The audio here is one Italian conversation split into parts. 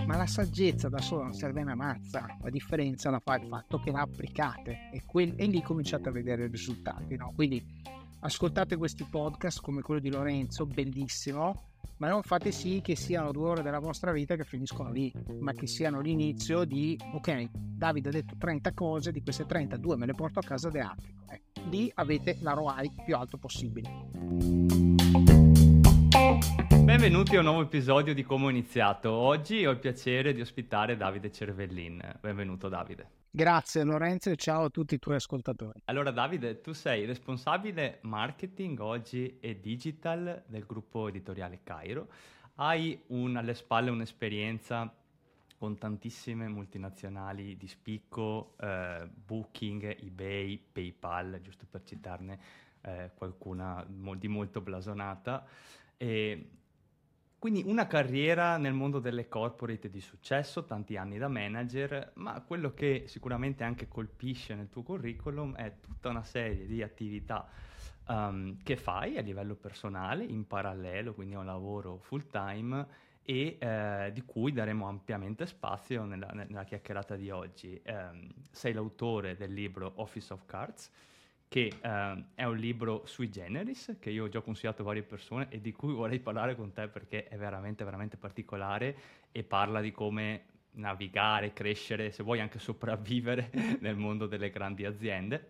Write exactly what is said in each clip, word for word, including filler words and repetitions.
ma la saggezza da sola non serve una mazza, la differenza la fa il fatto che la applicate e, que- e lì cominciate a vedere i risultati, no? Quindi ascoltate questi podcast come quello di Lorenzo, bellissimo, ma non fate sì che siano due ore della vostra vita che finiscono lì, ma che siano l'inizio di, ok, Davide ha detto trenta cose, di queste trentadue me le porto a casa e le applico. Eh, lì avete l'R O I più alto possibile. Benvenuti a un nuovo episodio di Come ho iniziato. Oggi ho il piacere di ospitare Davide Cervellin. Benvenuto Davide. Grazie Lorenzo e ciao a tutti i tuoi ascoltatori. Allora Davide, tu sei responsabile marketing oggi e digital del gruppo editoriale Cairo. Hai un, alle spalle un'esperienza con tantissime multinazionali di spicco, eh, Booking, eBay, PayPal, giusto per citarne eh, qualcuna di molto blasonata. E quindi una carriera nel mondo delle corporate di successo, tanti anni da manager, ma quello che sicuramente anche colpisce nel tuo curriculum è tutta una serie di attività um, che fai a livello personale, in parallelo, quindi è un lavoro full time e eh, di cui daremo ampiamente spazio nella, nella chiacchierata di oggi. Um, sei l'autore del libro Office of Cards, che uh, è un libro sui generis, che io ho già consigliato a varie persone e di cui vorrei parlare con te perché è veramente, veramente particolare e parla di come navigare, crescere, se vuoi anche sopravvivere nel mondo delle grandi aziende.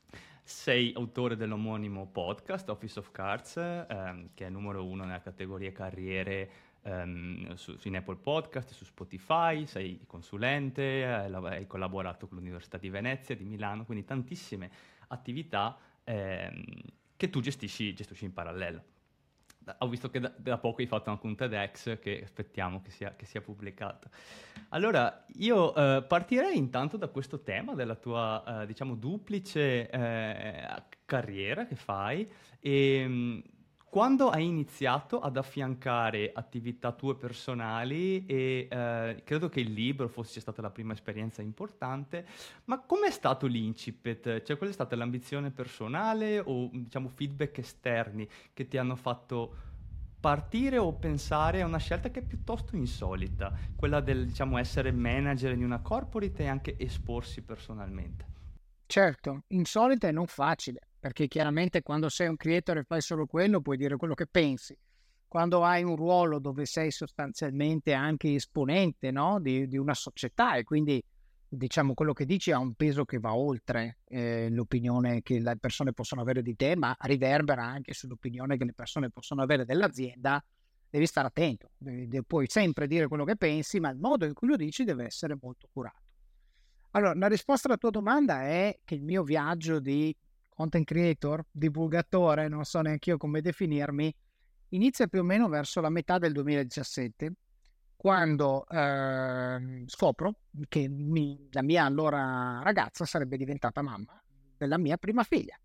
Sei autore dell'omonimo podcast Office of Cards, ehm, che è numero uno nella categoria carriere ehm, su, su in Apple Podcast, su Spotify, sei consulente, hai, hai collaborato con l'Università di Venezia, di Milano, quindi tantissime attività ehm, che tu gestisci, gestisci in parallelo. Ho visto che da, da poco hai fatto anche un TEDx che aspettiamo che sia, che sia pubblicato. Allora, io eh, partirei intanto da questo tema della tua, eh, diciamo, duplice eh, carriera che fai e mh, quando hai iniziato ad affiancare attività tue personali e eh, credo che il libro fosse sia stata la prima esperienza importante, ma com'è stato l'incipit? Cioè, qual è stata l'ambizione personale o, diciamo, feedback esterni che ti hanno fatto partire o pensare a una scelta che è piuttosto insolita, quella del, diciamo, essere manager di una corporate e anche esporsi personalmente? Certo, insolita e non facile, perché chiaramente quando sei un creator e fai solo quello puoi dire quello che pensi. Quando hai un ruolo dove sei sostanzialmente anche esponente, no? di, di una società e quindi diciamo quello che dici ha un peso che va oltre eh, l'opinione che le persone possono avere di te, ma riverbera anche sull'opinione che le persone possono avere dell'azienda, devi stare attento, devi, devi, puoi sempre dire quello che pensi, ma il modo in cui lo dici deve essere molto curato. Allora, la risposta alla tua domanda è che il mio viaggio di content creator, divulgatore, non so neanche io come definirmi, inizia più o meno verso la metà del duemiladiciassette, quando eh, scopro che mi, la mia allora ragazza sarebbe diventata mamma della mia prima figlia.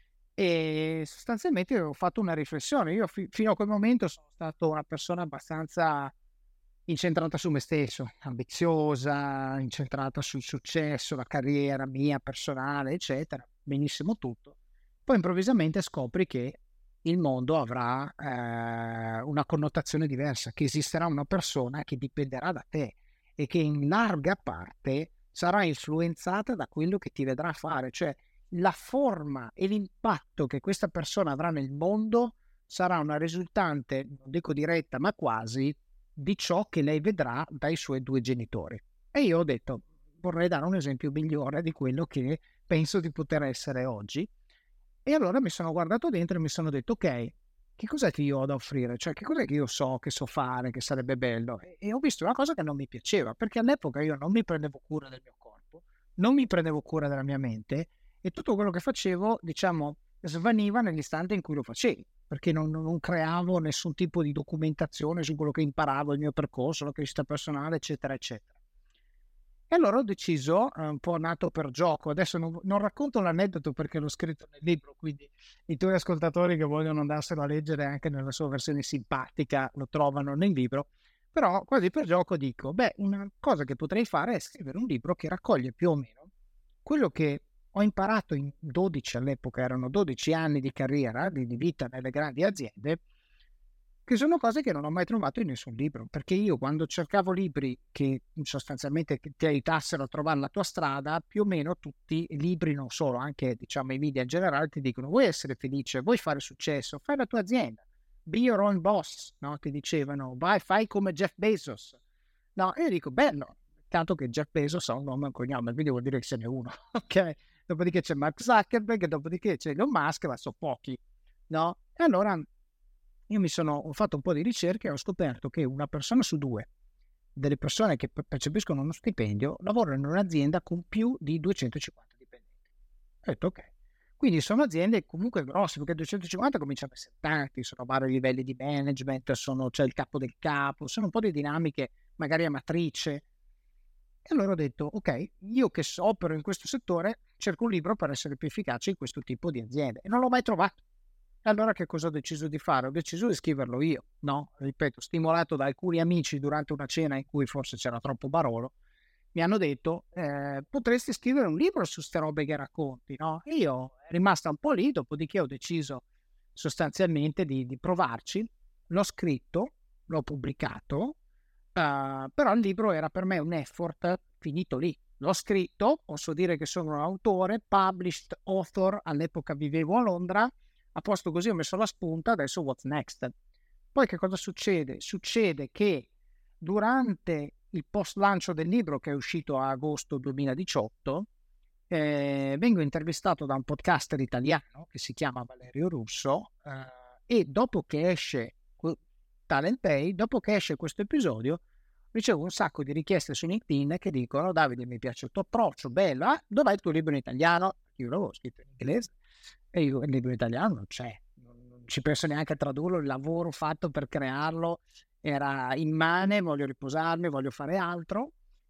E sostanzialmente ho fatto una riflessione. Io fi- fino a quel momento sono stato una persona abbastanza incentrata su me stesso, ambiziosa, incentrata sul successo, la carriera mia personale, eccetera, benissimo tutto. Poi improvvisamente scopri che il mondo avrà eh, una connotazione diversa, che esisterà una persona che dipenderà da te e che in larga parte sarà influenzata da quello che ti vedrà fare, cioè la forma e l'impatto che questa persona avrà nel mondo sarà una risultante, non dico diretta, ma quasi, di ciò che lei vedrà dai suoi due genitori. E io ho detto, vorrei dare un esempio migliore di quello che penso di poter essere oggi. E allora mi sono guardato dentro e mi sono detto, ok, che cos'è che io ho da offrire? Cioè, che cos'è che io so, che so fare, che sarebbe bello? E, e ho visto una cosa che non mi piaceva, perché all'epoca io non mi prendevo cura del mio corpo, non mi prendevo cura della mia mente e tutto quello che facevo, diciamo, svaniva nell'istante in cui lo facevi, perché non, non creavo nessun tipo di documentazione su quello che imparavo, il mio percorso, la crescita personale, eccetera, eccetera. E allora ho deciso, eh, un po' nato per gioco, adesso non, non racconto l'aneddoto perché l'ho scritto nel libro, quindi i tuoi ascoltatori che vogliono andarselo a leggere anche nella sua versione simpatica lo trovano nel libro, però quasi per gioco dico, beh, una cosa che potrei fare è scrivere un libro che raccoglie più o meno quello che ho imparato in dodici, all'epoca erano dodici anni di carriera, di, di vita nelle grandi aziende, che sono cose che non ho mai trovato in nessun libro, perché io quando cercavo libri che sostanzialmente ti aiutassero a trovare la tua strada, più o meno tutti i libri, non solo, anche diciamo i media in generale, ti dicono vuoi essere felice, vuoi fare successo, fai la tua azienda, be your own boss, no? Ti dicevano vai, fai come Jeff Bezos. No, e io dico bello, tanto che Jeff Bezos ha un nome e un cognome, quindi vuol dire che ce n'è uno, ok? Dopodiché c'è Mark Zuckerberg, dopodiché c'è Elon Musk, ma sono pochi, no? E allora io mi sono, ho fatto un po' di ricerche e ho scoperto che una persona su due delle persone che percepiscono uno stipendio lavorano in un'azienda con più di duecentocinquanta dipendenti. Ho detto ok. Quindi sono aziende comunque grosse, perché duecentocinquanta cominciano a essere tanti, sono vari livelli di management, sono, c'è il capo del capo, sono un po' di dinamiche magari a matrice. E allora ho detto, ok, io che so, opero in questo settore, cerco un libro per essere più efficace in questo tipo di aziende. E non l'ho mai trovato. Allora che cosa ho deciso di fare? Ho deciso di scriverlo io, no? Ripeto, stimolato da alcuni amici durante una cena in cui forse c'era troppo Barolo, mi hanno detto eh, potresti scrivere un libro su ste robe che racconti, no? E io è rimasta un po' lì, dopodiché ho deciso sostanzialmente di, di provarci, l'ho scritto, l'ho pubblicato, uh, però il libro era per me un effort finito lì. L'ho scritto, posso dire che sono un autore, published author, all'epoca vivevo a Londra, a posto così ho messo la spunta, adesso what's next? Poi che cosa succede? Succede che durante il post lancio del libro, che è uscito a agosto duemiladiciotto, eh, vengo intervistato da un podcaster italiano che si chiama Valerio Russo eh, e dopo che esce Talent Pay, dopo che esce questo episodio ricevo un sacco di richieste su LinkedIn che dicono Davide mi piace il tuo approccio, bello, ah, dov'è il tuo libro in italiano? Io l'avevo scritto in inglese e io il libro in italiano non c'è, non ci penso neanche a tradurlo, il lavoro fatto per crearlo era immane, voglio riposarmi, voglio fare altro.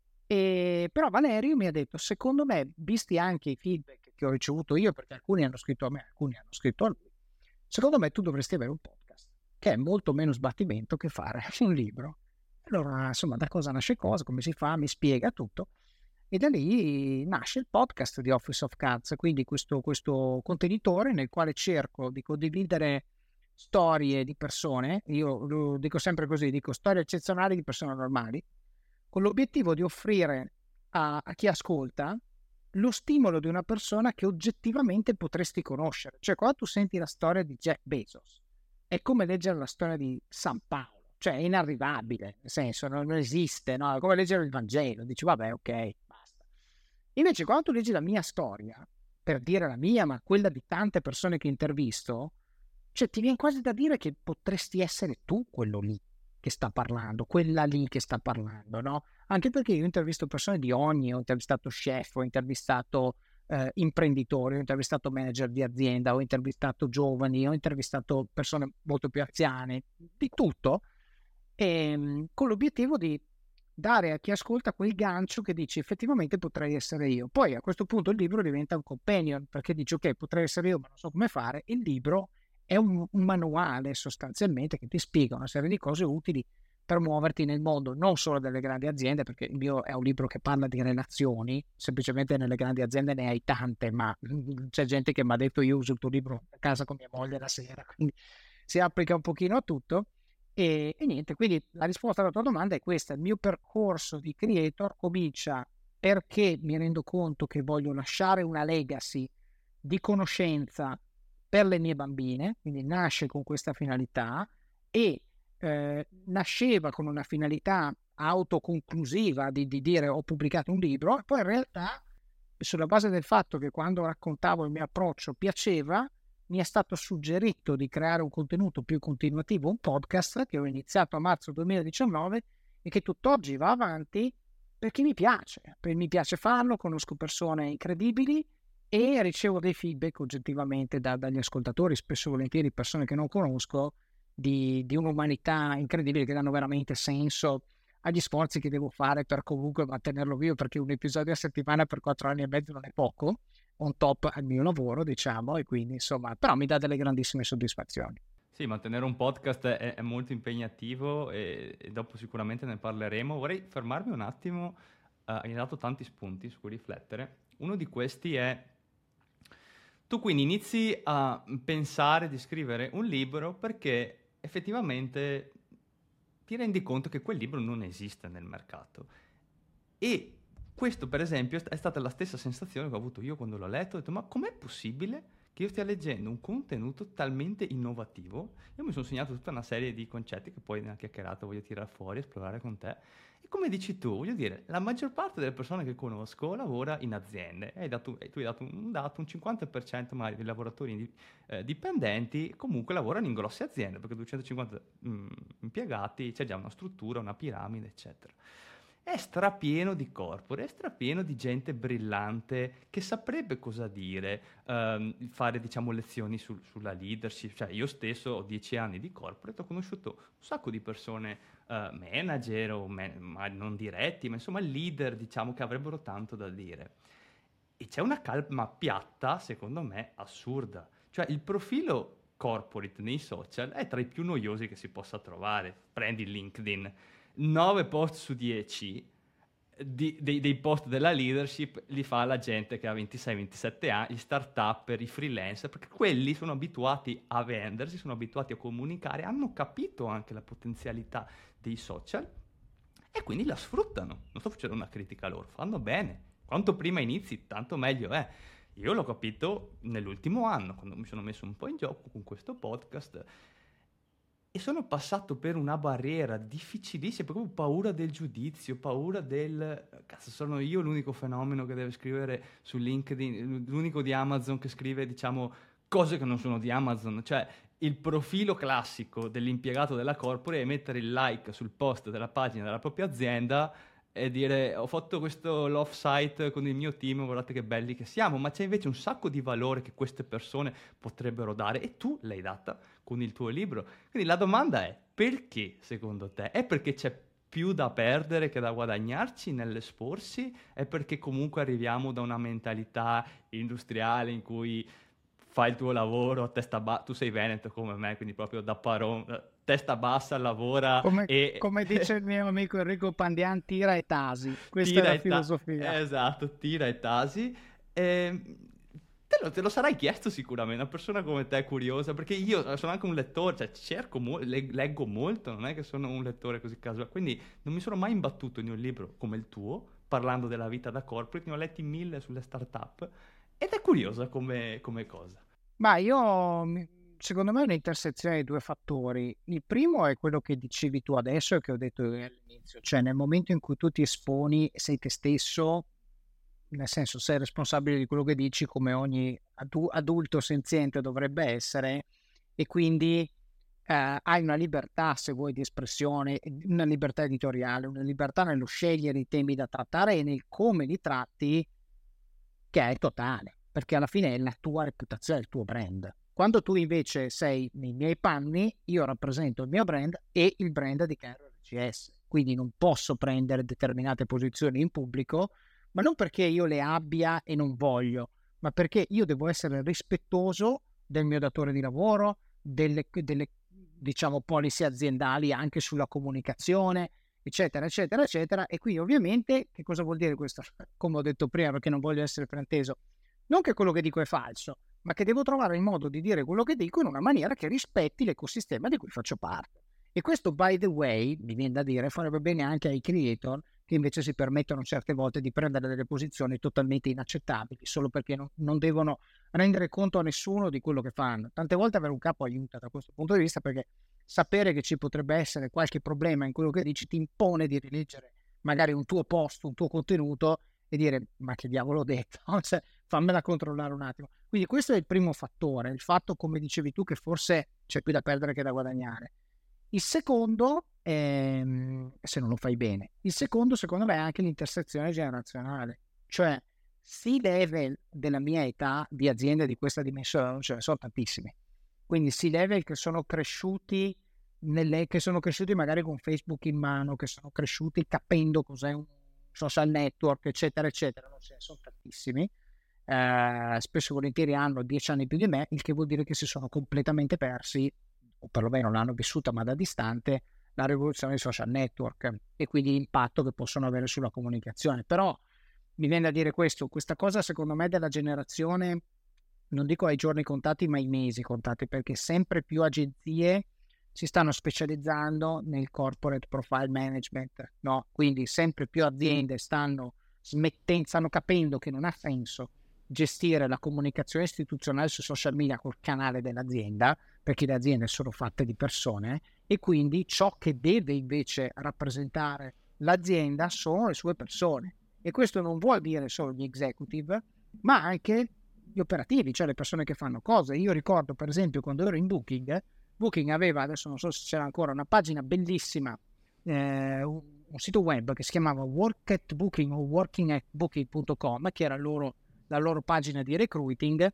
E, però Valerio mi ha detto, secondo me, visti anche i feedback che ho ricevuto io, perché alcuni hanno scritto a me, alcuni hanno scritto a lui, secondo me tu dovresti avere un podcast, che è molto meno sbattimento che fare un libro. Allora, insomma, da cosa nasce cosa, come si fa, mi spiega tutto. E da lì nasce il podcast di Office of Cards, quindi questo, questo contenitore nel quale cerco di condividere storie di persone, io lo dico sempre così, dico storie eccezionali di persone normali, con l'obiettivo di offrire a, a chi ascolta lo stimolo di una persona che oggettivamente potresti conoscere. Cioè, quando tu senti la storia di Jeff Bezos, è come leggere la storia di San Paolo. Cioè è inarrivabile, nel senso non esiste, no? È come leggere il Vangelo, dici vabbè ok, basta. Invece quando tu leggi la mia storia, per dire la mia, ma quella di tante persone che intervisto, cioè ti viene quasi da dire che potresti essere tu quello lì che sta parlando, quella lì che sta parlando, no? Anche perché io ho intervistato persone di ogni, ho intervistato chef, ho intervistato eh, imprenditori, ho intervistato manager di azienda, ho intervistato giovani, ho intervistato persone molto più anziane, di tutto, e, con l'obiettivo di dare a chi ascolta quel gancio che dice effettivamente potrei essere io. Poi a questo punto il libro diventa un companion, perché dici ok, potrei essere io ma non so come fare. Il libro è un, un manuale sostanzialmente che ti spiega una serie di cose utili per muoverti nel mondo, non solo delle grandi aziende, perché il mio è un libro che parla di relazioni, semplicemente nelle grandi aziende ne hai tante, ma c'è gente che mi ha detto io uso il tuo libro a casa con mia moglie la sera, quindi si applica un pochino a tutto. E, e niente, quindi la risposta alla tua domanda è questa: il mio percorso di creator comincia perché mi rendo conto che voglio lasciare una legacy di conoscenza per le mie bambine, quindi nasce con questa finalità e eh, nasceva con una finalità autoconclusiva di, di dire ho pubblicato un libro, e poi in realtà sulla base del fatto che quando raccontavo il mio approccio piaceva, mi è stato suggerito di creare un contenuto più continuativo, un podcast che ho iniziato a marzo duemiladiciannove e che tutt'oggi va avanti perché mi piace, perché mi piace farlo, conosco persone incredibili e ricevo dei feedback oggettivamente da, dagli ascoltatori, spesso volentieri persone che non conosco, di, di un'umanità incredibile che danno veramente senso agli sforzi che devo fare per comunque mantenerlo vivo, perché un episodio a settimana per quattro anni e mezzo non è poco, on top al mio lavoro, diciamo, e quindi insomma, però mi dà delle grandissime soddisfazioni. Sì, mantenere un podcast è, è molto impegnativo e, e dopo sicuramente ne parleremo. Vorrei fermarmi un attimo, uh, hai dato tanti spunti su cui riflettere. Uno di questi è, tu quindi inizi a pensare di scrivere un libro perché effettivamente ti rendi conto che quel libro non esiste nel mercato. E questo, per esempio, è stata la stessa sensazione che ho avuto io quando l'ho letto. Ho detto, ma com'è possibile che io stia leggendo un contenuto talmente innovativo? Io mi sono segnato tutta una serie di concetti che poi nella chiacchierata voglio tirare fuori, esplorare con te. E come dici tu, voglio dire, la maggior parte delle persone che conosco lavora in aziende. Hai dato, tu hai dato un dato, un cinquanta per cento magari dei lavoratori eh, dipendenti comunque lavorano in grosse aziende, perché duecentocinquanta mh, impiegati, c'è già una struttura, una piramide, eccetera. È strapieno di corporate, è strapieno di gente brillante che saprebbe cosa dire, ehm, fare diciamo lezioni sul- sulla leadership. Cioè io stesso ho dieci anni di corporate, ho conosciuto un sacco di persone, eh, manager o man- ma non diretti, ma insomma leader diciamo che avrebbero tanto da dire. E c'è una calma piatta, secondo me, assurda. Cioè il profilo corporate nei social è tra i più noiosi che si possa trovare. Prendi LinkedIn, nove post su dieci di- dei, dei post della leadership li fa la gente che ha ventisei ventisette anni, gli start-upper, i freelancer, perché quelli sono abituati a vendersi, sono abituati a comunicare, hanno capito anche la potenzialità dei social e quindi la sfruttano. Non sto facendo una critica a loro, fanno bene. Quanto prima inizi, tanto meglio è. Io l'ho capito nell'ultimo anno, quando mi sono messo un po' in gioco con questo podcast e sono passato per una barriera difficilissima, proprio paura del giudizio, paura del... Cazzo, sono io l'unico fenomeno che deve scrivere su LinkedIn, l'unico di Amazon che scrive, diciamo, cose che non sono di Amazon. Cioè, il profilo classico dell'impiegato della corpore è mettere il like sul post della pagina della propria azienda e dire ho fatto questo love site con il mio team, guardate che belli che siamo, ma c'è invece un sacco di valore che queste persone potrebbero dare e tu l'hai data con il tuo libro. Quindi la domanda è perché secondo te? È perché c'è più da perdere che da guadagnarci nell'esporsi? È perché comunque arriviamo da una mentalità industriale in cui fai il tuo lavoro a testa bassa, tu sei veneto come me, quindi proprio da paron, testa bassa, lavora Come, e come dice il mio amico Enrico Pandian, tira e tasi. Questa è tira la e ta- filosofia. esatto, tira e tasi. E te lo, te lo sarai chiesto sicuramente, una persona come te è curiosa, perché io sono anche un lettore, cioè cerco mo- le- leggo molto, non è che sono un lettore così casuale, quindi non mi sono mai imbattuto in un libro come il tuo, parlando della vita da corporate, ne ho letti mille sulle start-up, ed è curiosa come, come cosa. Ma io, mi- secondo me, è un'intersezione di due fattori. Il primo è quello che dicevi tu adesso e che ho detto io all'inizio, cioè nel momento in cui tu ti esponi, sei te stesso, nel senso sei responsabile di quello che dici come ogni adu- adulto senziente dovrebbe essere e quindi eh, hai una libertà, se vuoi, di espressione, una libertà editoriale, una libertà nello scegliere i temi da trattare e nel come li tratti che è totale, perché alla fine è la tua reputazione, il tuo brand. Quando tu invece sei nei miei panni, io rappresento il mio brand e il brand di Cairo R C S, quindi non posso prendere determinate posizioni in pubblico, ma non perché io le abbia e non voglio, ma perché io devo essere rispettoso del mio datore di lavoro, delle, delle diciamo policy aziendali anche sulla comunicazione, eccetera, eccetera, eccetera. E qui ovviamente che cosa vuol dire questo? Come ho detto prima, perché non voglio essere frainteso, non che quello che dico è falso, ma che devo trovare il modo di dire quello che dico in una maniera che rispetti l'ecosistema di cui faccio parte. E questo, by the way, mi viene da dire, farebbe bene anche ai creator che invece si permettono certe volte di prendere delle posizioni totalmente inaccettabili solo perché non, non devono rendere conto a nessuno di quello che fanno. Tante volte avere un capo aiuta da questo punto di vista, perché sapere che ci potrebbe essere qualche problema in quello che dici ti impone di rileggere magari un tuo post, un tuo contenuto e dire ma che diavolo ho detto, cioè, fammela controllare un attimo. Quindi questo è il primo fattore, il fatto, come dicevi tu, che forse c'è più da perdere che da guadagnare. Il secondo, ehm, se non lo fai bene, il secondo secondo me è anche l'intersezione generazionale, cioè C-level della mia età di aziende di questa dimensione non ce ne sono tantissimi, quindi C-level che sono cresciuti nelle, che sono cresciuti magari con Facebook in mano, che sono cresciuti capendo cos'è un social network, eccetera, eccetera, non ce ne sono tantissimi. Eh, spesso e volentieri hanno dieci anni più di me, il che vuol dire che si sono completamente persi, o perlomeno l'hanno vissuta ma da distante, la rivoluzione dei social network e quindi l'impatto che possono avere sulla comunicazione. Però mi viene da dire questo, questa cosa secondo me della generazione, non dico ai giorni contati ma ai mesi contati, perché sempre più agenzie si stanno specializzando nel corporate profile management, no? Quindi sempre più aziende stanno smettendo, stanno capendo che non ha senso gestire la comunicazione istituzionale su social media col canale dell'azienda, perché le aziende sono fatte di persone, e quindi ciò che deve invece rappresentare l'azienda sono le sue persone. E questo non vuol dire solo gli executive, ma anche gli operativi, cioè le persone che fanno cose. Io ricordo, per esempio, quando ero in Booking, Booking aveva, adesso non so se c'era ancora, una pagina bellissima, eh, un, un sito web che si chiamava Work at Booking o working at booking punto com, che era loro, la loro pagina di recruiting,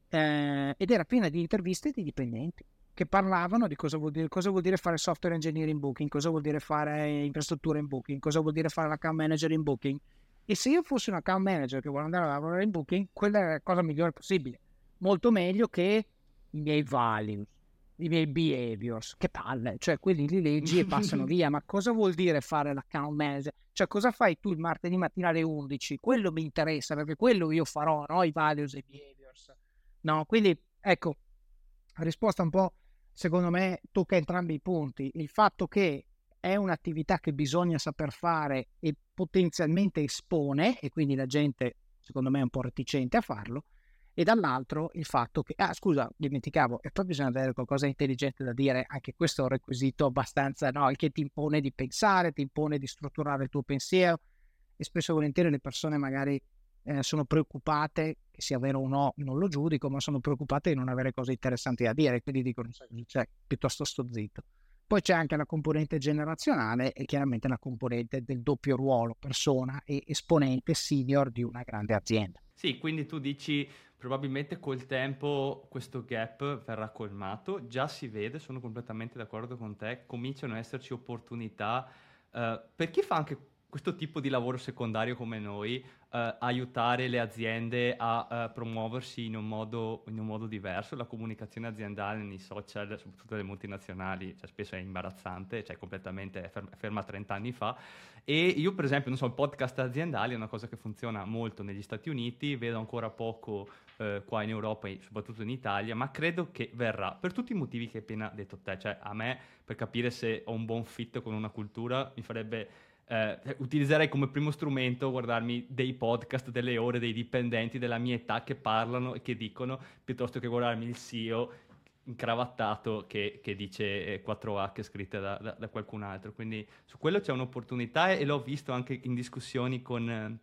eh, ed era piena di interviste di dipendenti che parlavano di cosa vuol dire, cosa vuol dire fare software engineer in Booking, cosa vuol dire fare infrastruttura in Booking, cosa vuol dire fare l'account manager in Booking. E se io fossi un account manager che vuole andare a lavorare in Booking, quella è la cosa migliore possibile. Molto meglio che i miei values, i miei behaviors. Che palle, cioè quelli li leggi e passano via. Ma cosa vuol dire fare l'account manager? Cioè cosa fai tu il martedì mattina alle undici? Quello mi interessa, perché quello io farò, no? I values e i behaviors. No, quindi ecco, la risposta un po', secondo me, tocca entrambi i punti. Il fatto che è un'attività che bisogna saper fare e potenzialmente espone, e quindi la gente, secondo me, è un po' reticente a farlo, e dall'altro il fatto che, ah scusa, dimenticavo, e poi bisogna avere qualcosa di intelligente da dire, anche questo è un requisito abbastanza, no, che ti impone di pensare, ti impone di strutturare il tuo pensiero, e spesso e volentieri le persone magari eh, sono preoccupate, che sia vero o no, non lo giudico, ma sono preoccupate di non avere cose interessanti da dire, quindi dicono, cioè, piuttosto sto zitto. Poi c'è anche la componente generazionale e chiaramente la componente del doppio ruolo, persona e esponente senior di una grande azienda. Sì, quindi tu dici probabilmente col tempo questo gap verrà colmato, già si vede, sono completamente d'accordo con te, cominciano ad esserci opportunità eh, per chi fa anche questo tipo di lavoro secondario come noi, eh, aiutare le aziende a eh, promuoversi in un modo, in un modo diverso. La comunicazione aziendale nei social, soprattutto delle multinazionali, cioè, spesso è imbarazzante, cioè completamente è ferma, ferma trenta anni fa. E io per esempio, non so, podcast aziendali è una cosa che funziona molto negli Stati Uniti, vedo ancora poco eh, qua in Europa e soprattutto in Italia, ma credo che verrà, per tutti i motivi che hai appena detto te. Cioè a me, per capire se ho un buon fit con una cultura, mi farebbe... Eh, utilizzerei come primo strumento guardarmi dei podcast delle ore dei dipendenti della mia età che parlano e che dicono, piuttosto che guardarmi il C E O incravattato che, che dice quattro H scritte da, da, da qualcun altro. Quindi su quello c'è un'opportunità e l'ho visto anche in discussioni con,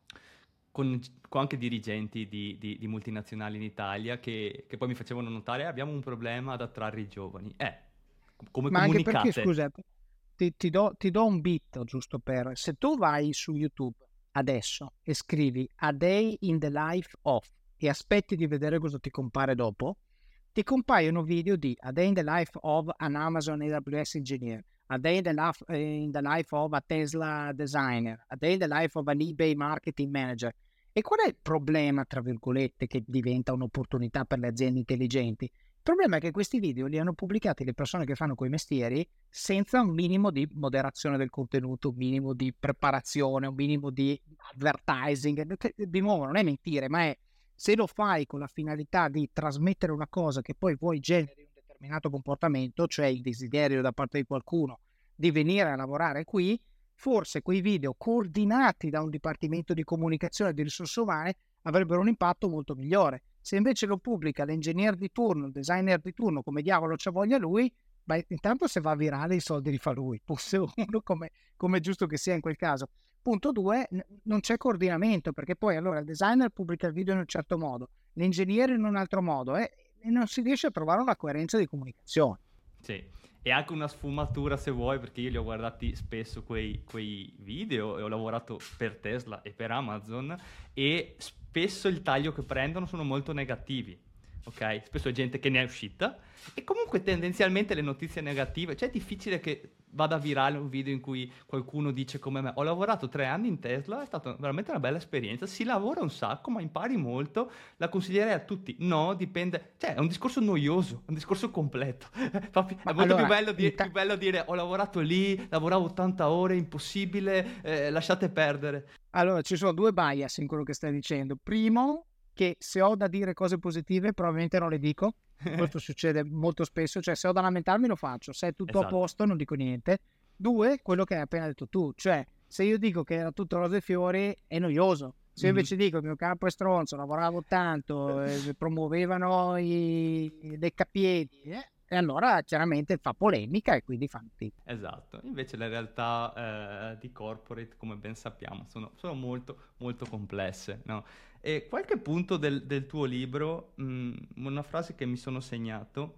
con, con anche dirigenti di, di, di multinazionali in Italia che, che poi mi facevano notare: abbiamo un problema ad attrarre i giovani. Eh, come Ma anche comunicate? perché, scusa, ti, ti do, ti do un bit giusto per... Se tu vai su YouTube adesso e scrivi A Day in the Life of e aspetti di vedere cosa ti compare dopo, ti compaiono video di A Day in the Life of an Amazon A W S Engineer, A Day in the, life, in the Life of a Tesla Designer, A Day in the Life of an eBay Marketing Manager. E qual è il problema, tra virgolette, che diventa un'opportunità per le aziende intelligenti? Il problema è che questi video li hanno pubblicati le persone che fanno quei mestieri senza un minimo di moderazione del contenuto, un minimo di preparazione, un minimo di advertising. Di nuovo, non è mentire, ma è, se lo fai con la finalità di trasmettere una cosa che poi vuoi generi un determinato comportamento, cioè il desiderio da parte di qualcuno di venire a lavorare qui, forse quei video coordinati da un dipartimento di comunicazione e di risorse umane avrebbero un impatto molto migliore. Se invece lo pubblica l'engineer di turno, il designer di turno, come diavolo c'ha voglia lui, beh, intanto se va virale i soldi li fa lui, punto uno, come, come è giusto che sia in quel caso. Punto due, n- non c'è coordinamento, perché poi allora il designer pubblica il video in un certo modo, l'ingegnere in un altro modo, eh, e non si riesce a trovare una coerenza di comunicazione. Sì, e anche una sfumatura se vuoi, perché io li ho guardati spesso quei, quei video e ho lavorato per Tesla e per Amazon e spesso il taglio che prendono sono molto negativi, ok? Spesso è gente che ne è uscita e comunque tendenzialmente le notizie negative, cioè è difficile che vada virale un video in cui qualcuno dice come me: ho lavorato tre anni in Tesla, è stata veramente una bella esperienza, si lavora un sacco ma impari molto, la consiglierei a tutti. No, dipende, cioè è un discorso noioso, un discorso completo. È molto allora, più, bello di- ta- più bello dire ho lavorato lì, lavoravo ottanta ore, impossibile, eh, lasciate perdere. Allora, ci sono due bias in quello che stai dicendo. Primo, che se ho da dire cose positive probabilmente non le dico, Questo succede molto spesso, cioè se ho da lamentarmi lo faccio, se è tutto Esatto. a posto non dico niente. Due, quello che hai appena detto tu, cioè se io dico che era tutto rose e fiori è noioso. Se io invece dico che il mio capo è stronzo, lavoravo tanto, eh, promuovevano i deccapiedi, eh, e allora chiaramente fa polemica e quindi fa tipo. Esatto, invece le realtà eh, di corporate, come ben sappiamo, sono, sono molto, molto complesse, no? E qualche punto del, del tuo libro, mh, una frase che mi sono segnato,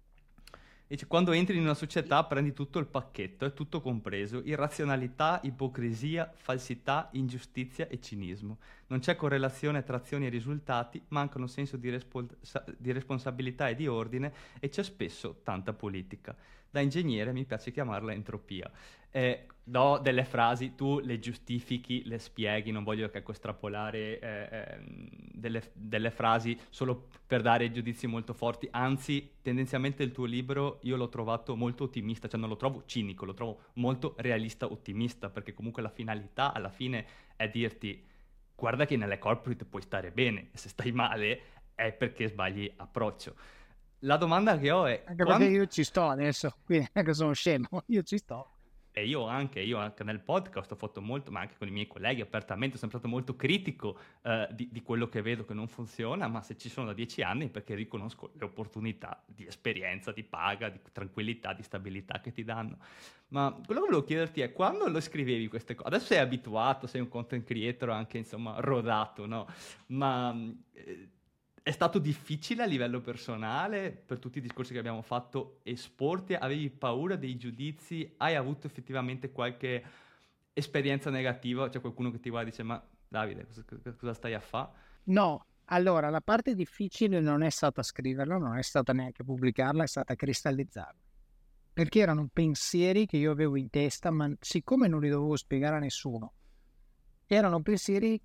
dice: quando entri in una società prendi tutto il pacchetto, è tutto compreso, irrazionalità, ipocrisia, falsità, ingiustizia e cinismo. Non c'è correlazione tra azioni e risultati, mancano senso di, responsa- di responsabilità e di ordine e c'è spesso tanta politica. Da ingegnere mi piace chiamarla entropia. Eh, do delle frasi, tu le giustifichi, le spieghi, non voglio che ecco estrapolare eh, ehm, delle, delle frasi solo per dare giudizi molto forti, anzi tendenzialmente il tuo libro io l'ho trovato molto ottimista, cioè non lo trovo cinico, lo trovo molto realista ottimista, perché comunque la finalità alla fine è dirti: guarda che nelle corporate puoi stare bene, e se stai male è perché sbagli approccio. La domanda che ho è: Anche perché quando... io ci sto adesso, quindi non è che sono scemo, io ci sto. E io anche, io anche nel podcast ho fatto molto, ma anche con i miei colleghi apertamente, sono stato molto critico eh, di, di quello che vedo che non funziona, ma se ci sono da dieci anni è perché riconosco le opportunità di esperienza, di paga, di tranquillità, di stabilità che ti danno. Ma quello che volevo chiederti è: quando lo scrivevi queste cose, adesso sei abituato, sei un content creator anche insomma rodato, no? Ma eh, è stato difficile a livello personale, per tutti i discorsi che abbiamo fatto, esporti? Avevi paura dei giudizi? Hai avuto effettivamente qualche esperienza negativa? C'è qualcuno che ti guarda e dice: ma Davide, cosa, cosa stai a fare? No, allora la parte difficile non è stata scriverla, non è stata neanche pubblicarla, è stata cristallizzarla. Perché erano pensieri che io avevo in testa, ma siccome non li dovevo spiegare a nessuno, erano pensieri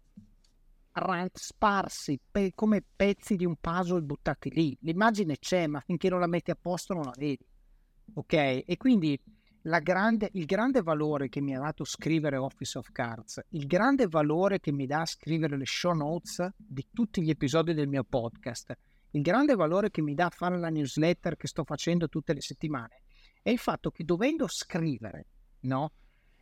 rant sparsi pe- come pezzi di un puzzle buttati lì. L'immagine c'è, ma finché non la metti a posto non la vedi. Ok? E quindi la grande, il grande valore che mi ha dato scrivere Office of Cards, il grande valore che mi dà scrivere le show notes di tutti gli episodi del mio podcast, il grande valore che mi dà fare la newsletter che sto facendo tutte le settimane, è il fatto che dovendo scrivere, no,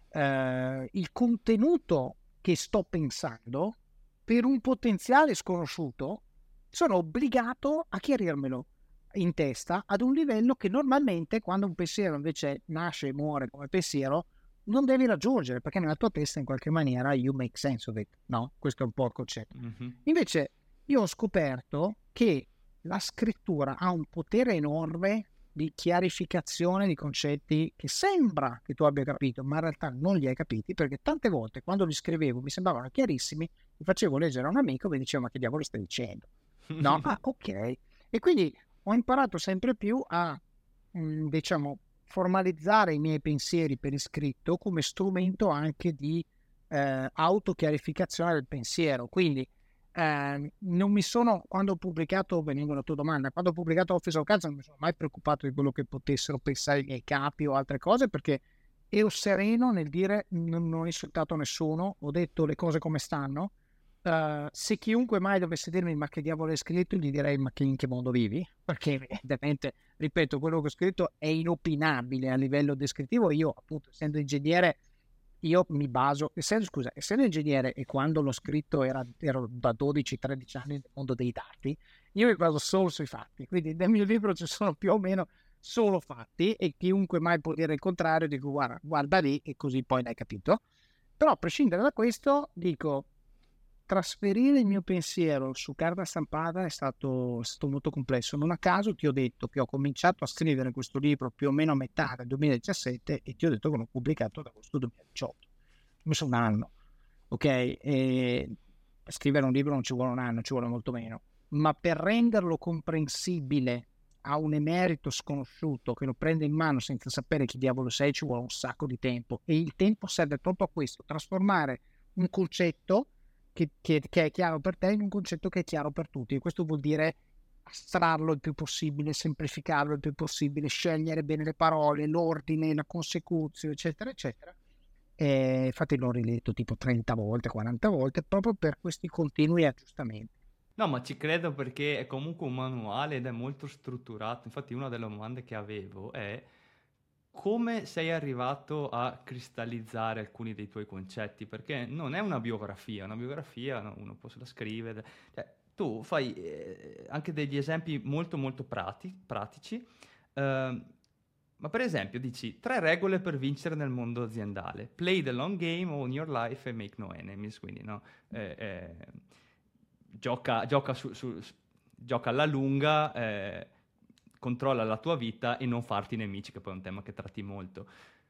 eh, il contenuto che sto pensando per un potenziale sconosciuto, sono obbligato a chiarirmelo in testa ad un livello che normalmente, quando un pensiero invece nasce e muore come pensiero, non devi raggiungere, perché nella tua testa in qualche maniera you make sense of it, no? Questo è un po' il concetto. Mm-hmm. Invece io ho scoperto che la scrittura ha un potere enorme di chiarificazione di concetti che sembra che tu abbia capito, ma in realtà non li hai capiti, perché tante volte quando li scrivevo mi sembravano chiarissimi, li facevo leggere a un amico e mi diceva: ma che diavolo stai dicendo? No? Ah, ok. E quindi ho imparato sempre più a, mh, diciamo, formalizzare i miei pensieri per iscritto come strumento anche di eh, autochiarificazione del pensiero. Quindi eh, non mi sono, quando ho pubblicato, venendo alla tua domanda, quando ho pubblicato Office of Cards non mi sono mai preoccupato di quello che potessero pensare i miei capi o altre cose, perché ero sereno nel dire non, non ho insultato nessuno, ho detto le cose come stanno. Uh, se chiunque mai dovesse dirmi ma che diavolo hai scritto, gli direi: ma che in che mondo vivi? Perché evidentemente, ripeto, quello che ho scritto è inopinabile a livello descrittivo. Io appunto, essendo ingegnere, io mi baso, essendo, scusa, essendo ingegnere, e quando l'ho scritto era, ero da dodici tredici anni nel mondo dei dati, io mi baso solo sui fatti, quindi nel mio libro ci sono più o meno solo fatti, e chiunque mai può dire il contrario dico: guarda, guarda lì, e così poi l'hai capito. Però a prescindere da questo dico: trasferire il mio pensiero su carta stampata è stato, è stato molto complesso. Non a caso ti ho detto che ho cominciato a scrivere questo libro più o meno a metà del duemiladiciassette e ti ho detto che l'ho pubblicato ad agosto duemiladiciotto. Ho messo un anno, ok? E per scrivere un libro non ci vuole un anno, ci vuole molto meno. Ma per renderlo comprensibile a un emerito sconosciuto che lo prende in mano senza sapere chi diavolo sei, ci vuole un sacco di tempo. E il tempo serve proprio a questo: trasformare un concetto Che, che, che è chiaro per te in un concetto che è chiaro per tutti. E questo vuol dire astrarlo il più possibile, semplificarlo il più possibile, scegliere bene le parole, l'ordine, la consecuzione, eccetera, eccetera. E infatti l'ho riletto tipo trenta volte, quaranta volte, proprio per questi continui aggiustamenti. No, ma ci credo perché è comunque un manuale ed è molto strutturato. Infatti una delle domande che avevo è come sei arrivato a cristallizzare alcuni dei tuoi concetti? Perché non è una biografia, una biografia no, uno può se la scrivere. Cioè, tu fai eh, anche degli esempi molto molto prati- pratici. Ehm, ma per esempio dici tre regole per vincere nel mondo aziendale. Play the long game, own your life e make no enemies. Quindi no, eh, eh, gioca, gioca, su- su- su- gioca alla lunga, eh, controlla la tua vita e non farti nemici, che poi è un tema che tratti molto.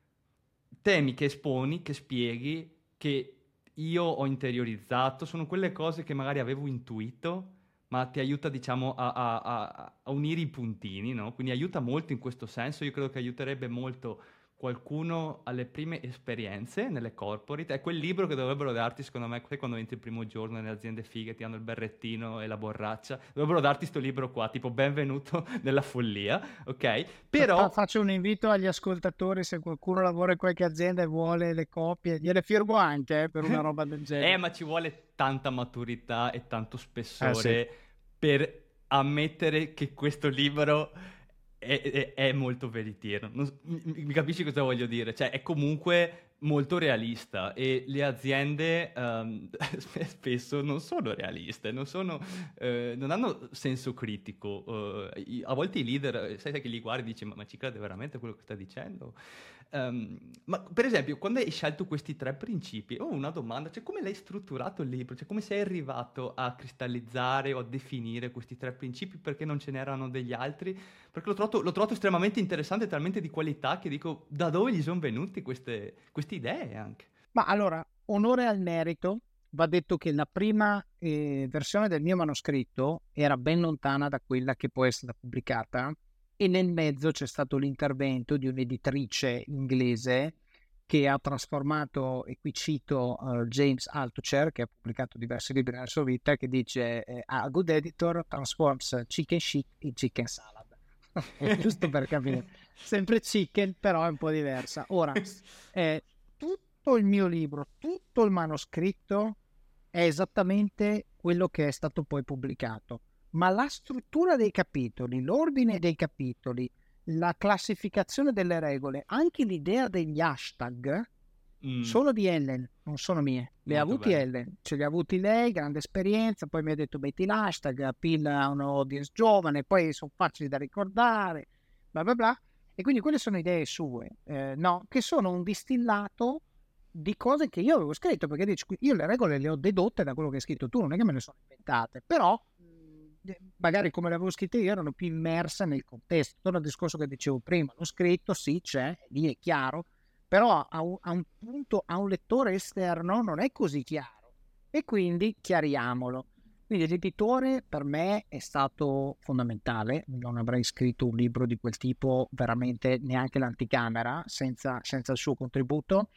Temi che esponi, che spieghi, che io ho interiorizzato, sono quelle cose che magari avevo intuito, ma ti aiuta, diciamo, a, a- a- a unire i puntini, no? Quindi aiuta molto in questo senso. Io credo che aiuterebbe molto qualcuno alle prime esperienze nelle corporate. È quel libro che dovrebbero darti, secondo me, sai quando entri il primo giorno nelle aziende fighe, ti hanno il berrettino e la borraccia. Dovrebbero darti sto libro qua, tipo benvenuto nella follia, ok? Fa- Però Faccio un invito agli ascoltatori, se qualcuno lavora in qualche azienda e vuole le copie, gliele firmo anche eh, per una roba del eh, genere. ma ci vuole tanta maturità e tanto Eh sì. spessore per ammettere che questo libro è, è- è molto veritiero. Non s- mi, mi capisci cosa voglio dire? Cioè, è comunque molto realista e le aziende ehm, sp- spesso non sono realiste, non sono, eh, non hanno senso critico. Eh, i- a volte i leader, eh, sai sai che li guardi e dici, ma, ma ci crede veramente quello che sta dicendo? Ehm, ma per esempio, quando hai scelto questi tre principi, ho una domanda, cioè come l'hai strutturato il libro? Cioè come sei arrivato a cristallizzare o a definire questi tre principi? Perché non ce n'erano degli altri? Perché l'ho trovato, l'ho trovato estremamente interessante, talmente di qualità che dico, da dove gli sono venute queste, queste idee anche? Ma allora, onore al merito, va detto che la prima eh, versione del mio manoscritto era ben lontana da quella che poi è stata pubblicata e nel mezzo c'è stato l'intervento di un'editrice inglese che ha trasformato, e qui cito uh, James Altucher, che ha pubblicato diversi libri nella sua vita, che dice eh, a good editor transforms chicken shit in chicken salad. Giusto per capire. Sempre chicken, però è un po' diversa. Ora, eh, tutto il mio libro, tutto il manoscritto è esattamente quello che è stato poi pubblicato, ma la struttura dei capitoli, l'ordine dei capitoli, la classificazione delle regole, anche l'idea degli hashtag Mm, sono di Ellen, non sono mie. Le ha molto avuti bello. Ellen, ce li ha avuti lei, grande esperienza, poi mi ha detto metti l'hashtag, appilla a un audience giovane, poi sono facili da ricordare, bla bla bla. E quindi quelle sono idee sue, eh, no? Che sono un distillato di cose che io avevo scritto, perché dici, io le regole le ho dedotte da quello che hai scritto tu, non è che me le sono inventate, però mh, magari come le avevo scritte io erano più immerse nel contesto. Torno al discorso che dicevo prima, l'ho scritto, sì, c'è, lì è chiaro, però a un, a un punto, a un lettore esterno non è così chiaro e quindi chiariamolo. Quindi l'editore per me è stato fondamentale, non avrei scritto un libro di quel tipo veramente neanche l'anticamera senza, senza il suo contributo.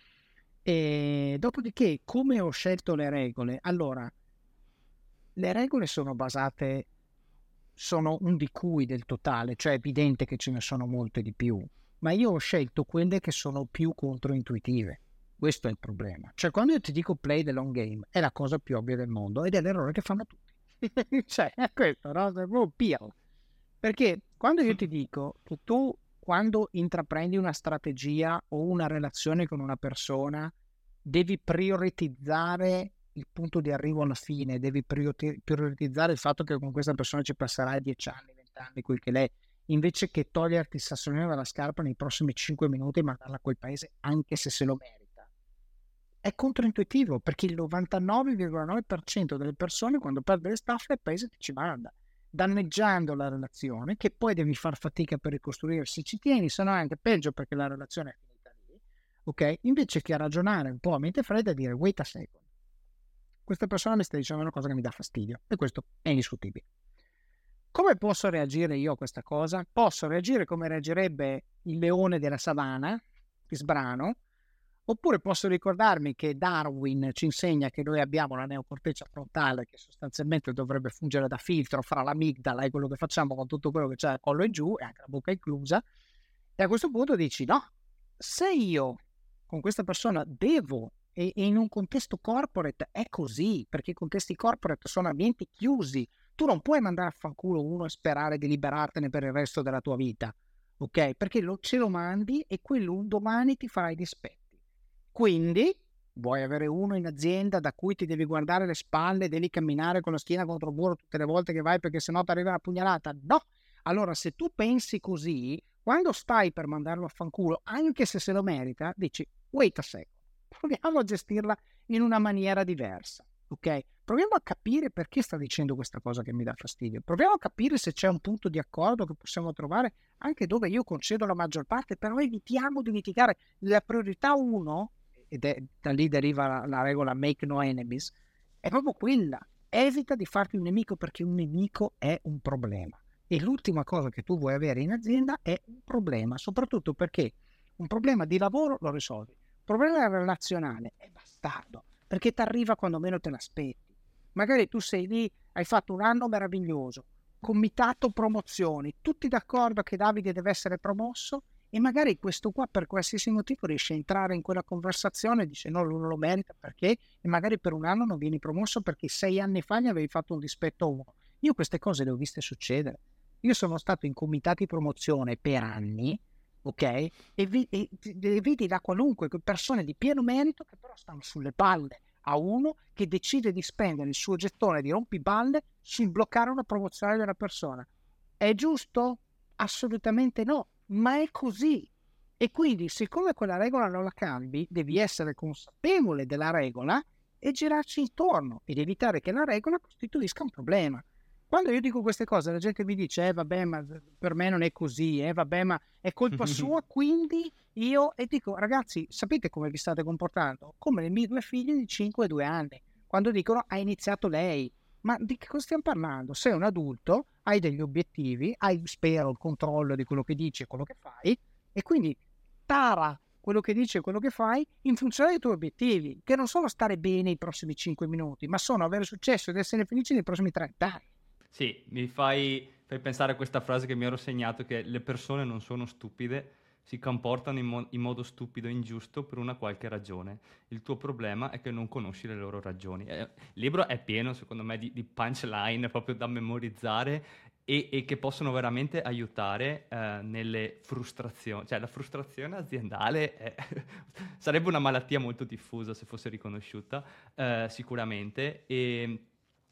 E dopodiché come ho scelto le regole? Allora, le regole sono basate, sono un di cui del totale, cioè è evidente che ce ne sono molte di più, ma io ho scelto quelle che sono più controintuitive. Questo è il problema. Cioè, quando io ti dico play the long game, è la cosa più ovvia del mondo ed è l'errore che fanno tutti. Cioè, è questo, no? È proprio pirla. Perché quando io ti dico che tu, quando intraprendi una strategia o una relazione con una persona, devi prioritizzare il punto di arrivo alla fine, devi priori- prioritizzare il fatto che con questa persona ci passerai dieci anni, venti anni, quel che lei, invece che toglierti il sassolino dalla scarpa nei prossimi cinque minuti e mandarla a quel paese anche se se lo merita. È controintuitivo perché il novantanove virgola nove per cento delle persone quando perde le staffe il paese ti ci manda, danneggiando la relazione che poi devi far fatica per ricostruire se ci tieni, se no è anche peggio perché la relazione è finita lì, ok? Invece che ragionare un po' a mente fredda e dire wait a second, questa persona mi sta dicendo una cosa che mi dà fastidio e questo è indiscutibile. Come posso reagire io a questa cosa? Posso reagire come reagirebbe il leone della savana, che sbrano, oppure posso ricordarmi che Darwin ci insegna che noi abbiamo la neocorteccia frontale che sostanzialmente dovrebbe fungere da filtro fra l'amigdala e quello che facciamo con tutto quello che c'è a collo e giù e anche la bocca inclusa, e a questo punto dici no, se io con questa persona devo, e, e in un contesto corporate è così, perché i contesti corporate sono ambienti chiusi, Tu non puoi mandare a fanculo uno e sperare di liberartene per il resto della tua vita, ok? Perché lo, ce lo mandi e quello un domani ti farà i dispetti. Quindi vuoi avere uno in azienda da cui ti devi guardare le spalle, devi camminare con la schiena contro il muro tutte le volte che vai perché sennò ti arriva una pugnalata? No! Allora se tu pensi così, quando stai per mandarlo a fanculo, anche se se lo merita, dici wait a second, proviamo a gestirla in una maniera diversa, ok? Proviamo a capire perché sta dicendo questa cosa che mi dà fastidio, proviamo a capire se c'è un punto di accordo che possiamo trovare anche dove io concedo la maggior parte, però evitiamo di litigare. La priorità uno, ed è da lì deriva la, la regola make no enemies, è proprio quella: evita di farti un nemico, perché un nemico è un problema. E l'ultima cosa che tu vuoi avere in azienda è un problema, soprattutto perché un problema di lavoro lo risolvi, un problema relazionale è bastardo, perché ti arriva quando meno te l'aspetti. Magari tu sei lì, hai fatto un anno meraviglioso, comitato promozioni, tutti d'accordo che Davide deve essere promosso, e magari questo qua per qualsiasi motivo riesce a entrare in quella conversazione e dice no, lui non lo merita perché, e magari per un anno non vieni promosso perché sei anni fa gli avevi fatto un dispetto a uno. Io queste cose le ho viste succedere. Io sono stato in comitati promozione per anni, ok? E, vi, e, e vedi da qualunque persone di pieno merito che però stanno sulle palle a uno che decide di spendere il suo gettone di rompiballe sul bloccare una promozione della persona. È giusto? Assolutamente no, ma è così. E quindi, siccome quella regola non la cambi, devi essere consapevole della regola e girarci intorno ed evitare che la regola costituisca un problema. Quando io dico queste cose, la gente mi dice, eh vabbè, ma per me non è così, eh vabbè, ma è colpa sua, quindi io... E dico, ragazzi, sapete come vi state comportando? Come le mie due figlie di cinque e due anni, quando dicono, ha iniziato lei. Ma di che cosa stiamo parlando? Sei un adulto, hai degli obiettivi, hai, spero, il controllo di quello che dici e quello che fai, e quindi tara quello che dici e quello che fai in funzione dei tuoi obiettivi, che non sono stare bene i prossimi cinque minuti, ma sono avere successo ed essere felici nei prossimi trenta anni. Sì, mi fai, fai pensare a questa frase che mi ero segnato, che le persone non sono stupide, si comportano in, mo- in modo stupido e ingiusto per una qualche ragione. Il tuo problema è che non conosci le loro ragioni. Eh, il libro è pieno, secondo me, di, di punchline proprio da memorizzare e, e che possono veramente aiutare eh, nelle frustrazioni. Cioè, la frustrazione aziendale è- sarebbe una malattia molto diffusa se fosse riconosciuta, eh, sicuramente. E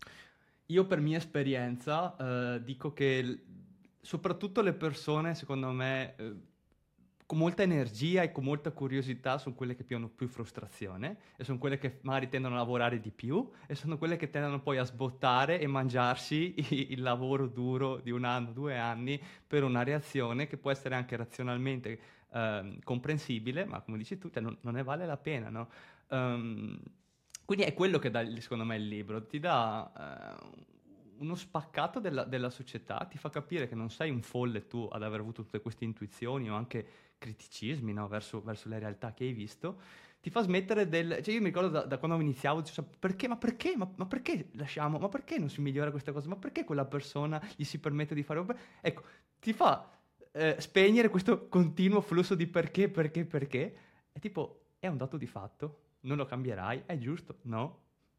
io per mia esperienza eh, dico che l- soprattutto le persone, secondo me, eh, con molta energia e con molta curiosità sono quelle che più hanno più frustrazione e sono quelle che magari tendono a lavorare di più e sono quelle che tendono poi a sbottare e mangiarsi i- il lavoro duro di un anno, due anni per una reazione che può essere anche razionalmente ehm, comprensibile, ma come dici tu, cioè, non, non ne vale la pena, no? Ehm, quindi è quello che dà, il- secondo me, il libro, ti dà eh, uno spaccato della, della società, ti fa capire che non sei un folle tu ad aver avuto tutte queste intuizioni o anche criticismi, no, verso, verso le realtà che hai visto, ti fa smettere del... Cioè io mi ricordo da, da quando iniziavo, dicevo, perché, ma perché, ma, ma perché lasciamo, ma perché non si migliora questa cosa, ma perché quella persona gli si permette di fare... Ecco, ti fa eh, spegnere questo continuo flusso di perché, perché, perché, è tipo, è un dato di fatto, non lo cambierai, è giusto, no?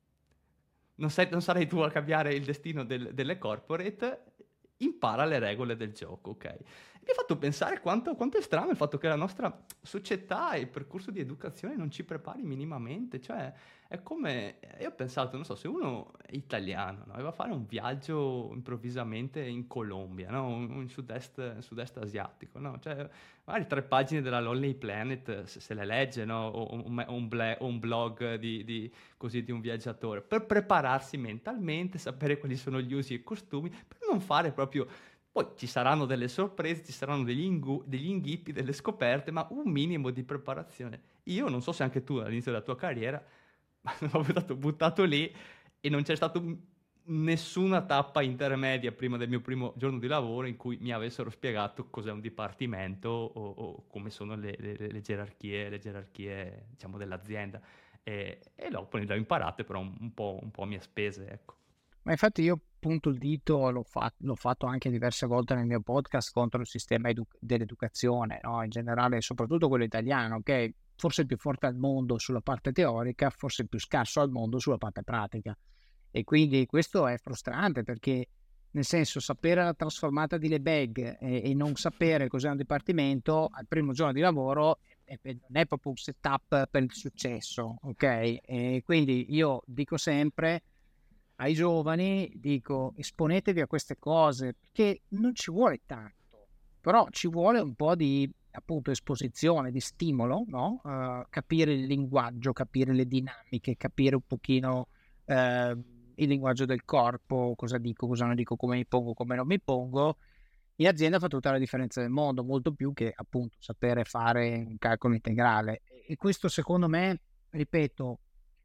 Non, sei, non sarai tu a cambiare il destino del- delle corporate, impara le regole del gioco, ok? E mi ha fatto pensare quanto, quanto è strano il fatto che la nostra società e il percorso di educazione non ci prepari minimamente, cioè è come, io ho pensato, non so, se uno è italiano, no? E va a fare un viaggio improvvisamente in Colombia, no? Un, un sud-est, sud-est asiatico, no? Cioè magari tre pagine della Lonely Planet se, se le legge, no? O, o un, o un ble- o un blog di, di così di un viaggiatore, per prepararsi mentalmente, sapere quali sono gli usi e costumi, per non fare proprio... Poi ci saranno delle sorprese, ci saranno degli, ingu- degli inghippi, delle scoperte, ma un minimo di preparazione. Io non so se anche tu all'inizio della tua carriera, ma sono stato buttato lì e non c'è stata nessuna tappa intermedia prima del mio primo giorno di lavoro in cui mi avessero spiegato cos'è un dipartimento o, o come sono le, le- le gerarchie, le gerarchie, diciamo, dell'azienda. E, e dopo le ho imparate, però un, un po', un po' a mie spese, ecco. Ma infatti io punto il dito, l'ho, fa- l'ho fatto anche diverse volte nel mio podcast contro il sistema edu- dell'educazione, no? In generale, soprattutto quello italiano, che è forse il più forte al mondo sulla parte teorica, forse il più scarso al mondo sulla parte pratica. E quindi questo è frustrante perché nel senso sapere la trasformata di Lebesgue e, e non sapere cos'è un dipartimento al primo giorno di lavoro è, è, non è proprio un setup per il successo, ok? E quindi io dico sempre ai giovani, dico esponetevi a queste cose perché non ci vuole tanto, però ci vuole un po' di appunto esposizione, di stimolo, no? Uh, capire il linguaggio, capire le dinamiche, capire un pochino uh, il linguaggio del corpo, cosa dico, cosa non dico, come mi pongo, come non mi pongo. In azienda fa tutta la differenza del mondo, molto più che appunto sapere fare un calcolo integrale. E questo secondo me, ripeto,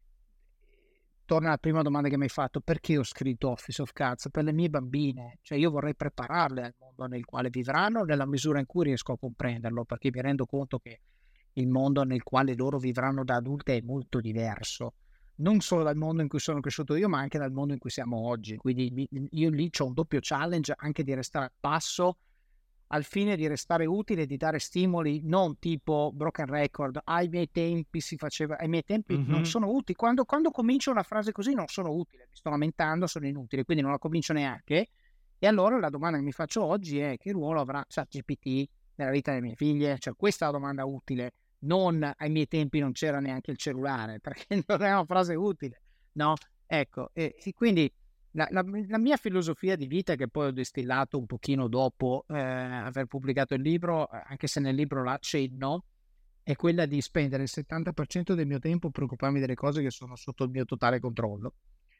torna alla prima domanda che mi hai fatto: perché ho scritto Office of Cards? Per le mie bambine, cioè io vorrei prepararle al mondo nel quale vivranno nella misura in cui riesco a comprenderlo, perché mi rendo conto che il mondo nel quale loro vivranno da adulte è molto diverso, non solo dal mondo in cui sono cresciuto io, ma anche dal mondo in cui siamo oggi. Quindi io lì ho un doppio challenge anche di restare al passo, al fine di restare utile e di dare stimoli, non tipo broken record, ai miei tempi si faceva, ai miei tempi Mm-hmm. non sono utili. Quando, quando comincio una frase così non sono utile, mi sto lamentando, sono inutile, quindi non la comincio neanche. E allora la domanda che mi faccio oggi è: che ruolo avrà ChatGPT nella vita delle mie figlie? Cioè questa è la domanda utile, non ai miei tempi non c'era neanche il cellulare, perché non è una frase utile, no? Ecco, e, e quindi La, la, la mia filosofia di vita, che poi ho distillato un pochino dopo eh, aver pubblicato il libro, anche se nel libro la accenno, è quella di spendere il settanta per cento del mio tempo a preoccuparmi delle cose che sono sotto il mio totale controllo,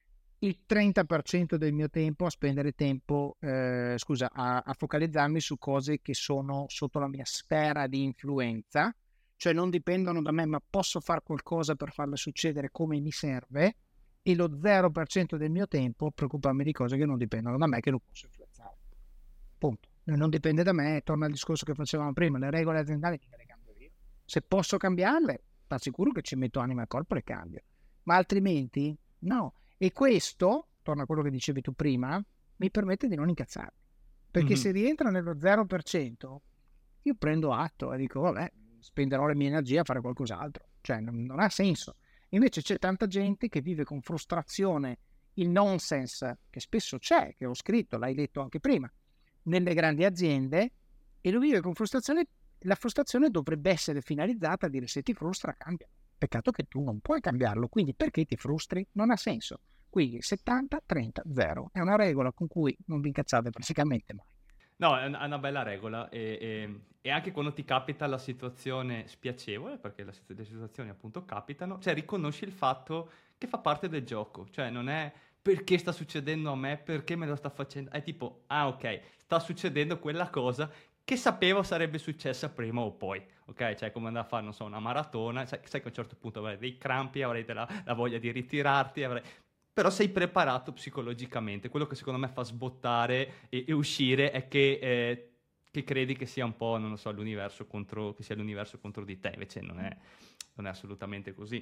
il trenta per cento del mio tempo a spendere tempo, eh, scusa, a, a focalizzarmi su cose che sono sotto la mia sfera di influenza, cioè non dipendono da me, ma posso fare qualcosa per farle succedere come mi serve, e lo zero per cento del mio tempo preoccuparmi di cose che non dipendono da me, che non posso influenzare. Punto. Non dipende da me, torna al discorso che facevamo prima, le regole aziendali le cambio io. Se posso cambiarle, sta sicuro che ci metto anima e corpo e le cambio, ma altrimenti no. E questo, torna a quello che dicevi tu prima, mi permette di non incazzarmi, perché mm-hmm. se rientra nello zero per cento io prendo atto e dico vabbè, spenderò le mie energie a fare qualcos'altro, cioè non, non ha senso. Invece c'è tanta gente che vive con frustrazione il nonsense, che spesso c'è, che ho scritto, l'hai letto anche prima, nelle grandi aziende, e lo vive con frustrazione. La frustrazione dovrebbe essere finalizzata a dire: se ti frustra, cambia. Peccato che tu non puoi cambiarlo, quindi perché ti frustri? Non ha senso. Quindi settanta, trenta, zero. È una regola con cui non vi incazzate praticamente mai. No, è una bella regola e, e, e anche quando ti capita la situazione spiacevole, perché la, le situazioni appunto capitano, cioè riconosci il fatto che fa parte del gioco, cioè non è perché sta succedendo a me, perché me lo sta facendo, è tipo, ah ok, sta succedendo quella cosa che sapevo sarebbe successa prima o poi, ok? Cioè come andare a fare, non so, una maratona, sai, sai che a un certo punto avrai dei crampi, avrai della, la voglia di ritirarti, avrai... però sei preparato psicologicamente. Quello che secondo me fa sbottare e, e uscire è che, eh, che credi che sia un po', non lo so, l'universo contro, che sia l'universo contro di te, invece non è, non è assolutamente così,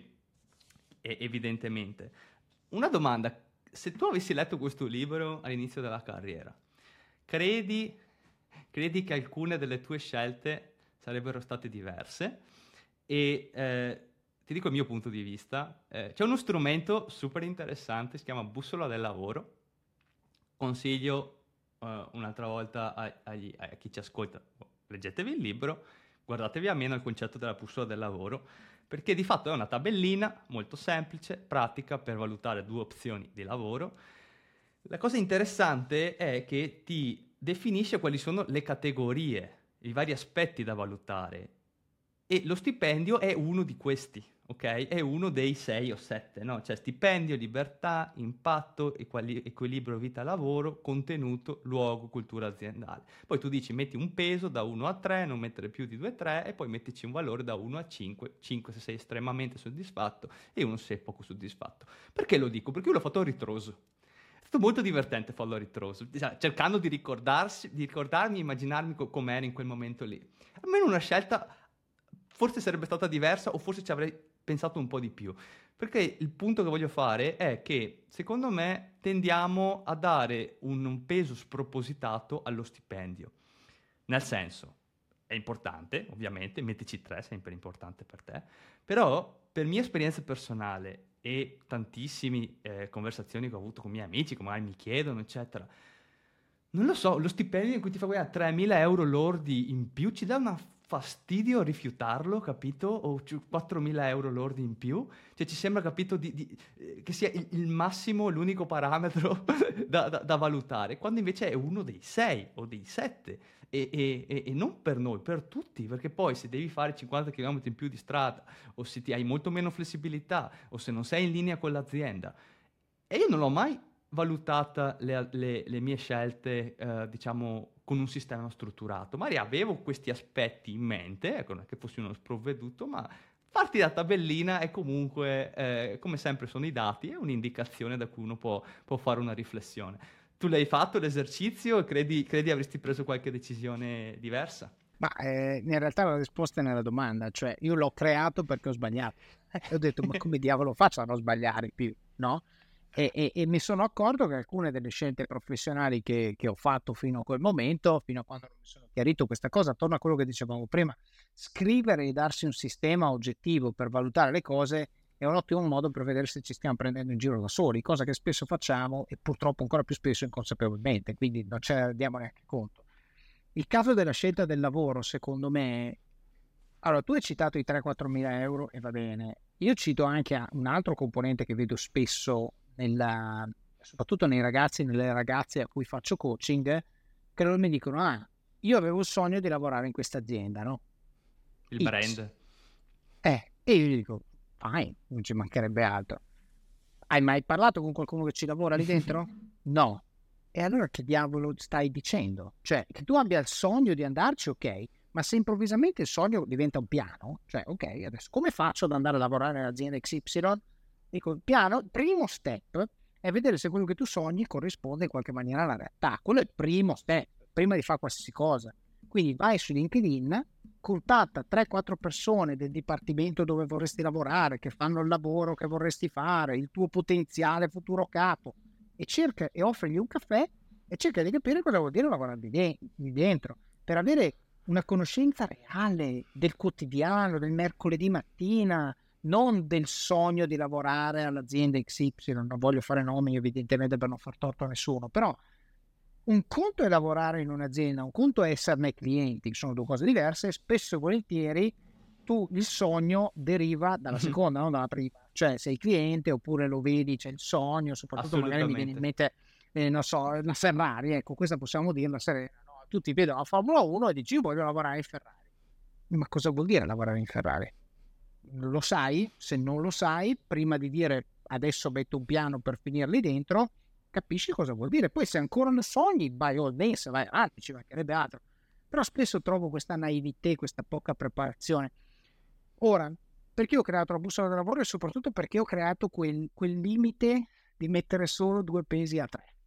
e, evidentemente. Una domanda: se tu avessi letto questo libro all'inizio della carriera, credi, credi che alcune delle tue scelte sarebbero state diverse? E... Eh, ti dico il mio punto di vista, eh, c'è uno strumento super interessante, si chiama Bussola del Lavoro, consiglio uh, un'altra volta a, agli, a chi ci ascolta, leggetevi il libro, guardatevi almeno il concetto della bussola del lavoro, perché di fatto è una tabellina molto semplice, pratica, per valutare due opzioni di lavoro. La cosa interessante è che ti definisce quali sono le categorie, i vari aspetti da valutare, e lo stipendio è uno di questi, ok? È uno dei sei o sette, no? Cioè stipendio, libertà, impatto, equali- equilibrio vita-lavoro, contenuto, luogo, cultura aziendale. Poi tu dici metti un peso da uno a tre, non mettere più di due a tre, e poi mettici un valore da uno a cinque, cinque se sei estremamente soddisfatto e uno se sei poco soddisfatto. Perché lo dico? Perché io l'ho fatto a ritroso. È stato molto divertente farlo a ritroso, cercando di ricordarsi, di ricordarmi, immaginarmi co- com'era in quel momento lì. Almeno una scelta forse sarebbe stata diversa, o forse ci avrei pensato un po' di più. Perché il punto che voglio fare è che, secondo me, tendiamo a dare un, un peso spropositato allo stipendio. Nel senso, è importante, ovviamente, mettici tre, sempre importante per te, però per mia esperienza personale e tantissime eh, conversazioni che ho avuto con i miei amici, che magari mi chiedono, eccetera, Non lo so, lo stipendio in cui ti fa guadagnare tremila euro lordi in più ci dà una fastidio rifiutarlo, capito? O quattromila euro lordi in più. Cioè ci sembra, capito, di, di, eh, che sia il, il massimo, l'unico parametro da, da, da valutare, quando invece è uno dei sei o dei sette. E, e, e non per noi, per tutti, perché poi se devi fare cinquanta chilometri in più di strada, o se ti hai molto meno flessibilità, o se non sei in linea con l'azienda. E io non l'ho mai valutata le, le- le mie scelte, eh, diciamo, con un sistema strutturato. Magari avevo questi aspetti in mente, ecco, non è che fossi uno sprovveduto, ma farti la tabellina è comunque, eh, come sempre sono i dati, è un'indicazione da cui uno può, può fare una riflessione. Tu l'hai fatto l'esercizio e credi, credi avresti preso qualche decisione diversa? Ma eh, in realtà la risposta è nella domanda, cioè io l'ho creato perché ho sbagliato. E ho detto, ma come diavolo faccio a non sbagliare più, no? E, e- e mi sono accorto che alcune delle scelte professionali che, che ho fatto fino a quel momento, fino a quando non mi sono chiarito questa cosa, torno a quello che dicevamo prima, scrivere e darsi un sistema oggettivo per valutare le cose è un ottimo modo per vedere se ci stiamo prendendo in giro da soli, cosa che spesso facciamo e purtroppo ancora più spesso inconsapevolmente, quindi non ce ne rendiamo neanche conto. Il caso della scelta del lavoro, secondo me, allora tu hai citato i tre quattro mila euro e va bene. Io cito anche un altro componente che vedo spesso, nella, soprattutto nei ragazzi e nelle ragazze a cui faccio coaching, che loro mi dicono, ah, io avevo il sogno di lavorare in questa azienda, no? Il X. brand. Eh, e io gli dico, fine, non ci mancherebbe altro. Hai mai parlato con qualcuno che ci lavora lì dentro? No. E allora che diavolo stai dicendo? Cioè, che tu abbia il sogno di andarci, ok, ma se improvvisamente il sogno diventa un piano, cioè, ok, adesso come faccio ad andare a lavorare nell'azienda X Y? Dico, il piano, il primo step è vedere se quello che tu sogni corrisponde in qualche maniera alla realtà. Quello è il primo step, prima di fare qualsiasi cosa. Quindi vai su LinkedIn, contatta tre quattro persone del dipartimento dove vorresti lavorare, che fanno il lavoro che vorresti fare, il tuo potenziale futuro capo, e cerca e offrigli un caffè e cerca di capire cosa vuol dire lavorare lì dentro, per avere una conoscenza reale del quotidiano, del mercoledì mattina, non del sogno di lavorare all'azienda X Y. Non voglio fare nomi evidentemente per non far torto a nessuno, però un conto è lavorare in un'azienda, un conto è esserne clienti, sono due cose diverse. Spesso e volentieri tu il sogno deriva dalla seconda, non dalla prima. Cioè sei cliente oppure lo vedi, c'è il sogno, soprattutto magari mi viene in mente, eh, non so, la Ferrari, ecco, questa possiamo dirla serena, no? Tu ti vedono la Formula uno e dici io voglio lavorare in Ferrari. Ma cosa vuol dire lavorare in Ferrari? Lo sai? Se non lo sai, prima di dire adesso metto un piano per finirli dentro, capisci cosa vuol dire. Poi se ancora ne sogni, vai all dance, vai avanti, ci mancherebbe altro. Però spesso trovo questa naivete, questa poca preparazione. Ora, perché ho creato la bussola del lavoro e soprattutto perché ho creato quel, quel limite di mettere solo due pesi a tre.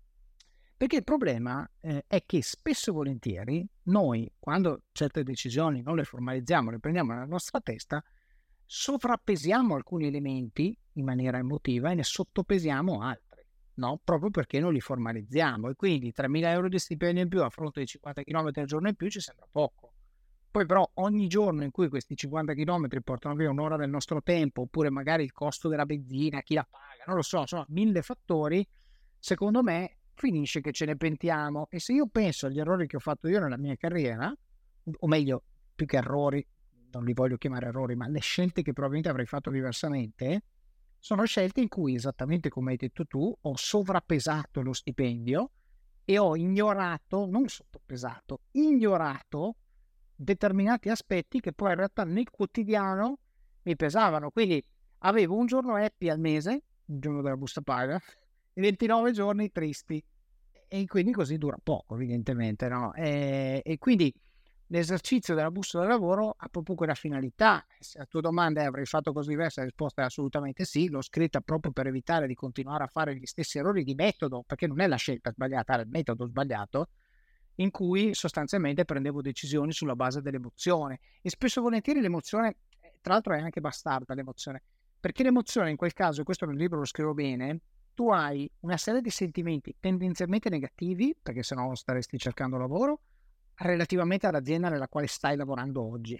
Perché il problema eh, è che spesso e volentieri noi, quando certe decisioni non le formalizziamo, le prendiamo nella nostra testa, sovrappesiamo alcuni elementi in maniera emotiva e ne sottopesiamo altri, no? Proprio perché non li formalizziamo, e quindi tremila euro di stipendio in più a fronte di cinquanta chilometri al giorno in più ci sembra poco. Poi però ogni giorno in cui questi cinquanta chilometri portano via un'ora del nostro tempo, oppure magari il costo della benzina, chi la paga, non lo so, sono mille fattori, secondo me finisce che ce ne pentiamo. E se io penso agli errori che ho fatto io nella mia carriera, o meglio, più che errori, non li voglio chiamare errori, ma le scelte che probabilmente avrei fatto diversamente, sono scelte in cui, esattamente come hai detto tu, ho sovrappesato lo stipendio e ho ignorato, non sottopesato, ignorato determinati aspetti che poi in realtà nel quotidiano mi pesavano. Quindi avevo un giorno happy al mese, il giorno della busta paga, e ventinove giorni tristi, e quindi così dura poco evidentemente, no? E, e quindi l'esercizio della bussola del lavoro ha proprio quella finalità. Se la tua domanda è avrei fatto cose diverse, la risposta è assolutamente sì. L'ho scritta proprio per evitare di continuare a fare gli stessi errori di metodo, perché non è la scelta sbagliata, è il metodo sbagliato, in cui sostanzialmente prendevo decisioni sulla base dell'emozione. E spesso e volentieri l'emozione, tra l'altro, è anche bastarda l'emozione, perché l'emozione in quel caso, e questo nel libro lo scrivo bene, tu hai una serie di sentimenti tendenzialmente negativi, perché sennò non staresti cercando lavoro, relativamente all'azienda nella quale stai lavorando oggi.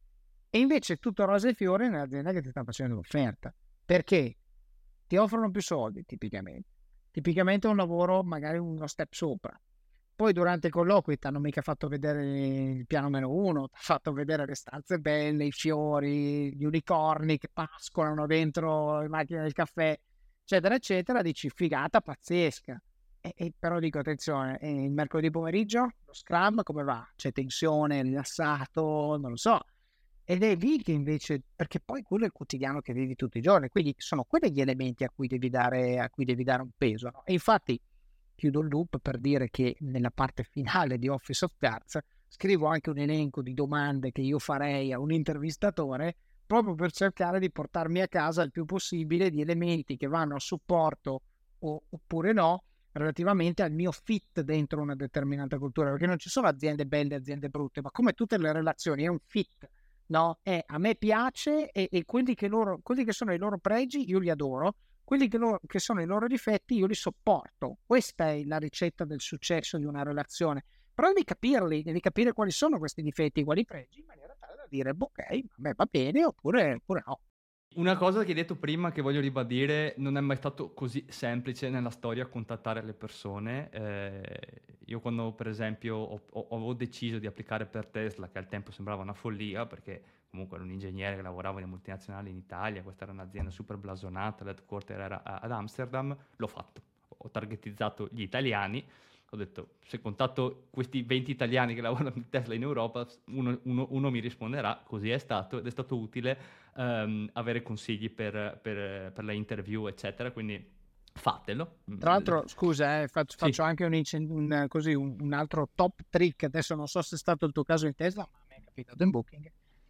E invece tutto rose e fiori nell'azienda che ti sta facendo l'offerta. Perché? Ti offrono più soldi, tipicamente. Tipicamente un lavoro magari uno step sopra. Poi durante i colloqui ti hanno mica fatto vedere il piano meno uno, ti hanno fatto vedere le stanze belle, i fiori, gli unicorni che pascolano dentro le macchine del caffè, eccetera, eccetera. Dici figata pazzesca. E, e però dico attenzione, e il mercoledì pomeriggio lo Scrum come va? C'è tensione, rilassato, non lo so. Ed è lì che invece, perché poi quello è il quotidiano che vivi tutti i giorni, quindi sono quelli gli elementi a cui devi dare, a cui devi dare un peso, no? E infatti chiudo il loop per dire che nella parte finale di Office of Cards scrivo anche un elenco di domande che io farei a un intervistatore proprio per cercare di portarmi a casa il più possibile di elementi che vanno a supporto o, oppure no relativamente al mio fit dentro una determinata cultura, perché non ci sono aziende belle e aziende brutte, ma come tutte le relazioni è un fit, no? È, a me piace e, e quelli, che loro, quelli che sono i loro pregi io li adoro, quelli che, loro, che sono i loro difetti io li sopporto. Questa è la ricetta del successo di una relazione, però devi capirli, devi capire quali sono questi difetti, quali pregi, in maniera tale da dire ok, a me va bene oppure, oppure no. Una cosa che hai detto prima che voglio ribadire, non è mai stato così semplice nella storia contattare le persone. Eh, io quando per esempio ho, ho, avevo deciso di applicare per Tesla, che al tempo sembrava una follia, perché comunque ero un ingegnere che lavorava in multinazionali in Italia, questa era un'azienda super blasonata, l'headquarter era ad Amsterdam, l'ho fatto. Ho targetizzato gli italiani, ho detto se contatto questi venti italiani che lavorano in Tesla in Europa, uno, uno, uno mi risponderà, così è stato, ed è stato utile Um, avere consigli per, per, per le interview eccetera, quindi fatelo. Tra l'altro scusa eh, faccio, sì. faccio anche un, un, così, un, un altro top trick, adesso non so se è stato il tuo caso in Tesla, ma a me è capitato in Booking.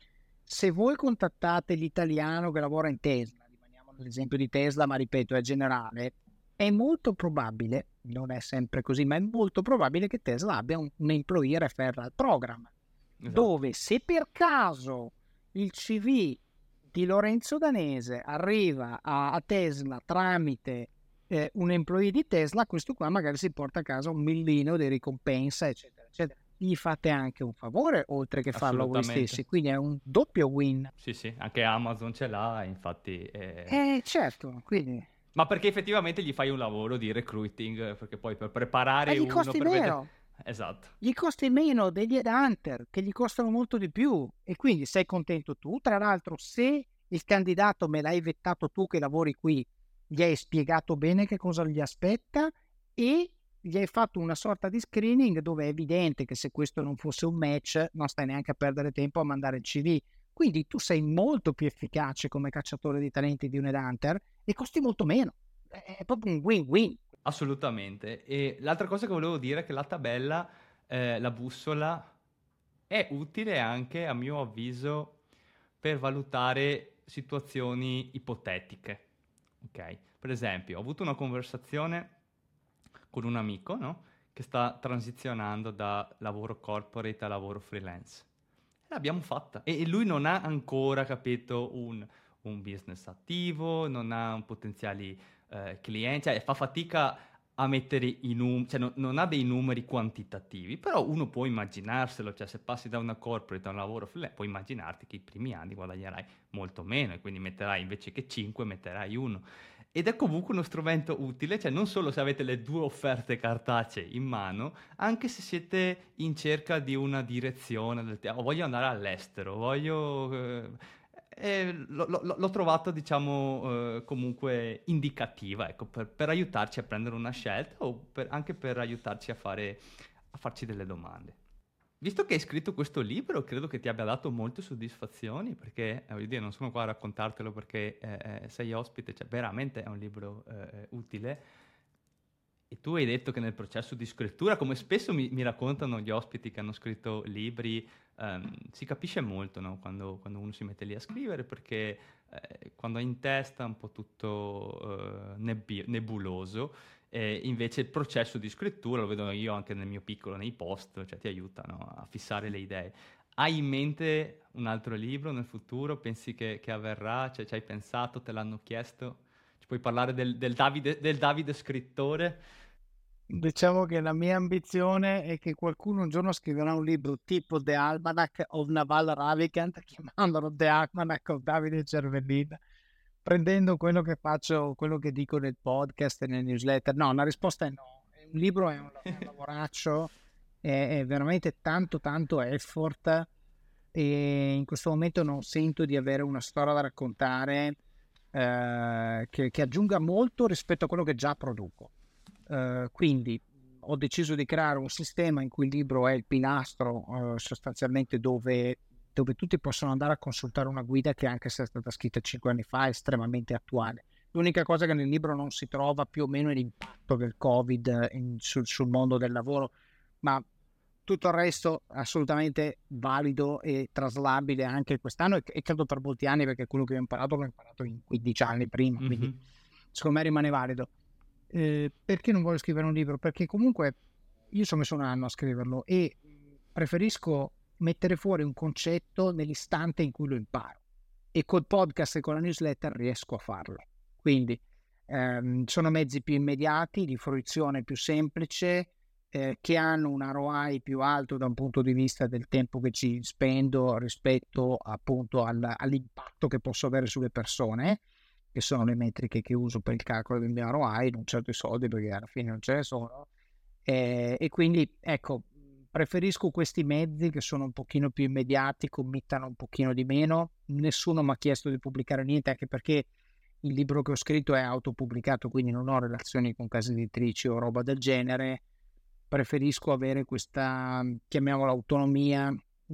Se voi contattate l'italiano che lavora in Tesla, rimaniamo nell'esempio di Tesla ma ripeto è generale, è molto probabile, non è sempre così, ma è molto probabile che Tesla abbia un, un employee referral program, esatto, dove se per caso il C V di Lorenzo Danese arriva a, a Tesla tramite eh, un employee di Tesla, questo qua magari si porta a casa un millino di ricompensa, eccetera, eccetera. Gli fate anche un favore oltre che farlo a voi stessi, quindi è un doppio win. Sì, sì, anche Amazon ce l'ha, infatti. È... Eh, certo, quindi... Ma perché effettivamente gli fai un lavoro di recruiting, perché poi per preparare e gli uno... costi per meno. vedere... Esatto. Gli costi meno degli headhunter, che gli costano molto di più, e quindi sei contento tu. Tra l'altro, se il candidato me l'hai vettato tu che lavori qui, gli hai spiegato bene che cosa gli aspetta e gli hai fatto una sorta di screening dove è evidente che se questo non fosse un match non stai neanche a perdere tempo a mandare il C V. Quindi tu sei molto più efficace come cacciatore di talenti di un headhunter e costi molto meno. È proprio un win-win. Assolutamente. E l'altra cosa che volevo dire è che la tabella, eh, la bussola, è utile anche, a mio avviso, per valutare situazioni ipotetiche. Ok? Per esempio, ho avuto una conversazione con un amico, no? Che sta transizionando da lavoro corporate a lavoro freelance. E l'abbiamo fatta. E lui non ha ancora, capito, un, un business attivo, non ha un potenziali eh, clienti, cioè fa fatica a mettere i numeri, cioè no, non ha dei numeri quantitativi, però uno può immaginarselo, cioè se passi da una corporate a un lavoro freelance, puoi immaginarti che i primi anni guadagnerai molto meno e quindi metterai invece che cinque, metterai uno. Ed è comunque uno strumento utile, cioè non solo se avete le due offerte cartacee in mano, anche se siete in cerca di una direzione del teatro, voglio andare all'estero, voglio... Eh, eh, l- l- l'ho trovato, diciamo, eh, comunque indicativa, ecco, per, per aiutarci a prendere una scelta o per- anche per aiutarci a fare, a farci delle domande. Visto che hai scritto questo libro, credo che ti abbia dato molte soddisfazioni, perché, eh, voglio dire, non sono qua a raccontartelo perché eh, eh, sei ospite, cioè veramente è un libro eh, utile. E tu hai detto che nel processo di scrittura, come spesso mi, mi raccontano gli ospiti che hanno scritto libri, ehm, si capisce molto, no? Quando, quando uno si mette lì a scrivere, perché eh, quando è in testa è un po' tutto eh, nebbi- nebuloso. E invece il processo di scrittura, lo vedo io anche nel mio piccolo, nei post, cioè ti aiutano a fissare le idee. Hai in mente un altro libro nel futuro? Pensi che, che avverrà? Cioè, ci hai pensato? Te l'hanno chiesto? Ci puoi parlare del, del Davide, del Davide scrittore? Diciamo che la mia ambizione è che qualcuno un giorno scriverà un libro tipo The Almanac of Naval Ravikant, chiamandolo The Almanac of Davide Cervellina, prendendo quello che faccio, quello che dico nel podcast e nel newsletter. No, la risposta è no. È un libro è un, è un lavoraccio, è, è veramente tanto tanto effort, e in questo momento non sento di avere una storia da raccontare eh, che, che aggiunga molto rispetto a quello che già produco. Uh, quindi ho deciso di creare un sistema in cui il libro è il pilastro uh, sostanzialmente dove, dove tutti possono andare a consultare una guida che, anche se è stata scritta cinque anni fa, è estremamente attuale. L'unica cosa che nel libro non si trova più o meno è l'impatto del Covid in, sul, sul mondo del lavoro, ma tutto il resto assolutamente valido e traslabile anche quest'anno, e, e credo per molti anni, perché quello che ho imparato l'ho imparato in quindici anni prima, mm-hmm. Quindi secondo me rimane valido. Eh, perché non voglio scrivere un libro? Perché comunque io ci ho messo un anno a scriverlo e preferisco mettere fuori un concetto nell'istante in cui lo imparo, e col podcast e con la newsletter riesco a farlo. Quindi ehm, sono mezzi più immediati, di fruizione più semplice, eh, che hanno un R O I più alto da un punto di vista del tempo che ci spendo rispetto appunto al, all'impatto che posso avere sulle persone, che sono le metriche che uso per il calcolo del mio R O I, non certo i soldi, perché alla fine non ce ne sono, e, e quindi ecco, preferisco questi mezzi che sono un pochino più immediati, committano un pochino di meno. Nessuno mi ha chiesto di pubblicare niente, anche perché il libro che ho scritto è autopubblicato, quindi non ho relazioni con case editrici o roba del genere. Preferisco avere questa, chiamiamola, autonomia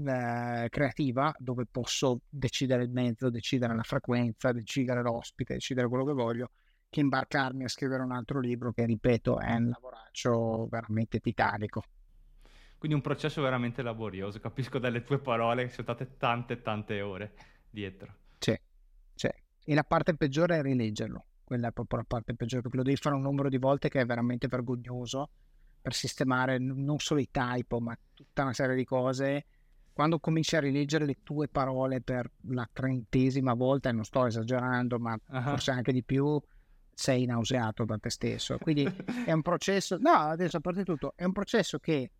eh, creativa, dove posso decidere il mezzo, decidere la frequenza, decidere l'ospite, decidere quello che voglio, che imbarcarmi a scrivere un altro libro che, ripeto, è un lavoraccio veramente titanico. Quindi un processo veramente laborioso, capisco dalle tue parole che sono state tante tante ore dietro. C'è, c'è. E la parte peggiore è rileggerlo, quella è proprio la parte peggiore, perché lo devi fare un numero di volte che è veramente vergognoso, per sistemare non solo i typo, ma tutta una serie di cose. Quando cominci a rileggere le tue parole per la trentesima volta, e non sto esagerando, ma uh-huh. forse anche di più, sei nauseato da te stesso. Quindi è un processo, no, adesso a parte tutto, è un processo che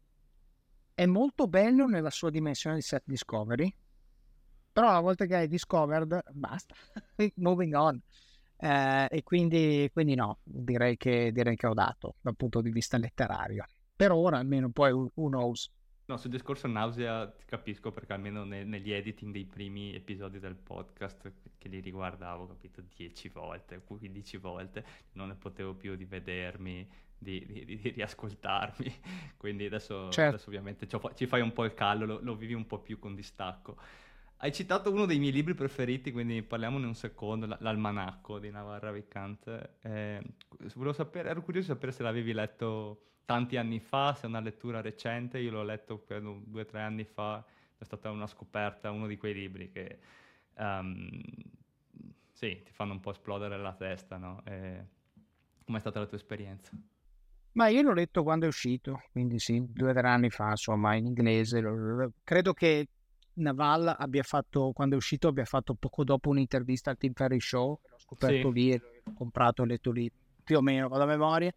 è molto bello nella sua dimensione di set discovery, però una volta che hai discovered, basta, moving on. Eh, e quindi, quindi no, direi che, direi che ho dato dal punto di vista letterario. Per ora almeno, poi who knows. No, sul discorso nausea ti capisco, perché almeno ne, negli editing dei primi episodi del podcast, che li riguardavo, capito, dieci volte, quindici volte, non ne potevo più di vedermi, di, di, di riascoltarmi, quindi adesso, certo. adesso ovviamente ci fai un po' il callo, lo, lo vivi un po' più con distacco. Hai citato uno dei miei libri preferiti, quindi parliamone un secondo, l'Almanacco di Navarra Vicante. Eh, volevo sapere, ero curioso di sapere se l'avevi letto tanti anni fa, se è una lettura recente. Io l'ho letto credo due o tre anni fa, è stata una scoperta, uno di quei libri che um, sì, ti fanno un po' esplodere la testa, no? Eh, com'è stata la tua esperienza? Ma io l'ho letto quando è uscito, quindi sì, due o tre anni fa, insomma, in inglese. Credo che Naval abbia fatto, quando è uscito, abbia fatto poco dopo un'intervista al Tim Ferriss Show, l'ho scoperto sì. lì, l'ho comprato e letto lì, più o meno, vado a memoria.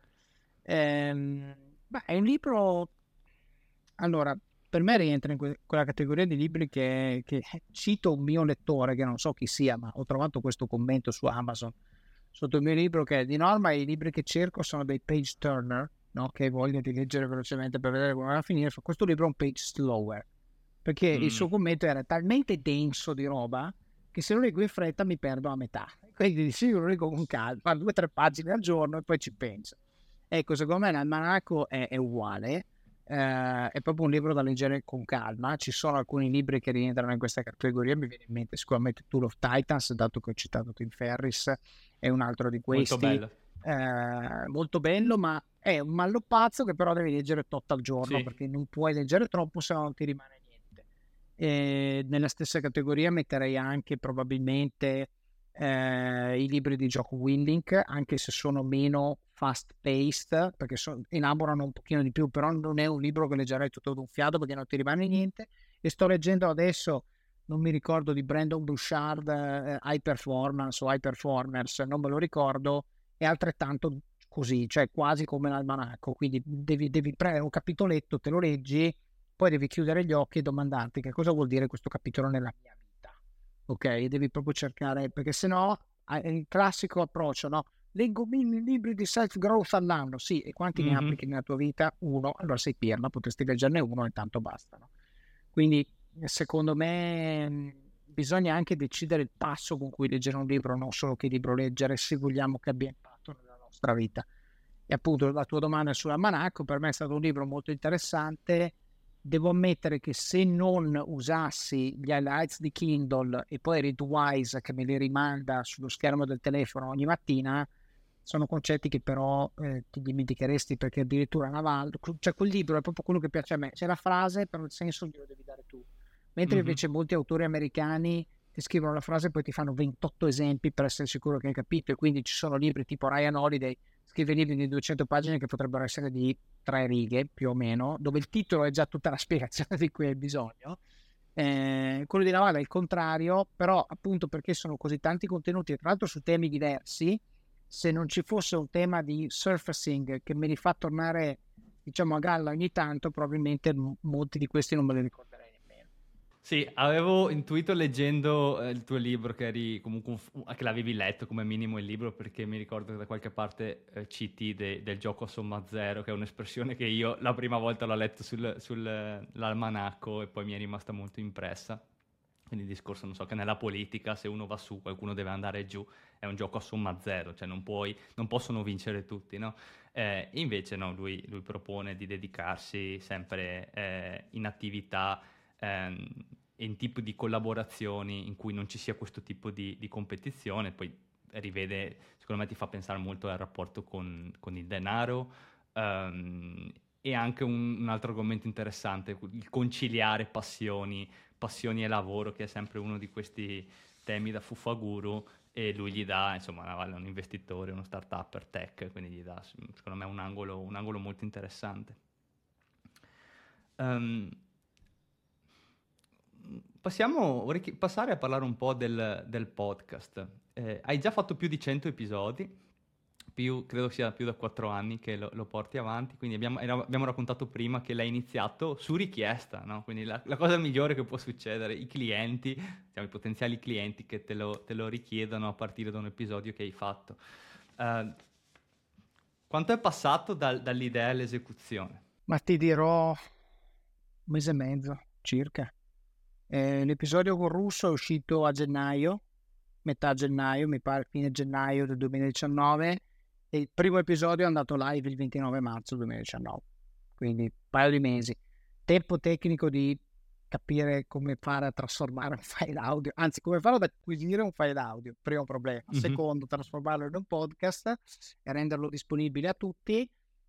Ehm, beh, è un libro, allora, per me rientra in que- quella categoria di libri che, che cito un mio lettore, che non so chi sia, ma ho trovato questo commento su Amazon sotto il mio libro, che di norma i libri che cerco sono dei page turner, no? Che voglio di leggere velocemente per vedere come va a finire. Questo libro è un page slower, perché mm. il suo commento era talmente denso di roba che se lo leggo in fretta mi perdo a metà. Quindi sì, lo leggo con calma, due o tre pagine al giorno e poi ci penso. Ecco, secondo me l'Almanacco è, è uguale, eh, è proprio un libro da leggere con calma. Ci sono alcuni libri che rientrano in questa categoria, mi viene in mente sicuramente Tool of Titans, dato che ho citato Tim Ferriss, è un altro di questi. Molto bello. Eh, molto bello, ma è un mallopazzo che però devi leggere tot al giorno, sì. perché non puoi leggere troppo, se no non ti rimane niente. E nella stessa categoria metterei anche probabilmente eh, i libri di Jocko Willink, anche se sono meno fast paced, perché so, elaborano un pochino di più, però non è un libro che leggerei tutto d'un fiato perché non ti rimane niente. E sto leggendo adesso, non mi ricordo, di Brandon Bouchard, eh, High Performance o High Performers, non me lo ricordo, è altrettanto così, cioè quasi come l'Almanacco, quindi devi, devi prendere un capitoletto, te lo leggi, poi devi chiudere gli occhi e domandarti che cosa vuol dire questo capitolo nella mia vita, ok? Devi proprio cercare, perché sennò è il classico approccio, no? leggo mille libri di self-growth all'anno, sì, e quanti mm-hmm. ne applichi nella tua vita? Uno, allora sei pirla, potresti leggerne uno e tanto bastano. Quindi secondo me bisogna anche decidere il passo con cui leggere un libro, non solo che libro leggere, se vogliamo che abbia impatto nella nostra vita. E appunto la tua domanda sull'almanacco, per me è stato un libro molto interessante. Devo ammettere che se non usassi gli highlights di Kindle e poi Readwise che me li rimanda sullo schermo del telefono ogni mattina, sono concetti che però eh, ti dimenticheresti, perché addirittura Navaldo, cioè quel libro è proprio quello che piace a me, c'è la frase però il senso glielo devi dare tu, mentre mm-hmm. invece molti autori americani ti scrivono la frase e poi ti fanno ventotto esempi per essere sicuro che hai capito, e quindi ci sono libri tipo Ryan Holiday, scrive libri di duecento pagine che potrebbero essere di tre righe più o meno, dove il titolo è già tutta la spiegazione di cui hai bisogno. Eh, quello di Navaldo è il contrario, però appunto perché sono così tanti contenuti, tra l'altro su temi diversi, se non ci fosse un tema di surfacing che me li fa tornare, diciamo, a galla ogni tanto, probabilmente m- molti di questi non me li ricorderei nemmeno. Sì, avevo intuito leggendo eh, il tuo libro che eri comunque un, che l'avevi letto come minimo il libro, perché mi ricordo che da qualche parte eh, citi de, del gioco a somma zero, che è un'espressione che io la prima volta l'ho letto sul, sull'almanacco e poi mi è rimasta molto impressa. Quindi il discorso, non so, che nella politica se uno va su, qualcuno deve andare giù, è un gioco a somma zero, cioè non puoi, non possono vincere tutti, no? Eh, invece no, lui, lui propone di dedicarsi sempre eh, in attività, ehm, in tipo di collaborazioni in cui non ci sia questo tipo di, di competizione, poi rivede, secondo me ti fa pensare molto al rapporto con, con il denaro, ehm, e anche un, un altro argomento interessante, il conciliare passioni, passioni e lavoro, che è sempre uno di questi temi da Fufaguru, e lui gli dà, insomma, Navalny è un investitore, uno startup tech, quindi gli dà, secondo me, un angolo, un angolo molto interessante. Um, passiamo, vorrei passare a parlare un po' del, del podcast. Eh, hai già fatto più di cento episodi, più, credo sia più da quattro anni che lo, lo porti avanti, quindi abbiamo, abbiamo raccontato prima che l'hai iniziato su richiesta, no? Quindi la, la cosa migliore che può succedere, i clienti, diciamo, i potenziali clienti che te lo, te lo richiedono a partire da un episodio che hai fatto. Uh, quanto è passato dal, dall'idea all'esecuzione? Ma ti dirò un mese e mezzo circa. Eh, l'episodio con Russo è uscito a gennaio, metà gennaio, mi pare fine gennaio del duemiladiciannove, e il primo episodio è andato live il ventinove marzo duemiladiciannove, quindi un paio di mesi. Tempo tecnico di capire come fare a trasformare un file audio, anzi come farlo ad acquisire un file audio, primo problema. Mm-hmm. Secondo, trasformarlo in un podcast e renderlo disponibile a tutti.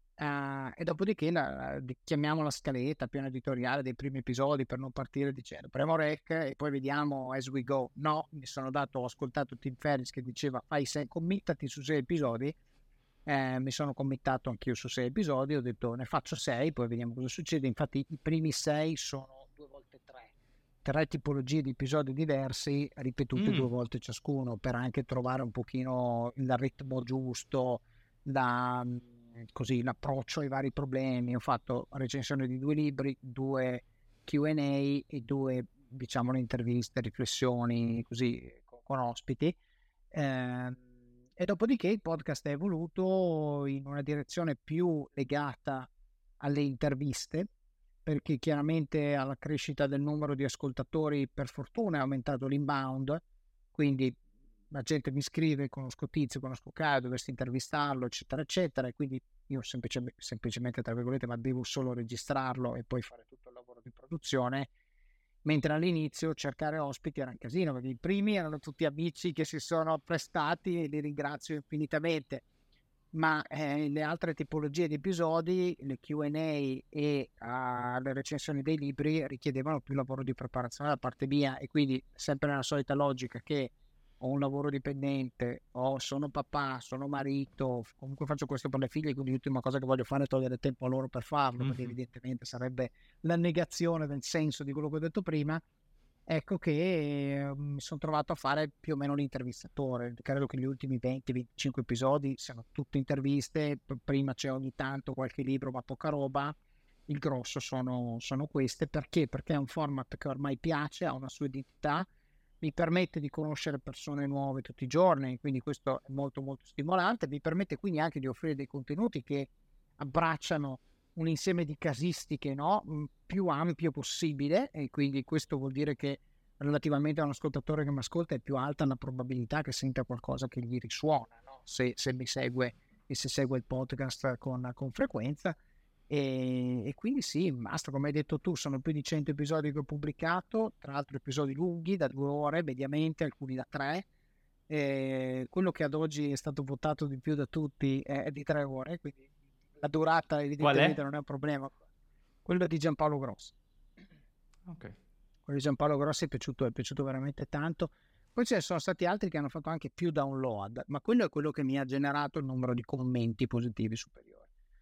Uh, e dopodiché la, la, chiamiamo la scaletta piano editoriale dei primi episodi per non partire dicendo premo rec e poi vediamo as we go. No, mi sono dato, ho ascoltato Tim Ferriss che diceva fai sei, committati su sei episodi, eh, mi sono committato anch'io su sei episodi, ho detto ne faccio sei, poi vediamo cosa succede. Infatti i primi sei sono due volte tre, tre tipologie di episodi diversi ripetute mm. due volte ciascuno, per anche trovare un pochino il ritmo giusto, da così l'approccio ai vari problemi. Ho fatto recensione di due libri, due Q and A e due, diciamo, le interviste, riflessioni così con, con ospiti, eh, e dopodiché il podcast è evoluto in una direzione più legata alle interviste, perché chiaramente alla crescita del numero di ascoltatori per fortuna è aumentato l'inbound, quindi la gente mi scrive, conosco Tizio, conosco Caio, dovresti intervistarlo, eccetera, eccetera, e quindi io semplicemente, semplicemente, tra virgolette, ma devo solo registrarlo e poi fare tutto il lavoro di produzione, mentre all'inizio cercare ospiti era un casino, perché i primi erano tutti amici che si sono prestati e li ringrazio infinitamente, ma eh, le altre tipologie di episodi, le Q and A e uh, le recensioni dei libri richiedevano più lavoro di preparazione da parte mia, e quindi sempre nella solita logica che ho un lavoro dipendente, o sono papà, sono marito, comunque faccio questo per le figlie, quindi l'ultima cosa che voglio fare è togliere tempo a loro per farlo, mm-hmm. perché evidentemente sarebbe la negazione del senso di quello che ho detto prima. Ecco che eh, mi sono trovato a fare più o meno l'intervistatore. Credo che gli ultimi venti venticinque episodi siano tutte interviste, prima c'è ogni tanto qualche libro ma poca roba, il grosso sono, sono queste. Perché? Perché è un format che ormai piace, ha una sua identità. mi permette di conoscere persone nuove tutti i giorni, quindi questo è molto molto stimolante, mi permette quindi anche di offrire dei contenuti che abbracciano un insieme di casistiche, no? più ampio possibile, e quindi questo vuol dire che relativamente a un ascoltatore che mi ascolta è più alta la probabilità che senta qualcosa che gli risuona, no? se, se mi segue e se segue il podcast con, con frequenza. E, e quindi sì, basta, come hai detto tu, sono più di cento episodi che ho pubblicato, tra l'altro episodi lunghi da due ore mediamente, alcuni da tre. E quello che ad oggi è stato votato di più da tutti è di tre ore, quindi la durata evidentemente non è un problema. Quello di Giampaolo Grossi. Ok. Quello di Giampaolo Grossi è piaciuto, è piaciuto veramente tanto. Poi ce ne sono stati altri che hanno fatto anche più download, ma quello è quello che mi ha generato il numero di commenti positivi superiori.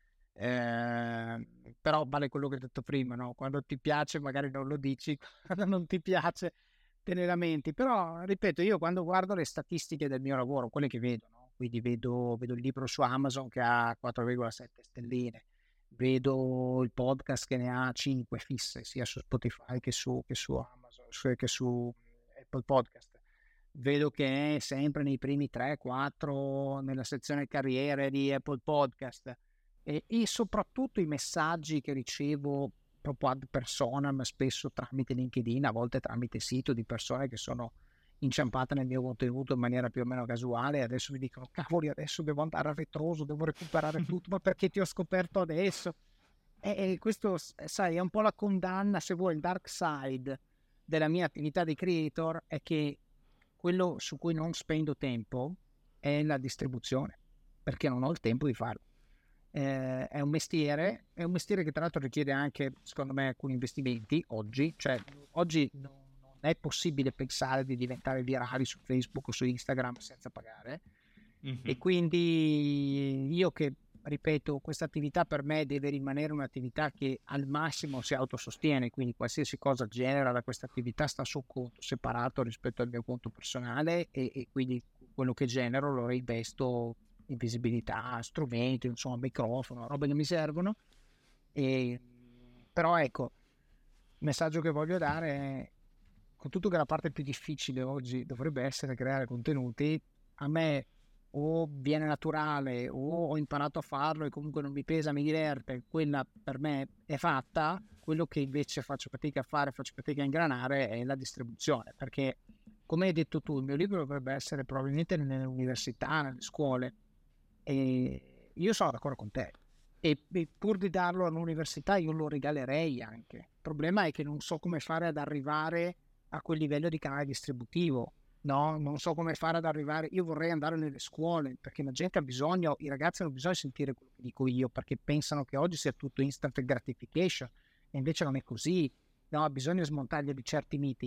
Eh, però vale quello che ho detto prima, no? Quando ti piace magari non lo dici, quando non ti piace te ne lamenti. Però ripeto, io quando guardo le statistiche del mio lavoro, quelle che vedo, no? Quindi vedo, vedo il libro su Amazon che ha quattro virgola sette stelline, vedo il podcast che ne ha cinque fisse sia su Spotify che su, che su Amazon, che su Apple Podcast, vedo che è sempre nei primi tre quattro nella sezione carriere di Apple Podcast, e, e soprattutto i messaggi che ricevo proprio ad personam, spesso tramite LinkedIn, a volte tramite sito, di persone che sono inciampate nel mio contenuto in maniera più o meno casuale, e adesso mi dicono cavoli, adesso devo andare a ritroso, devo recuperare tutto, ma perché ti ho scoperto adesso? E, e questo, sai, è un po' la condanna, se vuoi, il dark side della mia attività di creator, è che quello su cui non spendo tempo è la distribuzione, perché non ho il tempo di farlo. Eh, è un mestiere, è un mestiere che tra l'altro richiede anche, secondo me, alcuni investimenti oggi, cioè oggi non, non è possibile pensare di diventare virali su Facebook o su Instagram senza pagare. Mm-hmm. E quindi io che, ripeto, questa attività per me deve rimanere un'attività che al massimo si autosostiene, quindi qualsiasi cosa genera da questa attività sta su un conto separato rispetto al mio conto personale, e, e quindi quello che genero lo reinvesto in visibilità, strumenti, insomma, microfono, robe che mi servono. E, però ecco, il messaggio che voglio dare è, con tutto che la parte più difficile oggi dovrebbe essere creare contenuti, a me o viene naturale o ho imparato a farlo e comunque non mi pesa, mi diverte, quella per me è fatta. Quello che invece faccio fatica a fare, faccio fatica a ingranare è la distribuzione, perché come hai detto tu, il mio libro dovrebbe essere probabilmente nelle università, nelle scuole, e io sono d'accordo con te, e pur di darlo all'università io lo regalerei anche. Il problema è che non so come fare ad arrivare a quel livello di canale distributivo, no? Non so come fare ad arrivare, io vorrei andare nelle scuole, perché la gente ha bisogno, i ragazzi hanno bisogno di sentire quello che dico io, perché pensano che oggi sia tutto instant gratification, e invece non è così, no? Bisogna smontargli di certi miti.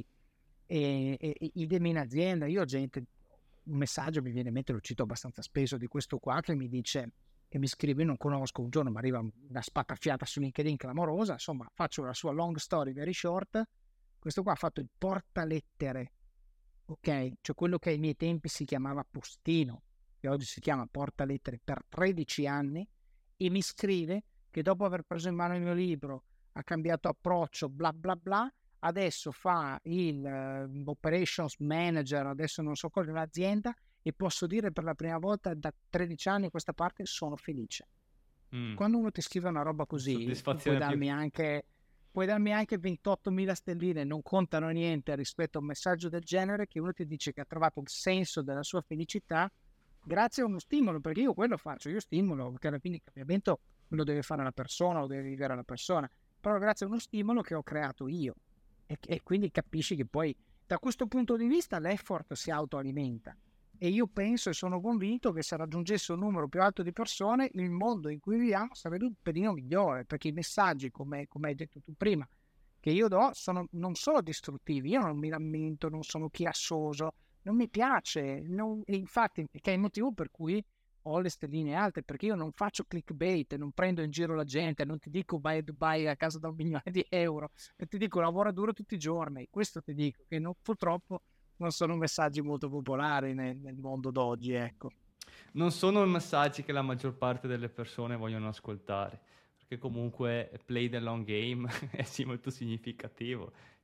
E, e, e idem in azienda, io ho gente, un messaggio mi viene in mente, lo cito abbastanza spesso, di questo qua che mi dice, che mi scrive, non conosco, un giorno mi arriva una spatafiata su LinkedIn clamorosa, insomma faccio la sua long story very short, questo qua ha fatto il portalettere, ok, cioè quello che ai miei tempi si chiamava postino, che oggi si chiama portalettere, per tredici anni, e mi scrive che dopo aver preso in mano il mio libro ha cambiato approccio, bla bla bla, adesso fa il uh, operations manager, adesso non so cosa, dell'azienda, e posso dire per la prima volta da tredici anni a questa parte sono felice. Mm. Quando uno ti scrive una roba così, puoi darmi più... anche puoi darmi anche ventottomila stelline, non contano niente rispetto a un messaggio del genere, che uno ti dice che ha trovato il senso della sua felicità grazie a uno stimolo, perché io quello faccio, io stimolo, perché alla fine il cambiamento lo deve fare la persona, lo deve vivere la persona, però grazie a uno stimolo che ho creato io. E, e quindi capisci che poi da questo punto di vista l'effort si autoalimenta, e io penso e sono convinto che se raggiungesse un numero più alto di persone il mondo in cui viviamo sarebbe un pelino migliore, perché i messaggi, come, come hai detto tu prima, che io do sono non solo distruttivi, io non mi lamento, non sono chiassoso, non mi piace, non, e infatti che è il motivo per cui ho le stelline alte, perché io non faccio clickbait, non prendo in giro la gente, non ti dico vai a Dubai a casa da un milione di euro, e ti dico lavora duro tutti i giorni. Questo ti dico, che non, purtroppo non sono messaggi molto popolari nel, nel mondo d'oggi, ecco. Non sono messaggi che la maggior parte delle persone vogliono ascoltare, perché comunque play the long game è sì molto significativo,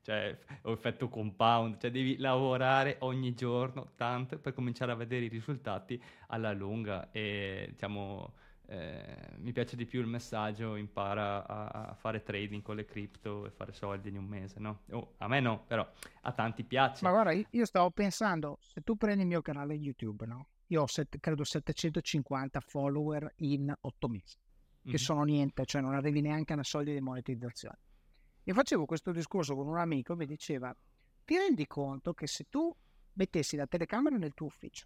cioè o effetto compound, cioè devi lavorare ogni giorno tanto per cominciare a vedere i risultati alla lunga e diciamo eh, mi piace di più il messaggio impara a, a fare trading con le cripto e fare soldi in un mese, no? Oh, a me no, però a tanti piace. Ma guarda, io- io stavo pensando, se tu prendi il mio canale YouTube, no? Io ho set- credo settecentocinquanta follower in otto mesi, che Mhm. sono niente, cioè non arrivi neanche a una soglia di monetizzazione. Io facevo questo discorso con un amico e mi diceva, ti rendi conto che se tu mettessi la telecamera nel tuo ufficio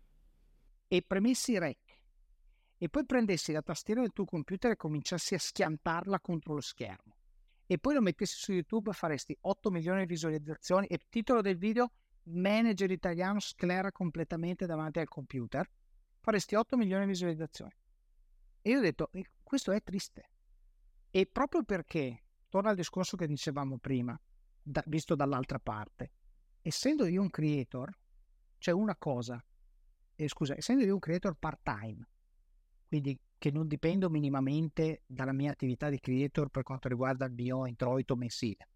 e premessi rec e poi prendessi la tastiera del tuo computer e cominciassi a schiantarla contro lo schermo e poi lo mettessi su YouTube, faresti otto milioni di visualizzazioni e il titolo del video, manager italiano sclera completamente davanti al computer, faresti otto milioni di visualizzazioni. E io ho detto, "Eh, questo è triste." E proprio perché, torna al discorso che dicevamo prima, da- visto dall'altra parte, essendo io un creator, c'è una cosa, eh, scusa, essendo io un creator part-time, quindi che non dipendo minimamente dalla mia attività di creator per quanto riguarda il mio introito mensile,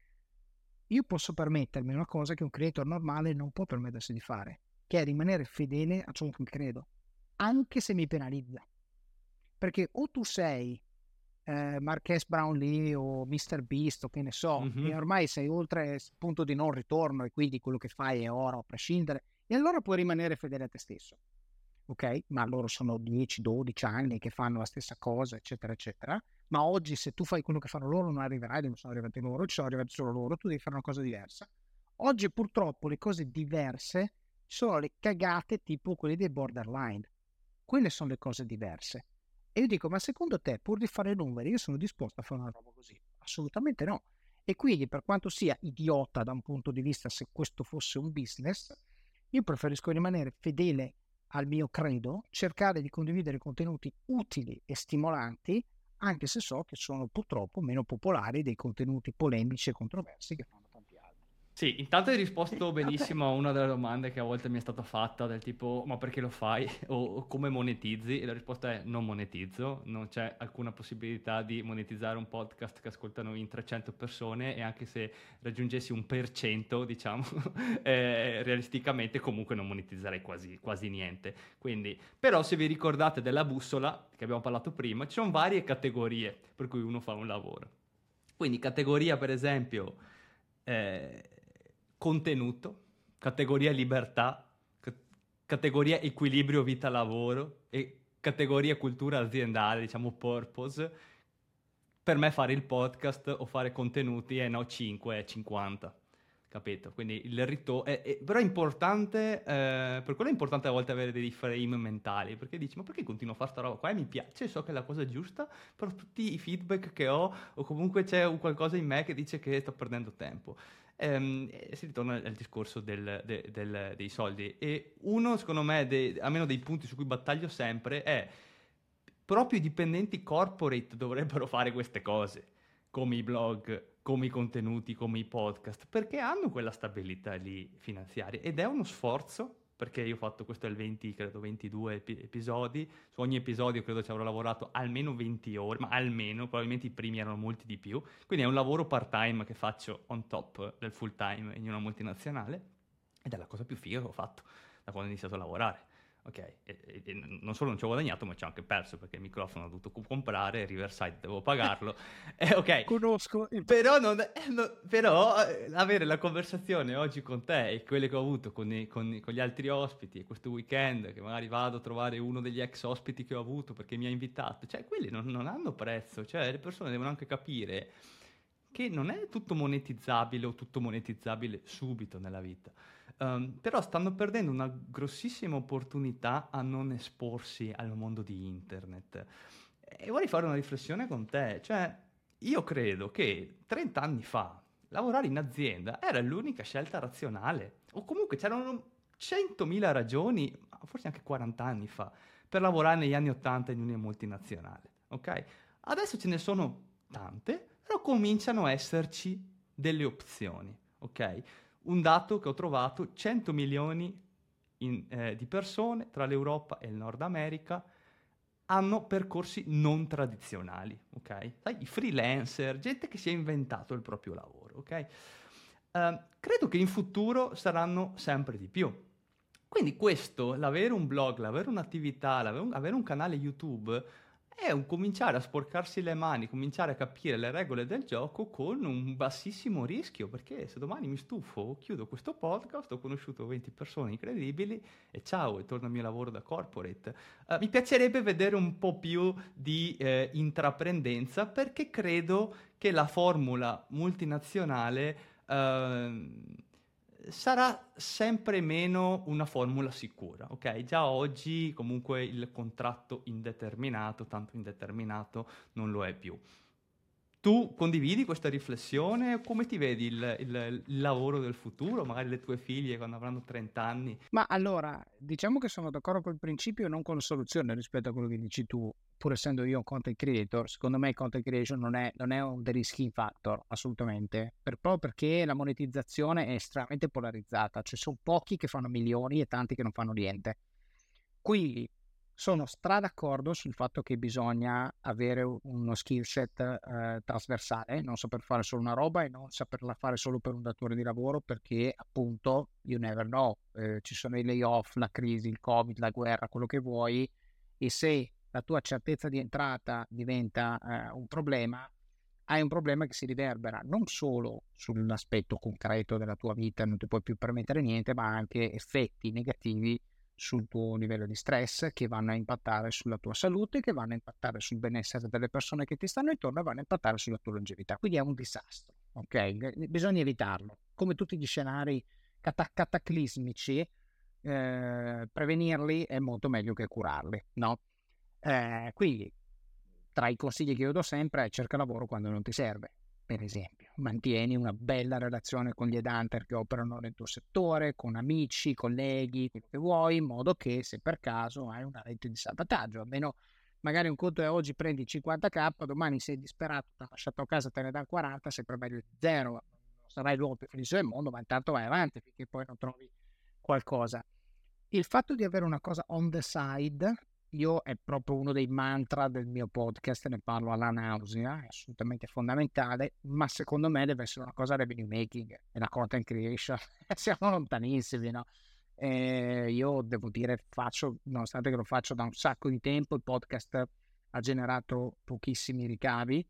io posso permettermi una cosa che un creator normale non può permettersi di fare, che è rimanere fedele a ciò in cui credo, anche se mi penalizza. Perché o tu sei eh, Marques Brownlee o mister Beast o che ne so, e Mhm. ormai sei oltre il punto di non ritorno e quindi quello che fai è oro a prescindere, e allora puoi rimanere fedele a te stesso. Ok? Ma loro sono dieci dodici anni che fanno la stessa cosa, eccetera, eccetera. Ma oggi se tu fai quello che fanno loro non arriverai, non sono arrivati loro, ci sono arrivati solo loro, tu devi fare una cosa diversa. Oggi purtroppo le cose diverse sono le cagate tipo quelle dei borderline. Quelle sono le cose diverse. E io dico, ma secondo te, pur di fare numeri, io sono disposto a fare una roba così? Assolutamente no. E quindi, per quanto sia idiota da un punto di vista se questo fosse un business, io preferisco rimanere fedele al mio credo, cercare di condividere contenuti utili e stimolanti, anche se so che sono purtroppo meno popolari dei contenuti polemici e controversi che fanno tanti altri. Sì, intanto hai risposto A te. benissimo a una delle domande che a volte mi è stata fatta, del tipo, ma perché lo fai? O, o come monetizzi? E la risposta è non monetizzo, non c'è alcuna possibilità di monetizzare un podcast che ascoltano in trecento persone e anche se raggiungessi un per cento, diciamo, eh, realisticamente comunque non monetizzerei quasi, quasi niente. Quindi, però se vi ricordate della bussola, che abbiamo parlato prima, ci sono varie categorie per cui uno fa un lavoro. Quindi categoria, per esempio eh, contenuto, categoria libertà, ca- categoria equilibrio vita-lavoro e categoria cultura aziendale, diciamo purpose. Per me fare il podcast o fare contenuti è no cinque, è cinquanta. Capito? Quindi il ritorno... però è importante, eh, per quello è importante a volte avere dei frame mentali, perché dici, ma perché continuo a fare sta roba qua? E mi piace, so che è la cosa giusta, però tutti i feedback che ho, o comunque c'è un qualcosa in me che dice che sto perdendo tempo. Ehm, e si ritorna al discorso del- de- del- dei soldi. E uno, secondo me, dei, almeno dei punti su cui battaglio sempre è proprio i dipendenti corporate dovrebbero fare queste cose, come i blog, come i contenuti, come i podcast, perché hanno quella stabilità lì finanziaria ed è uno sforzo, perché io ho fatto questo è il venti, credo ventidue epi- episodi, su ogni episodio credo ci avrò lavorato almeno venti ore, ma almeno, probabilmente i primi erano molti di più, quindi è un lavoro part-time che faccio on top del full-time in una multinazionale ed è la cosa più figa che ho fatto da quando ho iniziato a lavorare. Ok, e, e- e non solo non ci ho guadagnato, ma ci ho anche perso perché il microfono ho dovuto co- comprare, Riverside devo pagarlo. Eh, ok, Conosco il... però, non, eh, no- però eh, avere la conversazione oggi con te e quelle che ho avuto con, i- con i- con gli altri ospiti e questo weekend che magari vado a trovare uno degli ex ospiti che ho avuto perché mi ha invitato, cioè quelli non, non hanno prezzo, cioè le persone devono anche capire che non è tutto monetizzabile o tutto monetizzabile subito nella vita. Um, però stanno perdendo una grossissima opportunità a non esporsi al mondo di internet. E vorrei fare una riflessione con te, cioè io credo che trenta anni fa lavorare in azienda era l'unica scelta razionale, o comunque c'erano centomila ragioni, ma forse anche quaranta anni fa, per lavorare negli anni ottanta in una multinazionale, ok? Adesso ce ne sono tante, però cominciano a esserci delle opzioni, ok? Un dato che ho trovato, cento milioni in- eh, di persone tra l'Europa e il Nord America hanno percorsi non tradizionali, ok? Sai, i freelancer, gente che si è inventato il proprio lavoro, ok? eh, credo che in futuro saranno sempre di più. Quindi questo, l'avere un blog, l'avere un'attività, l'avere un, avere un canale YouTube, è un cominciare a sporcarsi le mani, cominciare a capire le regole del gioco con un bassissimo rischio, perché se domani mi stufo, chiudo questo podcast, ho conosciuto venti persone incredibili e ciao, e torno al mio lavoro da corporate. Uh, mi piacerebbe vedere un po' più di eh, intraprendenza, perché credo che la formula multinazionale uh, sarà sempre meno una formula sicura, ok? Già oggi comunque il contratto indeterminato, tanto indeterminato, non lo è più. Tu condividi questa riflessione? Come ti vedi il, il, il lavoro del futuro? Magari le tue figlie quando avranno trenta anni? Ma allora, diciamo che sono d'accordo col principio e non con la soluzione rispetto a quello che dici tu, pur essendo io un content creator. Secondo me il content creation non è, non è un de-risking factor, assolutamente, per, proprio perché la monetizzazione è estremamente polarizzata, cioè sono pochi che fanno milioni e tanti che non fanno niente. Quindi sono stra d'accordo sul fatto che bisogna avere uno skill set eh, trasversale, non saper fare solo una roba e non saperla fare solo per un datore di lavoro, perché appunto you never know, eh, ci sono i layoff, la crisi, il covid, la guerra, quello che vuoi, e se la tua certezza di entrata diventa eh, un problema, hai un problema che si riverbera non solo sull'aspetto concreto della tua vita, non ti puoi più permettere niente, ma anche effetti negativi sul tuo livello di stress, che vanno a impattare sulla tua salute, che vanno a impattare sul benessere delle persone che ti stanno intorno e vanno a impattare sulla tua longevità. Quindi è un disastro, ok? Bisogna evitarlo. Come tutti gli scenari cat- cataclismici, eh, prevenirli è molto meglio che curarli, no? Eh, quindi tra i consigli che io do sempre è: cerca lavoro quando non ti serve, per esempio. Mantieni una bella relazione con gli headhunter che operano nel tuo settore, con amici, colleghi, quello che vuoi, in modo che se per caso hai una rete di salvataggio, almeno magari un conto è oggi prendi cinquanta k, domani sei disperato, ti hai lasciato a casa, te ne dà quaranta, sempre meglio di zero, non sarai l'uomo più felice del mondo, ma intanto vai avanti finché poi non trovi qualcosa. Il fatto di avere una cosa on the side, io è proprio uno dei mantra del mio podcast, ne parlo alla nausea, è assolutamente fondamentale, ma secondo me deve essere una cosa revenue making e la content creation. Siamo lontanissimi, no? Eh, io devo dire, faccio, nonostante che lo faccio da un sacco di tempo, il podcast ha generato pochissimi ricavi,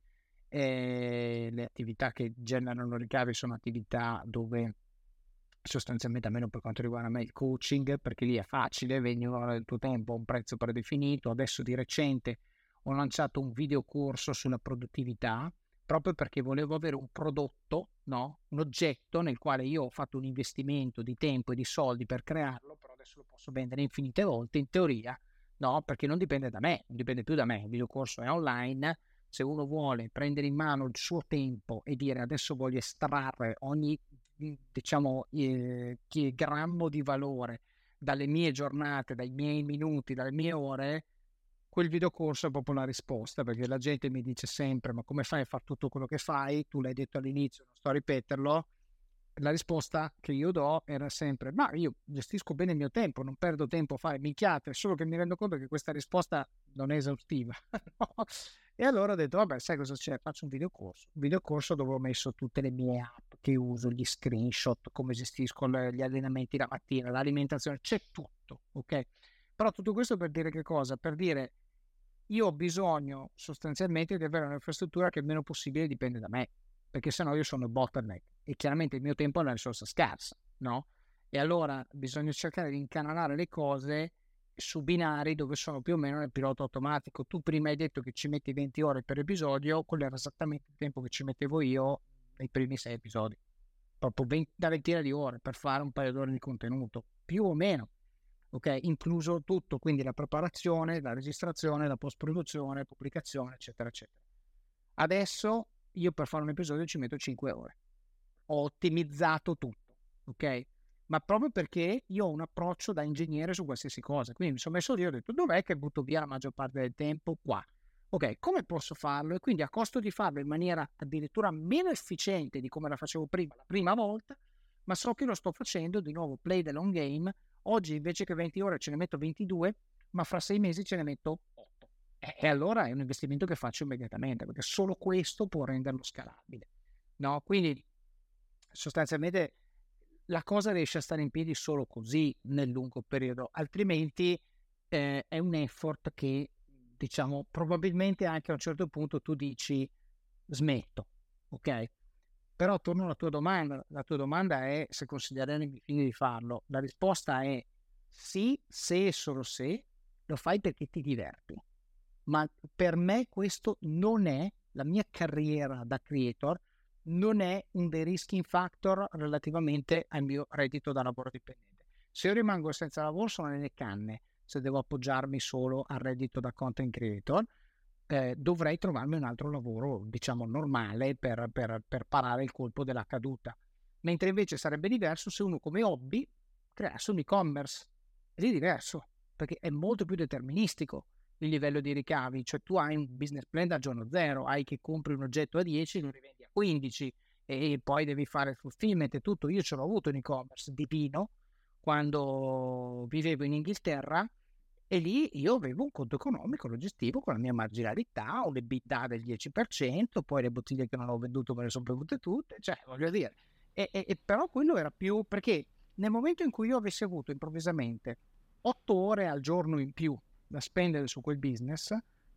e le attività che generano ricavi sono attività dove sostanzialmente, almeno per quanto riguarda me, il coaching, perché lì è facile, vendi un'ora del tuo tempo a un prezzo predefinito. Adesso di recente ho lanciato un videocorso sulla produttività, proprio perché volevo avere un prodotto, no? Un oggetto nel quale io ho fatto un investimento di tempo e di soldi per crearlo, però adesso lo posso vendere infinite volte, in teoria, no? Perché non dipende da me, non dipende più da me, il videocorso è online. Se uno vuole prendere in mano il suo tempo e dire: adesso voglio estrarre ogni, diciamo, eh, grammo di valore dalle mie giornate, dai miei minuti, dalle mie ore, quel videocorso è proprio la risposta, perché la gente mi dice sempre: ma come fai a fare tutto quello che fai? Tu l'hai detto all'inizio, non sto a ripeterlo. La risposta che io do era sempre: ma io gestisco bene il mio tempo, non perdo tempo a fare minchiate, solo che mi rendo conto che questa risposta non è esaustiva. No? E allora ho detto: vabbè, sai cosa c'è? Faccio un videocorso, un videocorso dove ho messo tutte le mie app che uso, gli screenshot, come gestisco le, gli allenamenti la mattina, l'alimentazione, c'è tutto, ok? Però tutto questo per dire che cosa? Per dire: io ho bisogno sostanzialmente di avere un'infrastruttura che il meno possibile dipende da me, perché sennò io sono il bottleneck e chiaramente il mio tempo è una risorsa scarsa, no? E allora bisogna cercare di incanalare le cose su binari dove sono più o meno nel pilota automatico. Tu prima hai detto che ci metti venti ore per episodio, quello era esattamente il tempo che ci mettevo io nei primi sei episodi, proprio venti, una ventina di ore per fare un paio d'ore di contenuto, più o meno, ok? Incluso tutto, quindi la preparazione, la registrazione, la post-produzione, pubblicazione, eccetera, eccetera. Adesso io per fare un episodio ci metto cinque ore. Ho ottimizzato tutto, ok? Ma proprio perché io ho un approccio da ingegnere su qualsiasi cosa. Quindi mi sono messo lì e ho detto: dov'è che butto via la maggior parte del tempo? Qua. Ok, come posso farlo? E quindi, a costo di farlo in maniera addirittura meno efficiente di come la facevo prima, la prima volta, ma so che lo sto facendo, di nuovo, play the long game. Oggi invece che venti ore ce ne metto ventidue, ma fra sei mesi ce ne metto otto. E allora è un investimento che faccio immediatamente, perché solo questo può renderlo scalabile, no? Quindi sostanzialmente la cosa riesce a stare in piedi solo così nel lungo periodo, altrimenti eh, è un effort che, diciamo, probabilmente anche a un certo punto tu dici smetto, ok? Però torno alla tua domanda, la tua domanda è se consiglierei di farlo. La risposta è sì, se e solo se lo fai perché ti diverti. Ma per me questo non è, la mia carriera da creator non è un de-risking factor relativamente al mio reddito da lavoro dipendente. Se io rimango senza lavoro sono nelle canne, se devo appoggiarmi solo al reddito da content creator, eh, dovrei trovarmi un altro lavoro, diciamo, normale per, per, per parare il colpo della caduta. Mentre invece sarebbe diverso se uno come hobby creasse un e-commerce. Ed è diverso, perché è molto più deterministico il livello di ricavi, cioè tu hai un business plan da giorno zero, hai che compri un oggetto a dieci, lo rivendi a quindici e poi devi fare il fulfillment e tutto. Io ce l'ho avuto in e-commerce di Pino quando vivevo in Inghilterra e lì io avevo un conto economico, lo gestivo con la mia marginalità, un EBITDA del dieci per cento, poi le bottiglie che non ho venduto me le sono bevute tutte, cioè voglio dire, e, e, e però quello era più perché nel momento in cui io avessi avuto improvvisamente otto ore al giorno in più da spendere su quel business,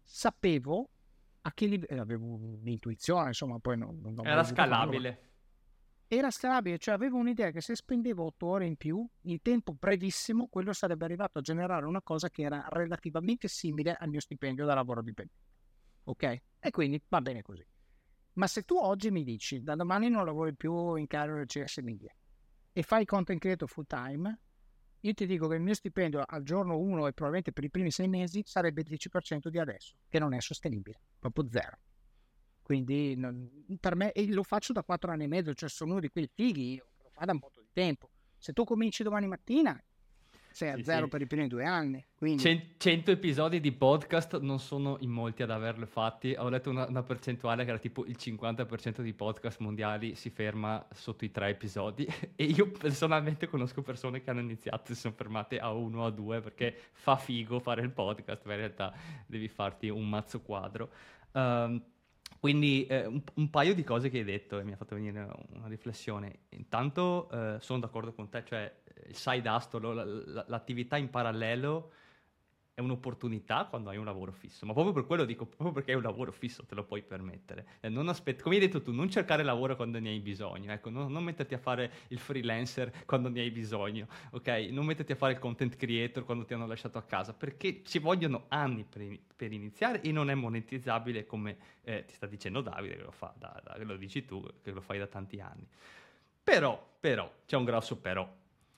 sapevo a che livello, avevo un'intuizione, insomma, poi non, non Era scalabile. Era scalabile, cioè avevo un'idea che se spendevo otto ore in più, in tempo brevissimo, quello sarebbe arrivato a generare una cosa che era relativamente simile al mio stipendio da lavoro dipendente. Ok? E quindi va bene così. Ma se tu oggi mi dici, da domani non lavori più in Cairo C S Media e fai content creator full time, io ti dico che il mio stipendio al giorno uno e probabilmente per i primi sei mesi sarebbe il dieci per cento di adesso, che non è sostenibile, proprio zero. Quindi non, per me, e lo faccio da quattro anni e mezzo, cioè sono uno di quei fighi, io lo fa da un po' di tempo. Se tu cominci domani mattina, sei a Sì, zero sì. per i primi due anni. Quindi... Cent- cento episodi di podcast non sono in molti ad averlo fatti. Ho letto una, una percentuale che era tipo il cinquanta per cento di podcast mondiali si ferma sotto i tre episodi e io personalmente conosco persone che hanno iniziato e si sono fermate a uno o a due perché fa figo fare il podcast, ma in realtà devi farti un mazzo quadro. Um, quindi eh, un, un paio di cose che hai detto e mi ha fatto venire una riflessione. Intanto eh, sono d'accordo con te, cioè il side hustle, la- la- l'attività in parallelo è un'opportunità quando hai un lavoro fisso, ma proprio per quello dico, proprio perché hai un lavoro fisso te lo puoi permettere. Eh, non aspett- come hai detto tu, non cercare lavoro quando ne hai bisogno, ecco, non, non metterti a fare il freelancer quando ne hai bisogno, ok? Non metterti a fare il content creator quando ti hanno lasciato a casa, perché ci vogliono anni per, in- per iniziare e non è monetizzabile come eh, ti sta dicendo Davide, che lo fa, da, da- lo dici tu, che lo fai da tanti anni. Però, però, c'è un grosso però.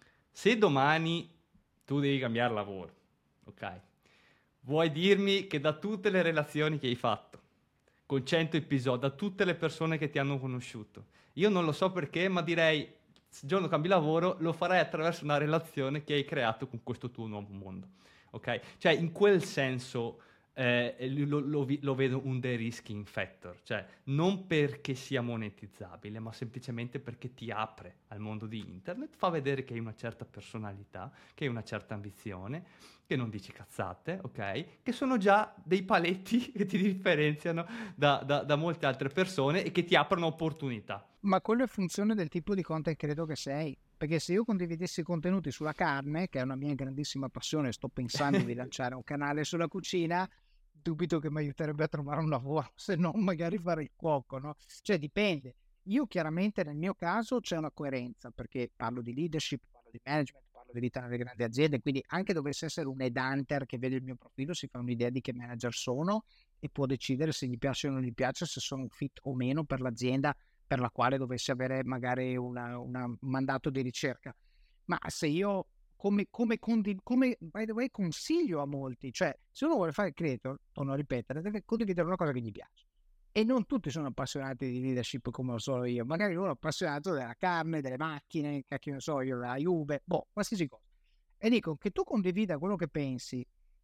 Se domani tu devi cambiare lavoro, ok? Vuoi dirmi che da tutte le relazioni che hai fatto, con cento episodi, da tutte le persone che ti hanno conosciuto, io non lo so perché, ma direi, se il giorno cambi lavoro, lo farai attraverso una relazione che hai creato con questo tuo nuovo mondo, ok? Cioè, in quel senso eh, lo, lo vi- lo vedo un de-risking factor, cioè non perché sia monetizzabile, ma semplicemente perché ti apre al mondo di internet, fa vedere che hai una certa personalità, che hai una certa ambizione, che non dici cazzate, ok? Che sono già dei paletti che ti differenziano da, da- da molte altre persone e che ti aprono opportunità. Ma quello è funzione del tipo di content credo che sei. Perché se io condividessi contenuti sulla carne, che è una mia grandissima passione, sto pensando di lanciare un canale sulla cucina, dubito che mi aiuterebbe a trovare un lavoro, se no magari fare il cuoco, no? Cioè dipende. Io chiaramente nel mio caso c'è una coerenza, perché parlo di leadership, parlo di management, parlo di vita nelle grandi aziende, quindi anche dovesse essere un headhunter che vede il mio profilo, si fa un'idea di che manager sono e può decidere se gli piace o non gli piace, se sono un fit o meno per l'azienda per la quale dovessi avere magari una, una, un mandato di ricerca. Ma se io, come, come, condiv- come by the way, consiglio a molti, cioè se uno vuole fare il creator, torno a ripetere, deve condividere una cosa che gli piace. E non tutti sono appassionati di leadership come lo sono io, magari uno è appassionato della carne, delle macchine, che ne so io, la Juve, boh, qualsiasi cosa. E dico che tu condivida quello che pensi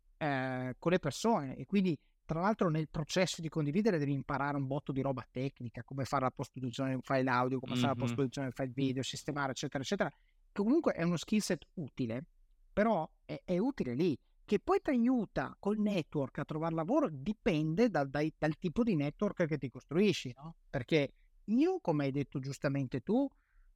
eh, con le persone e quindi tra l'altro nel processo di condividere devi imparare un botto di roba tecnica, come fare la post-produzione di un file audio, come fare la Mhm. post-produzione del file video, sistemare, eccetera, eccetera, che comunque è uno skill set utile, però è, è utile lì. Che poi ti aiuta col network a trovare lavoro dipende dal, dai, dal tipo di network che ti costruisci, no? Perché io, come hai detto giustamente tu,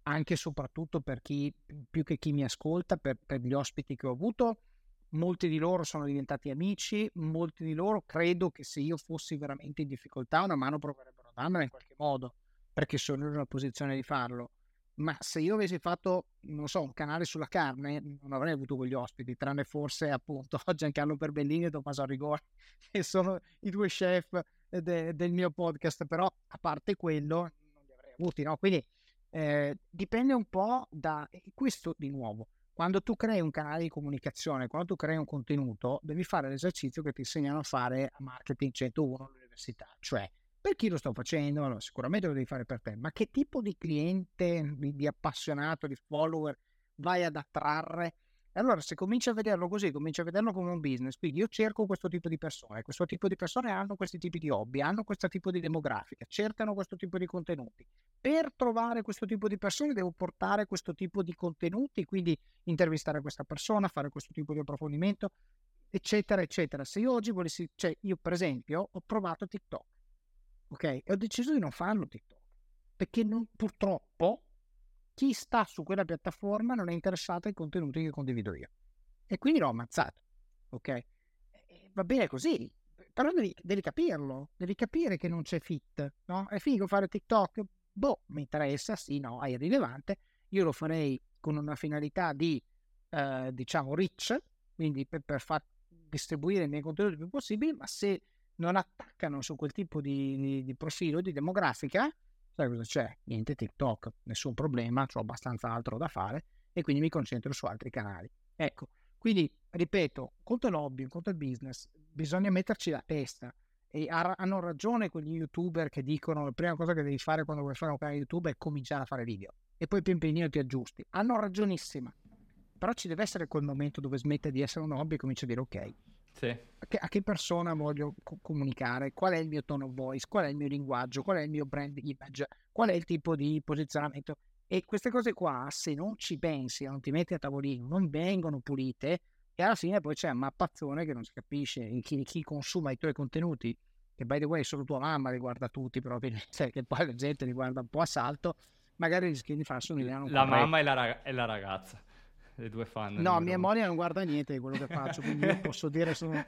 anche e soprattutto per chi, più che chi mi ascolta, per, per gli ospiti che ho avuto. Molti di loro sono diventati amici, molti di loro credo che se io fossi veramente in difficoltà una mano proverebbero a darmela in qualche modo, perché sono in una posizione di farlo. Ma se io avessi fatto, non so, un canale sulla carne, non avrei avuto quegli ospiti, tranne forse appunto Giancarlo Perbellini e Tommaso Arrigoni, che sono i due chef de- del mio podcast, però a parte quello non li avrei avuti, no? Quindi eh, dipende un po' da questo di nuovo. Quando tu crei un canale di comunicazione, quando tu crei un contenuto, devi fare l'esercizio che ti insegnano a fare a Marketing centouno all'università, cioè per chi lo sto facendo, allora, sicuramente lo devi fare per te, ma che tipo di cliente, di, di appassionato, di follower vai ad attrarre? Allora, se cominci a vederlo così, cominci a vederlo come un business, quindi io cerco questo tipo di persone, questo tipo di persone hanno questi tipi di hobby, hanno questo tipo di demografica, cercano questo tipo di contenuti. Per trovare questo tipo di persone devo portare questo tipo di contenuti, quindi intervistare questa persona, fare questo tipo di approfondimento, eccetera, eccetera. Se io oggi volessi, cioè io per esempio ho provato TikTok, ok? E ho deciso di non farlo TikTok, perché non, purtroppo chi sta su quella piattaforma non è interessato ai contenuti che condivido io. E quindi l'ho ammazzato, ok? E va bene così, però devi, devi capirlo, devi capire che non c'è fit, no? È figo fare TikTok? Boh, mi interessa, sì, no, è irrilevante. Io lo farei con una finalità di, eh, diciamo, reach, quindi per, per far distribuire i miei contenuti il più possibile, ma se non attaccano su quel tipo di, di, di profilo, di demografica, sai cosa c'è? Niente TikTok, nessun problema, ho abbastanza altro da fare e quindi mi concentro su altri canali. Ecco, quindi ripeto, conto l'hobby, conto il business, bisogna metterci la testa e ha, hanno ragione quegli youtuber che dicono la prima cosa che devi fare quando vuoi fare un canale YouTube è cominciare a fare video e poi pian pianino ti aggiusti. Hanno ragionissima, però ci deve essere quel momento dove smette di essere un hobby e comincia a dire ok, Sì. a che, a che persona voglio co- comunicare, qual è il mio tone of voice, qual è il mio linguaggio, qual è il mio brand image, qual è il tipo di posizionamento. E queste cose qua, se non ci pensi, non ti metti a tavolino, non vengono pulite e alla fine poi c'è un mappazzone che non si capisce. Chi, chi consuma i tuoi contenuti, che by the way solo tua mamma li guarda tutti probabilmente, che poi la gente li guarda un po' a salto, magari rischi di farsi un'idea non La mamma corretta. e la, rag- e la ragazza, le due fan No, numero mia uno. moglie non guarda niente di quello che faccio, quindi io posso dire solo...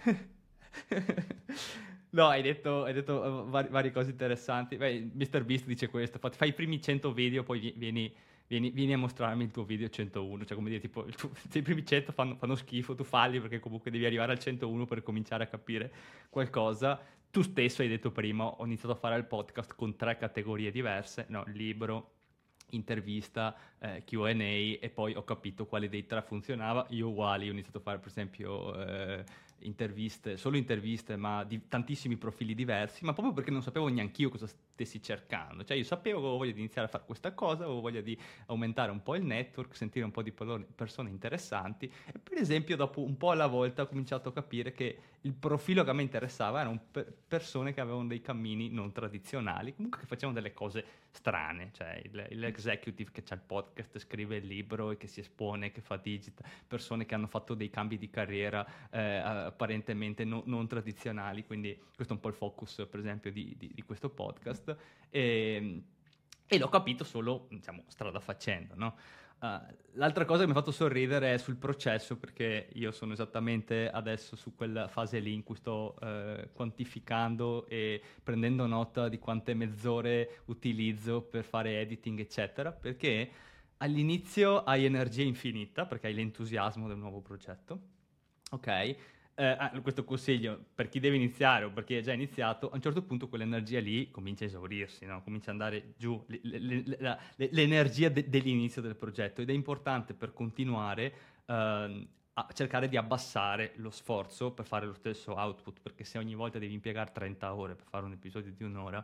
No, hai detto, hai detto uh, vari- varie cose interessanti. Beh, mister Beast dice questo: fai fai i primi cento video, poi vi- vieni, vieni- vieni a mostrarmi il tuo video centouno. Cioè, come dire, tipo, il tuo- se i primi cento fanno, fanno schifo, tu falli perché comunque devi arrivare al centouno per cominciare a capire qualcosa. Tu stesso hai detto prima, ho iniziato a fare il podcast con tre categorie diverse, no, libro, intervista, eh, Q and A, e poi ho capito quale dei tre funzionava. Io uguali, ho iniziato a fare per esempio eh, interviste, solo interviste, ma di tantissimi profili diversi, ma proprio perché non sapevo neanche io cosa stessi cercando. Cioè io sapevo che avevo voglia di iniziare a fare questa cosa, avevo voglia di aumentare un po' il network, sentire un po' di polo- persone interessanti, e per esempio dopo un po' alla volta ho cominciato a capire che il profilo che a me interessava erano pe- persone che avevano dei cammini non tradizionali, comunque che facevano delle cose strane, cioè il, l'executive che c'ha il podcast, scrive il libro e che si espone, che fa digital, persone che hanno fatto dei cambi di carriera eh, apparentemente no, non tradizionali, quindi questo è un po' il focus per esempio di, di, di questo podcast, e, e l'ho capito solo, diciamo, strada facendo, no? Uh, l'altra cosa che mi ha fatto sorridere è sul processo, perché io sono esattamente adesso su quella fase lì in cui sto uh, quantificando e prendendo nota di quante mezz'ore utilizzo per fare editing, eccetera, perché all'inizio hai energia infinita, perché hai l'entusiasmo del nuovo progetto, ok? Eh, ah, questo consiglio per chi deve iniziare o per chi è già iniziato, a un certo punto quell'energia lì comincia a esaurirsi, no? Comincia ad andare giù le- le- le- la- le- l'energia de- dell'inizio del progetto, ed è importante per continuare ehm, a cercare di abbassare lo sforzo per fare lo stesso output, perché se ogni volta devi impiegare trenta ore per fare un episodio di un'ora,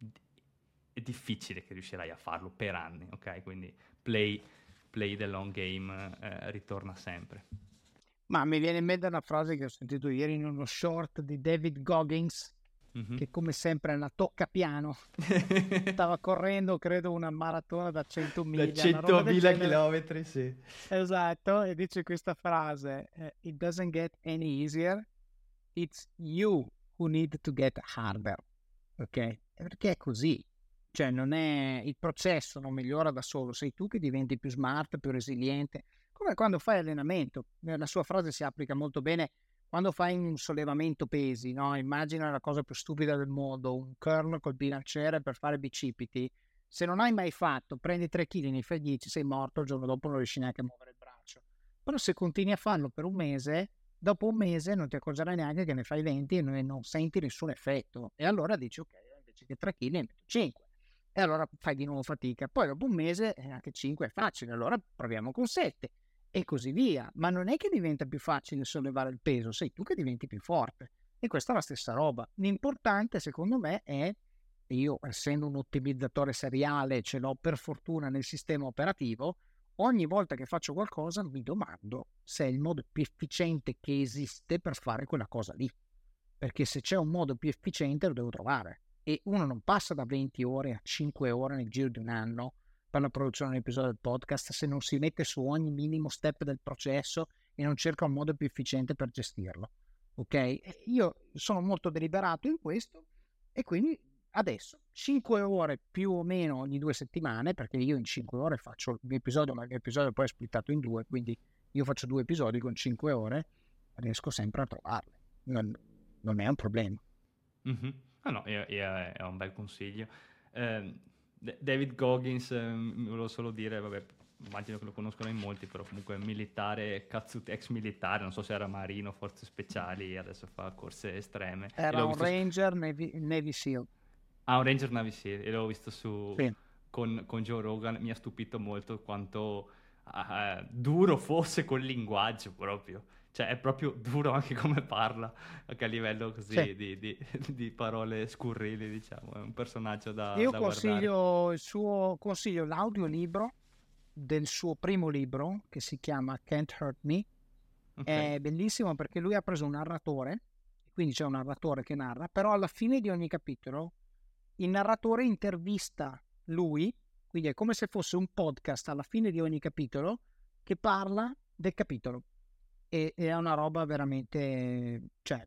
è difficile che riuscirai a farlo per anni, ok? Quindi play, play the long game eh, ritorna sempre. Ma mi viene in mente una frase che ho sentito ieri in uno short di David Goggins, Mm-hmm. che come sempre è una tocca piano. Stava correndo, credo, una maratona da cento Da miglia, una roba del centomila genere. chilometri, sì. Esatto, e dice questa frase: eh, It doesn't get any easier, it's you who need to get harder. Ok? Perché è così. cioè non è il processo, non migliora da solo, sei tu che diventi più smart, più resiliente, come quando fai allenamento. La sua frase si applica molto bene quando fai un sollevamento pesi, no? Immagina la cosa più stupida del mondo, un curl col bilanciere per fare bicipiti. Se non hai mai fatto, prendi tre chili, ne fai dieci, sei morto, il giorno dopo non riesci neanche a muovere il braccio. Però se continui a farlo per un mese, dopo un mese non ti accorgerai neanche che ne fai venti e non, non senti nessun effetto. E allora dici, ok, invece che tre chili ne metto cinque. E allora fai di nuovo fatica. Poi dopo un mese eh, anche cinque è facile, allora proviamo con sette. E così via, ma non è che diventa più facile sollevare il peso, sei tu che diventi più forte, e questa è la stessa roba. L'importante secondo me è, io essendo un ottimizzatore seriale, ce l'ho per fortuna nel sistema operativo, ogni volta che faccio qualcosa mi domando se è il modo più efficiente che esiste per fare quella cosa lì, perché se c'è un modo più efficiente lo devo trovare, e uno non passa da venti ore a cinque ore nel giro di un anno per la produzione di un episodio del podcast se non si mette su ogni minimo step del processo e non cerca un modo più efficiente per gestirlo. Ok? Io sono molto deliberato in questo e quindi adesso cinque ore più o meno ogni due settimane, perché io in cinque ore faccio il mio episodio, ma il mio episodio poi è splittato in due, quindi io faccio due episodi con cinque ore, riesco sempre a trovarli. Non, non è un problema. Mm-hmm. Ah no, è, è, è un bel consiglio. Eh, David Goggins, eh, volevo solo dire, vabbè, immagino che lo conoscono in molti, però comunque militare, cazzuto, ex militare, non so se era marino, forze speciali, adesso fa corse estreme. Era un visto Ranger su... Navy, Navy SEAL. Ah, un Ranger Navy SEAL, e l'ho visto su Sì. con, con Joe Rogan, mi ha stupito molto quanto uh, duro fosse col linguaggio proprio. Cioè è proprio duro anche come parla, anche a livello così Sì. di, di, di parole scurrili, diciamo. È un personaggio da, Io da consiglio guardare. il suo consiglio l'audiolibro del suo primo libro che si chiama Can't Hurt Me. Okay. È bellissimo perché lui ha preso un narratore, quindi c'è un narratore che narra, però alla fine di ogni capitolo il narratore intervista lui, quindi è come se fosse un podcast alla fine di ogni capitolo che parla del capitolo, e, e è una roba veramente, cioè,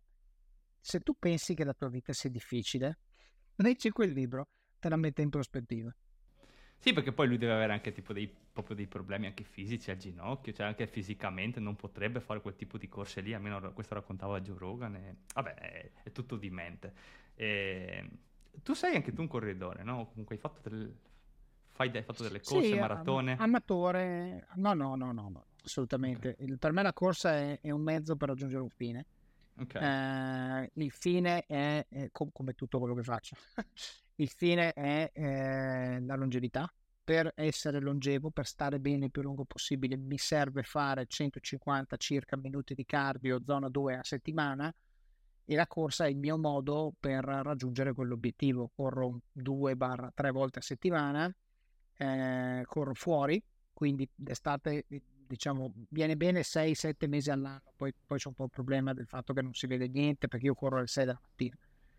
se tu pensi che la tua vita sia difficile, leggi quel libro, te la mette in prospettiva. Sì, perché poi lui deve avere anche tipo dei, proprio dei problemi anche fisici al ginocchio, cioè anche fisicamente non potrebbe fare quel tipo di corse lì, almeno questo raccontava Joe Rogan, e vabbè, è, è tutto di mente. E... tu sei anche tu un corridore, no? Comunque hai fatto, del... Fai, hai fatto delle corse, Sì, maratone? amatore, no, no, no, no, no, assolutamente. Okay. Il, per me la corsa è, è un mezzo per raggiungere un fine. Okay. Eh, il fine è, è com- come tutto quello che faccio, il fine è eh, la longevità. Per essere longevo, per stare bene il più lungo possibile, mi serve fare centocinquanta circa minuti di cardio, zona due a settimana, e la corsa è il mio modo per raggiungere quell'obiettivo. Corro due tre volte a settimana, eh, corro fuori, quindi d'estate diciamo viene bene sei sette mesi all'anno, poi, poi c'è un po' il problema del fatto che non si vede niente perché io corro alle sei della mattina,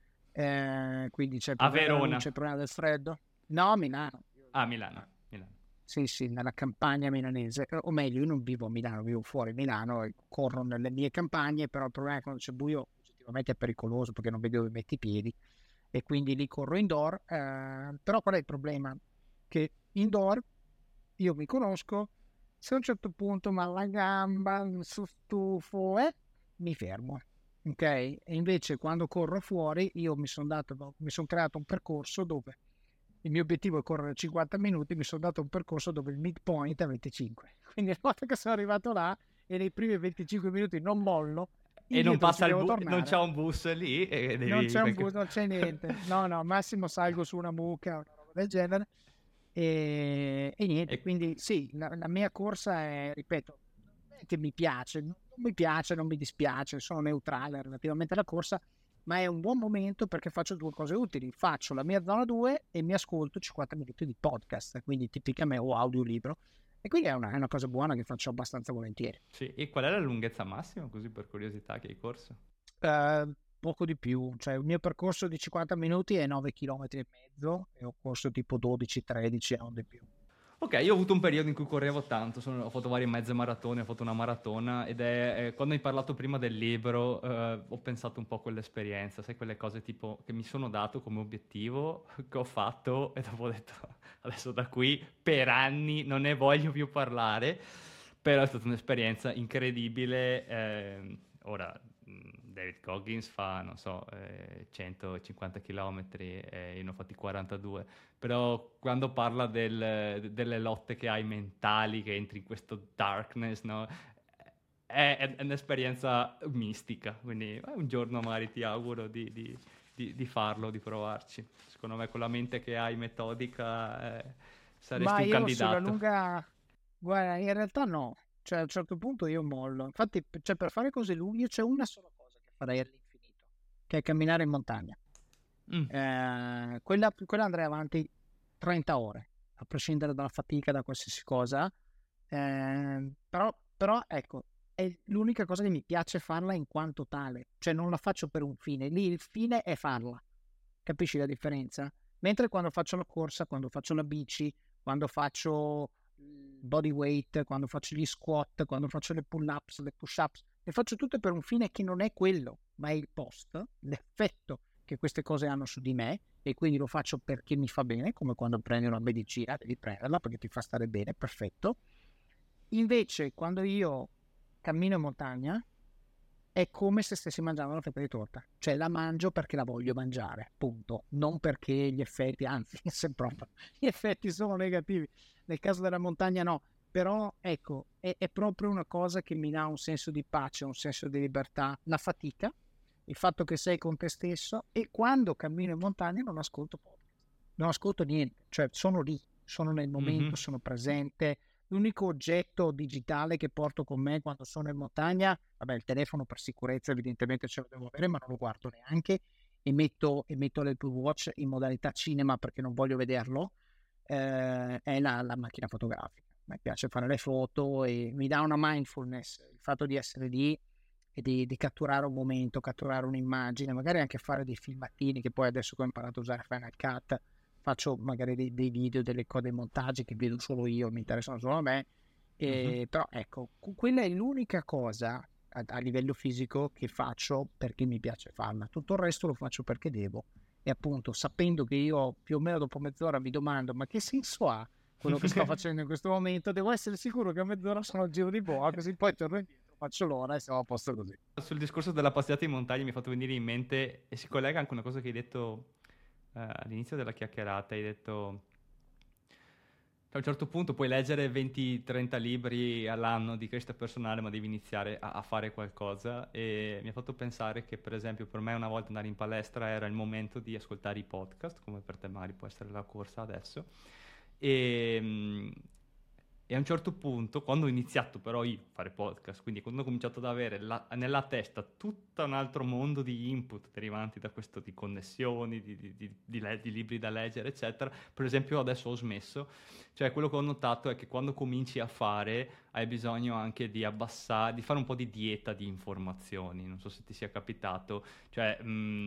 eh, quindi c'è il A problema della Verona. luce, il problema del freddo. No, a Milano. Ah, Milano. Milano. Sì, sì, nella campagna milanese, o meglio, io non vivo a Milano, vivo fuori Milano e corro nelle mie campagne, però il problema è che quando c'è buio oggettivamente è pericoloso perché non vedi dove metti i piedi, e quindi lì corro indoor, eh, però qual è il problema? Che indoor io mi conosco, se a un certo punto ma la gamba, su stufo, eh, mi fermo, ok? E invece quando corro fuori io mi sono dato, mi sono creato un percorso dove il mio obiettivo è correre cinquanta minuti, mi sono dato un percorso dove il midpoint è venticinque, quindi una volta che sono arrivato là e nei primi venticinque minuti non mollo, E non indietro ci passa il devo bu- non tornare. c'è un bus lì e Non devi... c'è un perché... bus, non c'è niente. No, no, massimo salgo su una mucca o una roba del genere. E, e niente, e... quindi sì, la, la mia corsa è, ripeto, non è che mi piace, non mi piace, non mi dispiace, sono neutrale relativamente alla corsa, ma è un buon momento perché faccio due cose utili. Faccio la mia zona due e mi ascolto cinquanta minuti di podcast, quindi tipicamente o audiolibro. E quindi è una, è una cosa buona che faccio abbastanza volentieri. Sì, e qual è la lunghezza massima, così per curiosità, che hai corso? Uh, poco di più, cioè il mio percorso di cinquanta minuti è nove chilometri e mezzo e ho corso tipo dodici tredici, non di più. Ok, io ho avuto un periodo in cui correvo tanto, sono, ho fatto varie mezze maratone, ho fatto una maratona ed è, eh, quando hai parlato prima del libro eh, ho pensato un po' a quell'esperienza, sai quelle cose tipo che mi sono dato come obiettivo, che ho fatto e dopo ho detto adesso da qui per anni non ne voglio più parlare, però è stata un'esperienza incredibile. eh, ora mh, David Goggins fa, non so, eh, centocinquanta chilometri e io ne ho fatti quarantadue, però quando parla del- delle lotte che hai mentali, che entri in questo darkness, no? È, è- è un'esperienza mistica, quindi eh, un giorno magari ti auguro di, di- di- di farlo, di provarci. Secondo me con la mente che hai metodica eh, Ma saresti un io sulla candidato. lunga, guarda, in realtà no, cioè a un certo punto io mollo. Infatti, p- cioè, per fare cose lunghe, io c'è una sola cosa che farei all'infinito, che è camminare in montagna. Mm, Eh, quella, quella andrei avanti trenta ore, a prescindere dalla fatica, da qualsiasi cosa. Eh, però, però, ecco, è l'unica cosa che mi piace farla in quanto tale, cioè non la faccio per un fine, lì il fine è farla, capisci la differenza? Mentre quando faccio la corsa, quando faccio la bici, quando faccio il body weight, quando faccio gli squat, quando faccio le pull-ups, le push-ups, le faccio tutte per un fine che non è quello, ma è il post, l'effetto che queste cose hanno su di me, e quindi lo faccio perché mi fa bene, come quando prendi una medicina, devi prenderla perché ti fa stare bene, perfetto. Invece, quando io cammino in montagna, è come se stessi mangiando una fetta di torta, cioè la mangio perché la voglio mangiare, punto, non perché gli effetti, anzi, se proprio gli effetti sono negativi, nel caso della montagna no, però ecco, è, è proprio una cosa che mi dà un senso di pace, un senso di libertà, la fatica, il fatto che sei con te stesso, e quando cammino in montagna non ascolto podcast, non ascolto niente, cioè sono lì, sono nel mhm. momento, sono presente. L'unico oggetto digitale che porto con me quando sono in montagna, vabbè, il telefono per sicurezza evidentemente ce lo devo avere, ma non lo guardo neanche, e metto, e metto l'Apple Watch in modalità cinema perché non voglio vederlo, eh, è la, la macchina fotografica. Mi piace fare le foto e mi dà una mindfulness, il fatto di essere lì e di, di catturare un momento, catturare un'immagine, magari anche fare dei filmatini, che poi adesso che ho imparato a usare Final Cut, faccio magari dei, dei video, delle cose, dei montaggi che vedo solo io, mi interessano solo a me, Mhm. e, però ecco, quella è l'unica cosa a, a livello fisico che faccio perché mi piace farla, tutto il resto lo faccio perché devo, e appunto sapendo che io più o meno dopo mezz'ora mi domando ma che senso ha quello che sto facendo in questo momento, devo essere sicuro che a mezz'ora sono al giro di boa, così poi torno indietro, faccio l'ora e siamo a posto così. Sul discorso della passeggiata in montagna mi ha fatto venire in mente, e si collega anche una cosa che hai detto eh, all'inizio della chiacchierata, hai detto che a un certo punto puoi leggere venti trenta libri all'anno di crescita personale, ma devi iniziare a, a fare qualcosa, e mi ha fatto pensare che per esempio per me una volta andare in palestra era il momento di ascoltare i podcast, come per te magari può essere la corsa adesso, e, mm, e a un certo punto, quando ho iniziato però io a fare podcast, quindi quando ho cominciato ad avere la- nella testa tutto un altro mondo di input derivanti da questo, di connessioni, di, di- di- di le- di libri da leggere, eccetera, per esempio adesso ho smesso, cioè quello che ho notato è che quando cominci a fare hai bisogno anche di abbassare, di fare un po' di dieta di informazioni, non so se ti sia capitato, cioè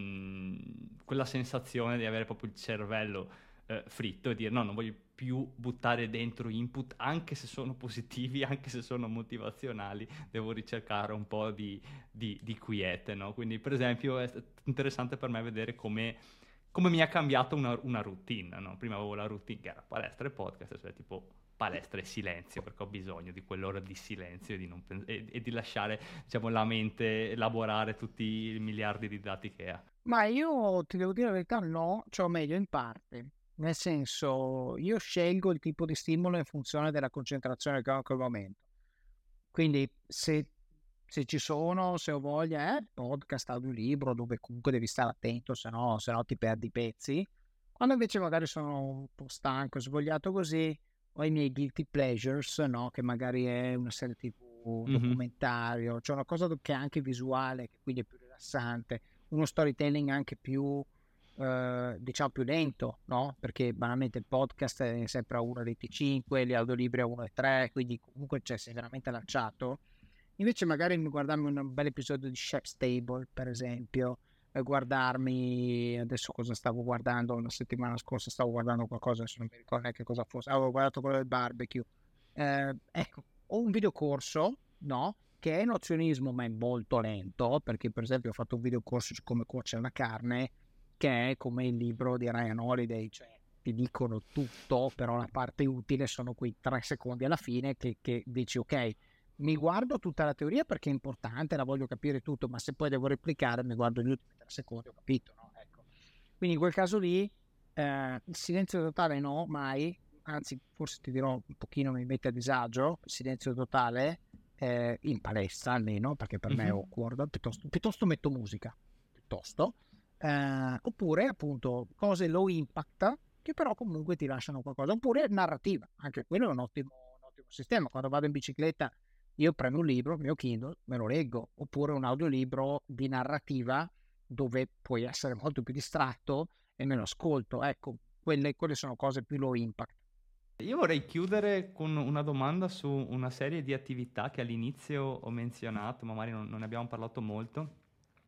mh, quella sensazione di avere proprio il cervello eh, fritto e dire no, non voglio più buttare dentro input, anche se sono positivi, anche se sono motivazionali, devo ricercare un po' di, di, di quiete, no? Quindi, per esempio, è stato interessante per me vedere come, come mi ha cambiato una, una routine, no? Prima avevo la routine che era palestra e podcast, adesso è tipo palestra e silenzio, perché ho bisogno di quell'ora di silenzio e di, non pen- e, e di lasciare, diciamo, la mente elaborare tutti i miliardi di dati che ha. Ma io ti devo dire la verità, no, cioè o meglio in parte, nel senso io scelgo il tipo di stimolo in funzione della concentrazione che ho in quel momento. Quindi se, se ci sono, se ho voglia, eh, podcast, audiolibro, dove comunque devi stare attento, se no, se no ti perdi i pezzi. Quando invece magari sono un po' stanco, svogliato così, ho i miei guilty pleasures, no? Che magari è una serie T V, un Mhm. documentario, cioè una cosa che è anche visuale, che quindi è più rilassante, uno storytelling anche più, eh, diciamo, più lento, no? Perché banalmente il podcast è sempre a uno dei T cinque, gli audiolibri a uno e tre, quindi comunque cioè, sei veramente lanciato. Invece magari guardarmi un bel episodio di Chef's Table, per esempio, eh, guardarmi, adesso cosa stavo guardando, la settimana scorsa stavo guardando qualcosa, adesso non mi ricordo neanche cosa fosse, avevo guardato quello del barbecue. Eh, ecco, ho un videocorso, no? Che è nozionismo, ma è molto lento, perché per esempio ho fatto un videocorso su come cuocere la carne, che è come il libro di Ryan Holiday, cioè ti dicono tutto, però la parte utile sono quei tre secondi alla fine che, che dici ok, mi guardo tutta la teoria perché è importante, la voglio capire tutto, ma se poi devo replicare mi guardo gli ultimi tre secondi, ho capito, no? Ecco. Quindi in quel caso lì eh, il silenzio totale no, mai, anzi forse ti dirò un pochino mi mette a disagio, il silenzio totale eh, in palestra almeno, perché per mm-hmm. me è awkward, piuttosto, piuttosto metto musica, piuttosto, eh, oppure appunto cose low impact che però comunque ti lasciano qualcosa, oppure narrativa, anche quello è un ottimo, un ottimo sistema. Quando vado in bicicletta io prendo un libro, il mio Kindle, me lo leggo, oppure un audiolibro di narrativa dove puoi essere molto più distratto e me lo ascolto. Ecco, quelle, quelle sono cose più low impact. Io vorrei chiudere con una domanda su una serie di attività che all'inizio ho menzionato, ma magari non, non ne abbiamo parlato molto.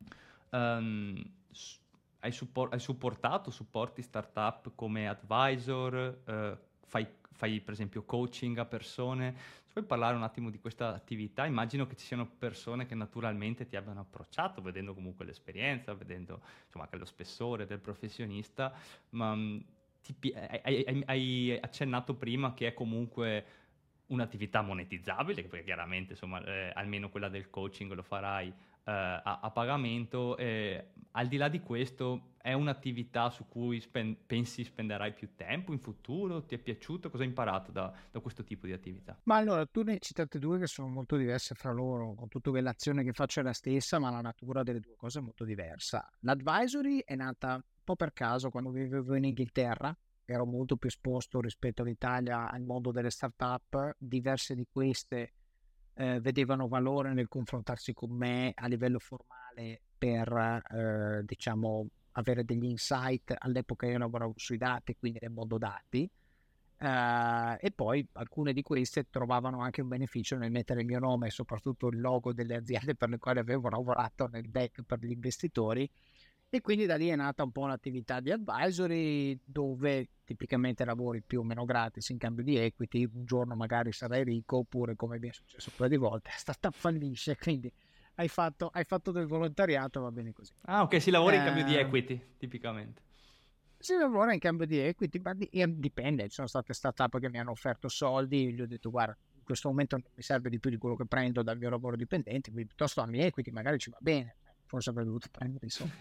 Um, hai, support- hai supportato, supporti startup come advisor, uh, fai, fai per esempio coaching a persone. Se vuoi parlare un attimo di questa attività, immagino che ci siano persone che naturalmente ti abbiano approcciato, vedendo comunque l'esperienza, vedendo insomma anche lo spessore del professionista, ma um, ti, hai, hai, hai accennato prima che è comunque un'attività monetizzabile, perché chiaramente insomma eh, almeno quella del coaching lo farai Uh, a, a pagamento. Eh, al di là di questo, è un'attività su cui spen- pensi spenderai più tempo in futuro? Ti è piaciuto? Cosa hai imparato da, da questo tipo di attività? Ma allora, tu ne hai citate due che sono molto diverse fra loro, con tutto che l'azione che faccio è la stessa, ma la natura delle due cose è molto diversa. L'advisory è nata un po' per caso quando vivevo in Inghilterra, ero molto più esposto rispetto all'Italia al mondo delle start-up, diverse di queste Eh, vedevano valore nel confrontarsi con me a livello formale per eh, diciamo avere degli insight. All'epoca io lavoravo sui dati, quindi nel mondo dati, eh, e poi alcune di queste trovavano anche un beneficio nel mettere il mio nome e soprattutto il logo delle aziende per le quali avevo lavorato nel deck per gli investitori. E quindi da lì è nata un po' un'attività di advisory dove tipicamente lavori più o meno gratis in cambio di equity, un giorno magari sarai ricco, oppure come mi è successo un paio di volte, sta fallisce, quindi hai fatto, hai fatto del volontariato, va bene così. Ah ok, si lavora eh, in cambio di equity, tipicamente. Si lavora in cambio di equity, ma di, dipende, ci sono state startup che mi hanno offerto soldi, gli ho detto guarda, in questo momento non mi serve di più di quello che prendo dal mio lavoro dipendente, quindi piuttosto dammi equity, magari ci va bene. Forse avrei dovuto prendere i soldi.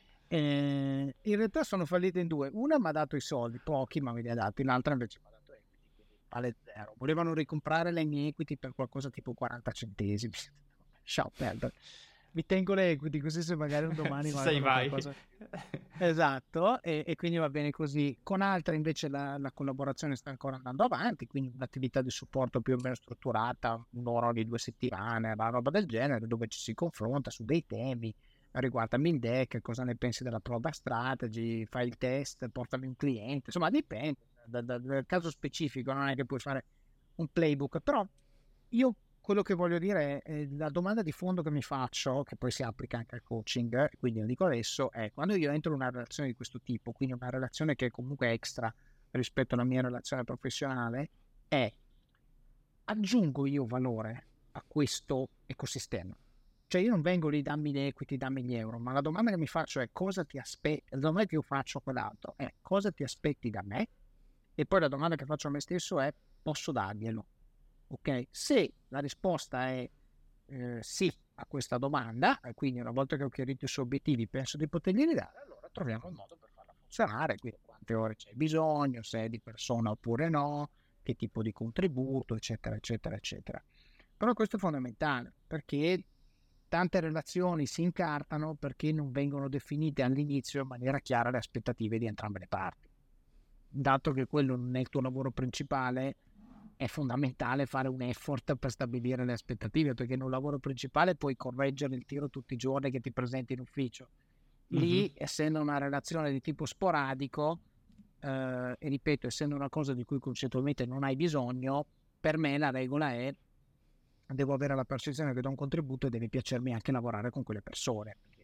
eh, in realtà sono fallite in due. Una mi ha dato i soldi, pochi, ma me li ha dati. L'altra invece mi ha dato equity, quindi vale zero. Volevano ricomprare le mie equity per qualcosa tipo quaranta centesimi. Ciao, perdere. Mi tengo le equity così se magari un domani sei vai. Qualcosa. Esatto, e, e quindi va bene così. Con altre invece la, la collaborazione sta ancora andando avanti, quindi un'attività di supporto più o meno strutturata, un'ora di due settimane, una roba del genere, dove ci si confronta su dei temi. Riguardami il deck, cosa ne pensi della product strategy, fai il test, portami un cliente, insomma dipende da, da, dal caso specifico, non è che puoi fare un playbook, però io quello che voglio dire è eh, la domanda di fondo che mi faccio, che poi si applica anche al coaching, quindi lo dico adesso, è quando io entro in una relazione di questo tipo, quindi una relazione che è comunque extra rispetto alla mia relazione professionale, è aggiungo io valore a questo ecosistema? Cioè io non vengo lì, dammi le equity, dammi gli euro, ma la domanda che mi faccio è cosa ti aspetti, la domanda che io faccio a quell'altro è cosa ti aspetti da me? E poi la domanda che faccio a me stesso è posso darglielo? Ok? Se la risposta è eh, sì a questa domanda, e quindi una volta che ho chiarito i suoi obiettivi penso di poterglieli dare, allora troviamo il modo per farla funzionare, quindi quante ore c'è bisogno, se è di persona oppure no, che tipo di contributo, eccetera, eccetera, eccetera. Però questo è fondamentale, perché tante relazioni si incartano perché non vengono definite all'inizio in maniera chiara le aspettative di entrambe le parti. Dato che quello non è il tuo lavoro principale, è fondamentale fare un effort per stabilire le aspettative, perché in un lavoro principale puoi correggere il tiro tutti i giorni che ti presenti in ufficio. Lì, mm-hmm. essendo una relazione di tipo sporadico, eh, e ripeto, essendo una cosa di cui concettualmente non hai bisogno, per me la regola è devo avere la percezione che do un contributo e deve piacermi anche lavorare con quelle persone, perché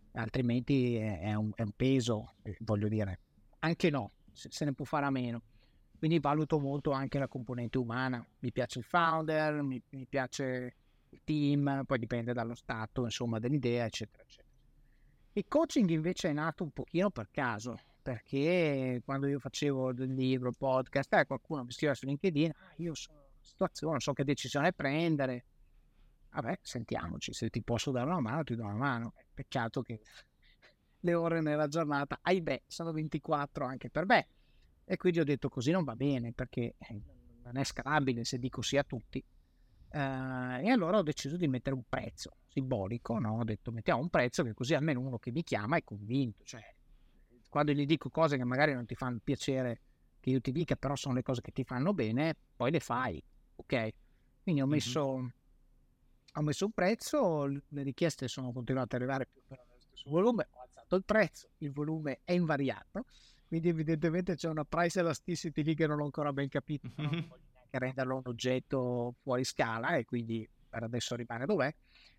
altrimenti è, è, un, è un peso, eh, voglio dire, anche no, se, se ne può fare a meno. Quindi valuto molto anche la componente umana, mi piace il founder, mi, mi piace il team, poi dipende dallo stato, insomma, dell'idea, eccetera, eccetera. Il coaching invece è nato un pochino per caso, perché quando io facevo del libro, podcast, eh, qualcuno mi scriveva su LinkedIn, ah, io sono in una situazione, non so che decisione prendere. Vabbè, sentiamoci, se ti posso dare una mano, ti do una mano. Peccato che le ore nella giornata, ahimè, sono ventiquattro anche per me. E quindi ho detto così non va bene, perché non è scalabile se dico sì a tutti. Uh, e allora ho deciso di mettere un prezzo simbolico, no? Ho detto mettiamo un prezzo che così almeno uno che mi chiama è convinto, cioè quando gli dico cose che magari non ti fanno piacere che io ti dica, però sono le cose che ti fanno bene, poi le fai, ok? Quindi ho messo, mm-hmm. ho messo un prezzo, le richieste sono continuate ad arrivare più o meno nello stesso volume, ho alzato il prezzo, il volume è invariato, quindi evidentemente c'è una price elasticity lì che non ho ancora ben capito, però non voglio neanche renderlo un oggetto fuori scala e quindi per adesso rimane dov'è.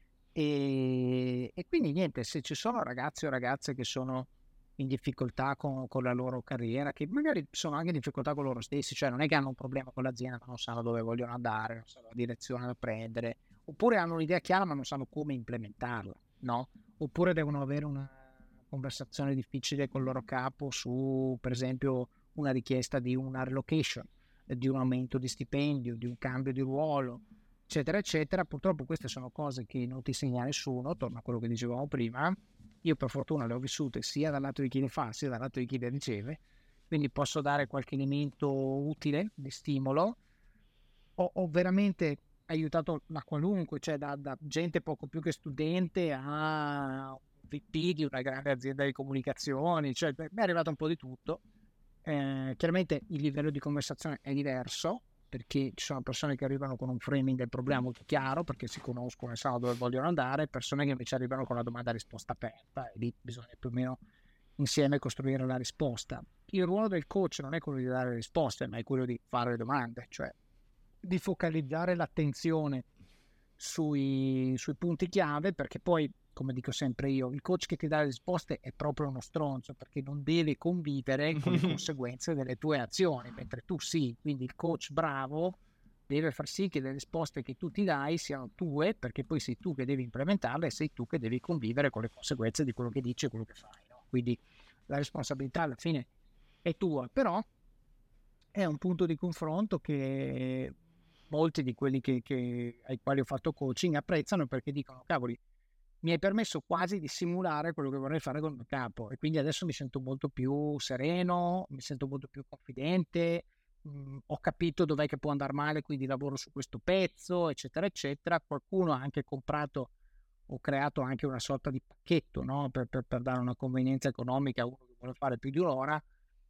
E, e quindi niente, se ci sono ragazzi o ragazze che sono in difficoltà con, con la loro carriera, che magari sono anche in difficoltà con loro stessi, cioè non è che hanno un problema con l'azienda ma non sanno dove vogliono andare, non sanno la direzione da prendere, oppure hanno un'idea chiara ma non sanno come implementarla, no? Oppure devono avere una conversazione difficile con il loro capo su, per esempio, una richiesta di una relocation, di un aumento di stipendio, di un cambio di ruolo, eccetera, eccetera. Purtroppo queste sono cose che non ti insegna nessuno, torno a quello che dicevamo prima. Io per fortuna le ho vissute sia dal lato di chi le fa, sia dal lato di chi le riceve, quindi posso dare qualche elemento utile di stimolo. Ho, ho veramente aiutato da qualunque, cioè da, da gente poco più che studente a V P di una grande azienda di comunicazioni, cioè mi è arrivato un po' di tutto. Eh, chiaramente il livello di conversazione è diverso, perché ci sono persone che arrivano con un framing del problema molto chiaro, perché si conoscono e sanno dove vogliono andare, persone che invece arrivano con la domanda a risposta aperta, e lì bisogna più o meno insieme costruire la risposta. Il ruolo del coach non è quello di dare risposte, ma è quello di fare le domande, cioè di focalizzare l'attenzione sui, sui punti chiave, perché poi, come dico sempre io, il coach che ti dà le risposte è proprio uno stronzo, perché non deve convivere con le conseguenze delle tue azioni, mentre tu sì. Quindi il coach bravo deve far sì che le risposte che tu ti dai siano tue, perché poi sei tu che devi implementarle e sei tu che devi convivere con le conseguenze di quello che dici e quello che fai, no? Quindi la responsabilità alla fine è tua, però è un punto di confronto che molti di quelli che, che, ai quali ho fatto coaching apprezzano, perché dicono cavoli, mi hai permesso quasi di simulare quello che vorrei fare con il mio capo, e quindi adesso mi sento molto più sereno, mi sento molto più confidente, mh, ho capito dov'è che può andare male, quindi lavoro su questo pezzo, eccetera eccetera. Qualcuno ha anche comprato o creato anche una sorta di pacchetto, no? per, per, per dare una convenienza economica a uno che vuole fare più di un'ora,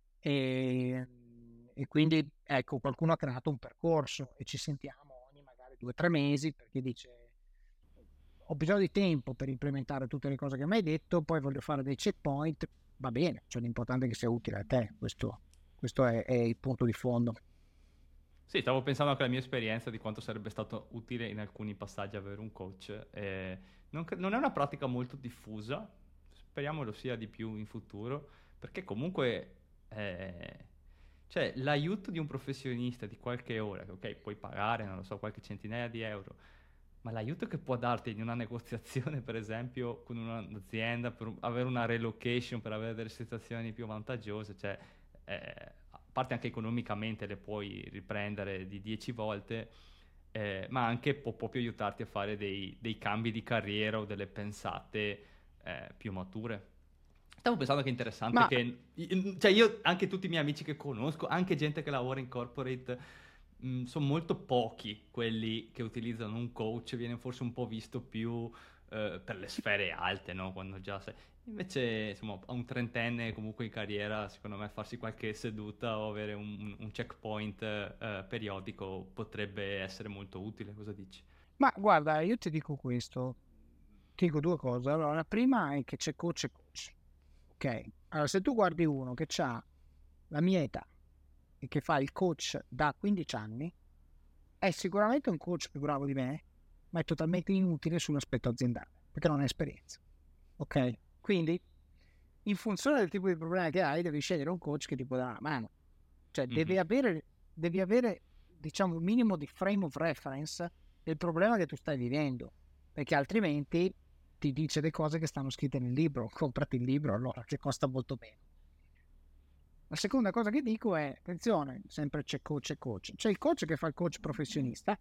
e e quindi ecco, qualcuno ha creato un percorso e ci sentiamo ogni magari due o tre mesi, perché dice ho bisogno di tempo per implementare tutte le cose che mi hai detto, poi voglio fare dei checkpoint, va bene, cioè l'importante è che sia utile a te, questo, questo è, è il punto di fondo. Sì, stavo pensando anche alla mia esperienza di quanto sarebbe stato utile in alcuni passaggi avere un coach. Eh, non, non è una pratica molto diffusa, speriamo lo sia di più in futuro, perché comunque eh, cioè, l'aiuto di un professionista di qualche ora, che ok, puoi pagare, non lo so, qualche centinaia di euro, ma l'aiuto che può darti in una negoziazione, per esempio, con un'azienda, per avere una relocation, per avere delle situazioni più vantaggiose, cioè, eh, a parte anche economicamente le puoi riprendere di dieci volte, eh, ma anche può proprio aiutarti a fare dei, dei cambi di carriera o delle pensate eh, più mature. Stavo pensando che è interessante Ma che, cioè io, anche tutti i miei amici che conosco, anche gente che lavora in corporate, mh, sono molto pochi quelli che utilizzano un coach, viene forse un po' visto più eh, per le sfere alte, no? Quando già sei... Invece, insomma, a un trentenne comunque in carriera, secondo me farsi qualche seduta o avere un, un checkpoint eh, periodico potrebbe essere molto utile, cosa dici? Ma guarda, io ti dico questo, ti dico due cose. Allora, la prima è che c'è coach e coach, ok? Allora, se tu guardi uno che ha la mia età e che fa il coach da quindici anni, è sicuramente un coach più bravo di me, ma è totalmente inutile sull'aspetto aziendale, perché non ha esperienza, ok? Quindi, in funzione del tipo di problema che hai, devi scegliere un coach che ti può dare la mano. Cioè, Mhm. devi avere, devi avere, diciamo, un minimo di frame of reference del problema che tu stai vivendo, perché altrimenti ti dice le cose che stanno scritte nel libro. Comprati il libro, allora, che costa molto meno. La seconda cosa che dico è, attenzione, sempre c'è coach e coach. C'è il coach che fa il coach professionista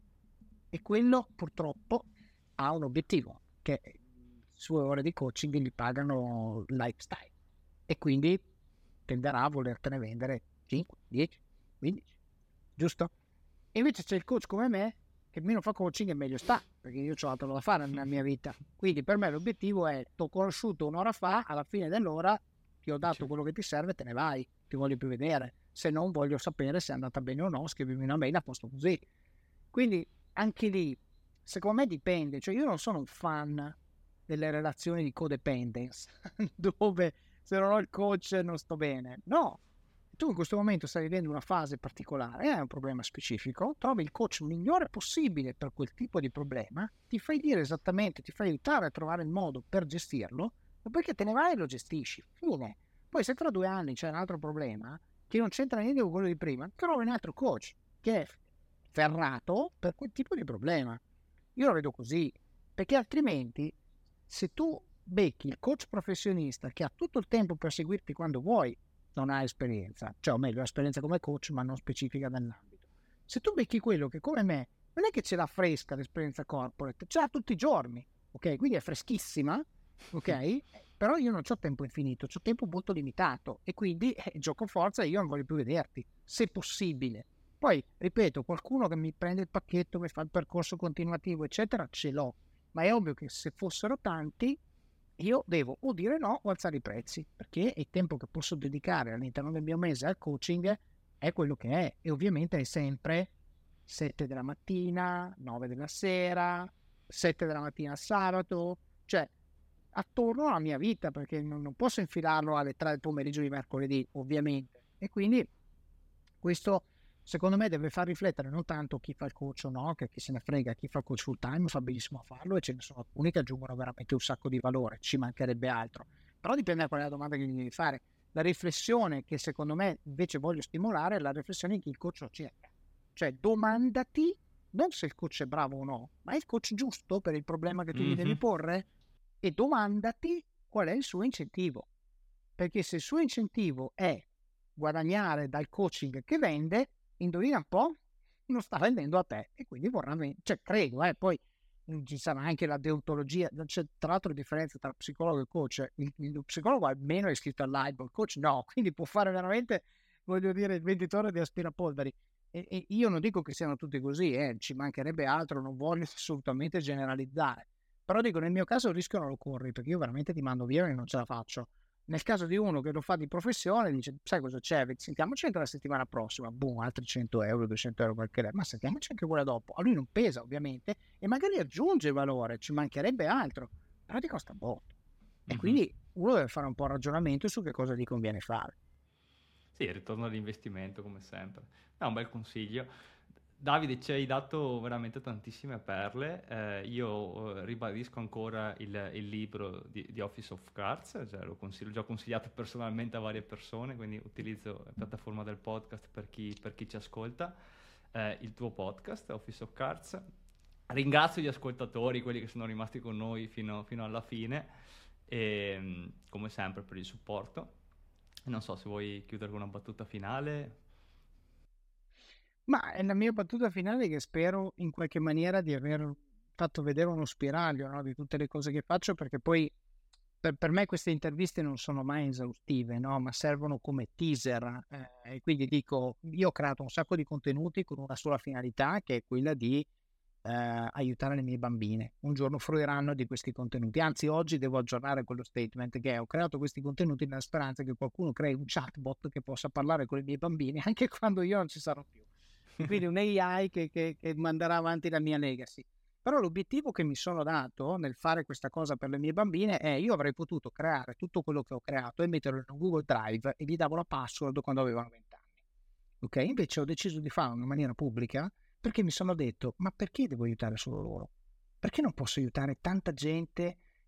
e quello purtroppo ha un obiettivo, che le sue ore di coaching gli pagano lifestyle e quindi tenderà a volertene vendere cinque, dieci, quindici, giusto? E invece c'è il coach come me che meno fa coaching e meglio sta, perché io ho altro da fare nella mia vita. Quindi per me l'obiettivo è: ti ho conosciuto un'ora fa, alla fine dell'ora ti ho dato quello che ti serve, te ne vai, ti voglio più vedere. Se non, voglio sapere se è andata bene o no, scrivimi una mail a posto così. Quindi anche lì, secondo me dipende. Cioè, io non sono un fan delle relazioni di codependence, dove se non ho il coach non sto bene. No, tu in questo momento stai vivendo una fase particolare, hai un problema specifico, trovi il coach migliore possibile per quel tipo di problema, ti fai dire esattamente, ti fai aiutare a trovare il modo per gestirlo, perché te ne vai e lo gestisci. Fine. Poi se tra due anni c'è un altro problema che non c'entra niente con quello di prima, trovi un altro coach che è ferrato per quel tipo di problema. Io lo vedo così, perché altrimenti se tu becchi il coach professionista che ha tutto il tempo per seguirti quando vuoi, non ha esperienza, cioè o meglio ha esperienza come coach ma non specifica nell'ambito. Se tu becchi quello che come me non è che ce l'ha fresca l'esperienza corporate, ce l'ha tutti i giorni, ok? Quindi è freschissima, ok? Però io non ho tempo infinito, ho tempo molto limitato e quindi eh, gioco forza e io non voglio più vederti, se possibile. Poi, ripeto, qualcuno che mi prende il pacchetto, mi fa il percorso continuativo, eccetera, ce l'ho. Ma è ovvio che se fossero tanti, io devo o dire no o alzare i prezzi, perché il tempo che posso dedicare all'interno del mio mese al coaching è quello che è. E ovviamente è sempre sette della mattina, nove della sera, sette della mattina sabato, cioè attorno alla mia vita, perché non, non posso infilarlo alle tre del pomeriggio di mercoledì, ovviamente. E quindi questo secondo me deve far riflettere non tanto chi fa il coach o no, che chi se ne frega, chi fa il coach full time fa benissimo a farlo e ce ne sono alcuni che aggiungono veramente un sacco di valore, ci mancherebbe altro. Però dipende da qual è la domanda che gli devi fare. La riflessione che secondo me invece voglio stimolare è la riflessione che il coach lo cerca. Cioè domandati non se il coach è bravo o no, ma è il coach giusto per il problema che tu Mhm. gli devi porre? E domandati qual è il suo incentivo. Perché se il suo incentivo è guadagnare dal coaching che vende, indovina un po', non sta vendendo a te e quindi vorrà vendere. Cioè, credo, eh, poi mh, ci sarà anche la deontologia, c'è tra l'altro la differenza tra psicologo e coach. Il, il psicologo almeno è iscritto all'albo, il coach no, quindi può fare veramente, voglio dire, il venditore di aspirapolveri. E, e io non dico che siano tutti così, eh, ci mancherebbe altro, non voglio assolutamente generalizzare. Però dico, nel mio caso il rischio non lo corri, perché io veramente ti mando via e non ce la faccio. Nel caso di uno che lo fa di professione, dice, sai cosa c'è? Sentiamoci anche la settimana prossima, boom, altri cento euro, duecento euro qualche ma sentiamoci anche quella dopo. A lui non pesa ovviamente e magari aggiunge valore, ci mancherebbe altro, però ti costa molto. E Mhm. quindi uno deve fare un po' il ragionamento su che cosa gli conviene fare. Sì, ritorno all'investimento come sempre. È un bel consiglio. Davide, ci hai dato veramente tantissime perle. Eh, io eh, ribadisco ancora il, il libro di, di Office of Cards, cioè lo consiglio, l'ho già consigliato personalmente a varie persone, quindi utilizzo la piattaforma del podcast per chi, per chi ci ascolta. Eh, il tuo podcast, Office of Cards. Ringrazio gli ascoltatori, quelli che sono rimasti con noi fino, fino alla fine, e come sempre per il supporto. Non so se vuoi chiudere con una battuta finale. Ma è la mia battuta finale che spero in qualche maniera di aver fatto vedere uno spiraglio, no, di tutte le cose che faccio, perché poi per, per me queste interviste non sono mai esaustive, no, ma servono come teaser. Eh, e quindi dico, io ho creato un sacco di contenuti con una sola finalità, che è quella di eh, aiutare le mie bambine. Un giorno fruiranno di questi contenuti. Anzi, oggi devo aggiornare quello statement che ho creato questi contenuti nella speranza che qualcuno crei un chatbot che possa parlare con le mie bambine anche quando io non ci sarò più. Quindi un A I che, che, che manderà avanti la mia legacy. Però l'obiettivo che mi sono dato nel fare questa cosa per le mie bambine è: io avrei potuto creare tutto quello che ho creato e metterlo in un Google Drive e gli davo la password quando avevano venti anni. Ok? Invece ho deciso di farlo in maniera pubblica perché mi sono detto: ma perché devo aiutare solo loro? Perché non posso aiutare tanta gente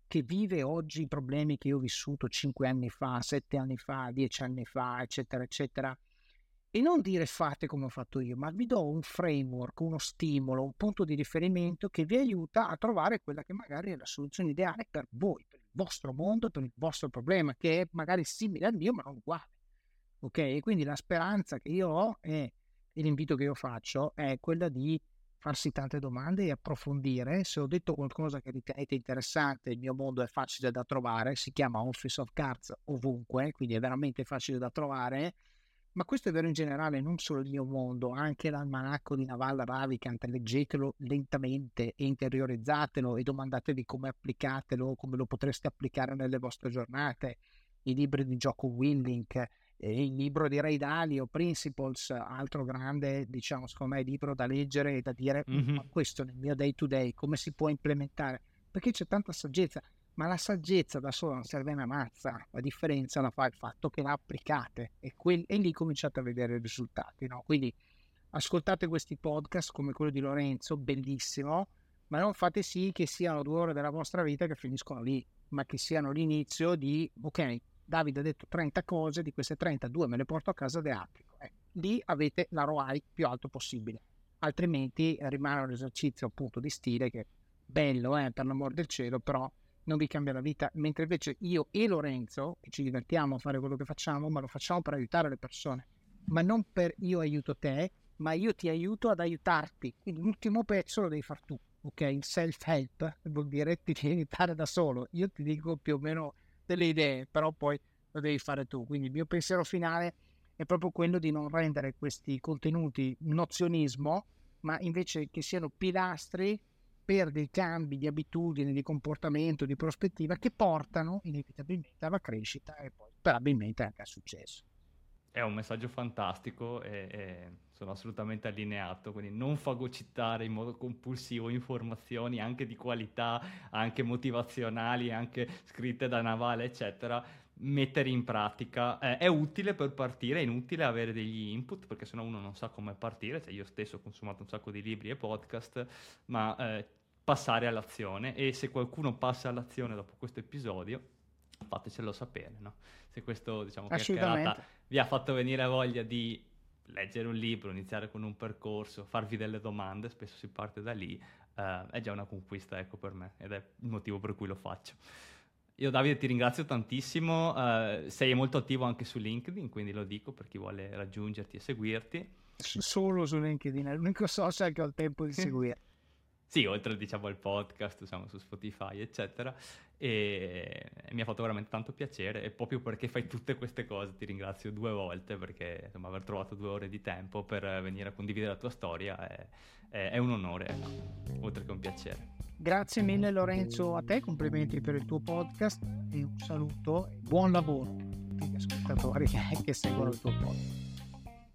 che vive oggi i problemi che io ho vissuto cinque anni fa, sette anni fa, dieci anni fa, eccetera, eccetera, e non dire fate come ho fatto io, ma vi do un framework, uno stimolo, un punto di riferimento che vi aiuta a trovare quella che magari è la soluzione ideale per voi, per il vostro mondo, per il vostro problema, che è magari simile al mio, ma non uguale. Ok? E quindi la speranza che io ho è, e l'invito che io faccio è quella di farsi tante domande e approfondire. Se ho detto qualcosa che ritenete interessante, il mio mondo è facile da trovare, si chiama Office of Cards ovunque, quindi è veramente facile da trovare, ma questo è vero in generale, non solo il mio mondo, anche l'almanacco di Naval Ravikant, leggetelo lentamente e interiorizzatelo e domandatevi come applicatelo, come lo potreste applicare nelle vostre giornate, i libri di Jocko Willink, eh, il libro di Ray Dalio, Principles, altro grande, diciamo, secondo me, libro da leggere e da dire, mm-hmm. ma questo nel mio day to day, come si può implementare? Perché c'è tanta saggezza, ma la saggezza da sola non serve una mazza, la differenza la fa il fatto che la applicate e, quel, e lì cominciate a vedere i risultati, no? Quindi ascoltate questi podcast come quello di Lorenzo, bellissimo, ma non fate sì che siano due ore della vostra vita che finiscono lì, ma che siano l'inizio di, ok, Davide ha detto trenta cose, di queste trentadue me le porto a casa e le applico. Eh, lì avete l'R O I più alto possibile, altrimenti rimane un esercizio appunto di stile che è bello, eh, per l'amor del cielo, però non vi cambia la vita, mentre invece io e Lorenzo, che ci divertiamo a fare quello che facciamo, ma lo facciamo per aiutare le persone, ma non per io aiuto te, ma io ti aiuto ad aiutarti. Quindi l'ultimo pezzo lo devi far tu, ok? Il self-help vuol dire ti devi aiutare da solo. Io ti dico più o meno delle idee, però poi lo devi fare tu. Quindi il mio pensiero finale è proprio quello di non rendere questi contenuti nozionismo, ma invece che siano pilastri per dei cambi di abitudini, di comportamento, di prospettiva che portano inevitabilmente alla crescita e poi probabilmente anche al successo. È un messaggio fantastico e, e sono assolutamente allineato, quindi non fagocitare in modo compulsivo informazioni anche di qualità, anche motivazionali, anche scritte da Naval, eccetera, mettere in pratica. Eh, è utile per partire, è inutile avere degli input perché sennò uno non sa come partire, cioè io stesso ho consumato un sacco di libri e podcast, ma eh, passare all'azione, e se qualcuno passa all'azione dopo questo episodio fatecelo sapere, no? Se questo, diciamo, chiacchierata vi ha fatto venire voglia di leggere un libro, iniziare con un percorso, farvi delle domande, spesso si parte da lì, eh, è già una conquista, ecco, per me, ed è il motivo per cui lo faccio. Io, Davide, ti ringrazio tantissimo, eh, sei molto attivo anche su LinkedIn, quindi lo dico per chi vuole raggiungerti e seguirti. Solo su LinkedIn, è l'unico social che ho il tempo di seguire. Sì, oltre, diciamo, al podcast, siamo su Spotify, eccetera, e mi ha fatto veramente tanto piacere, e proprio perché fai tutte queste cose ti ringrazio due volte, perché insomma aver trovato due ore di tempo per venire a condividere la tua storia è, è, è un onore, ecco, oltre che un piacere. Grazie mille Lorenzo a te, complimenti per il tuo podcast e un saluto e buon lavoro a tutti gli ascoltatori che seguono il tuo podcast.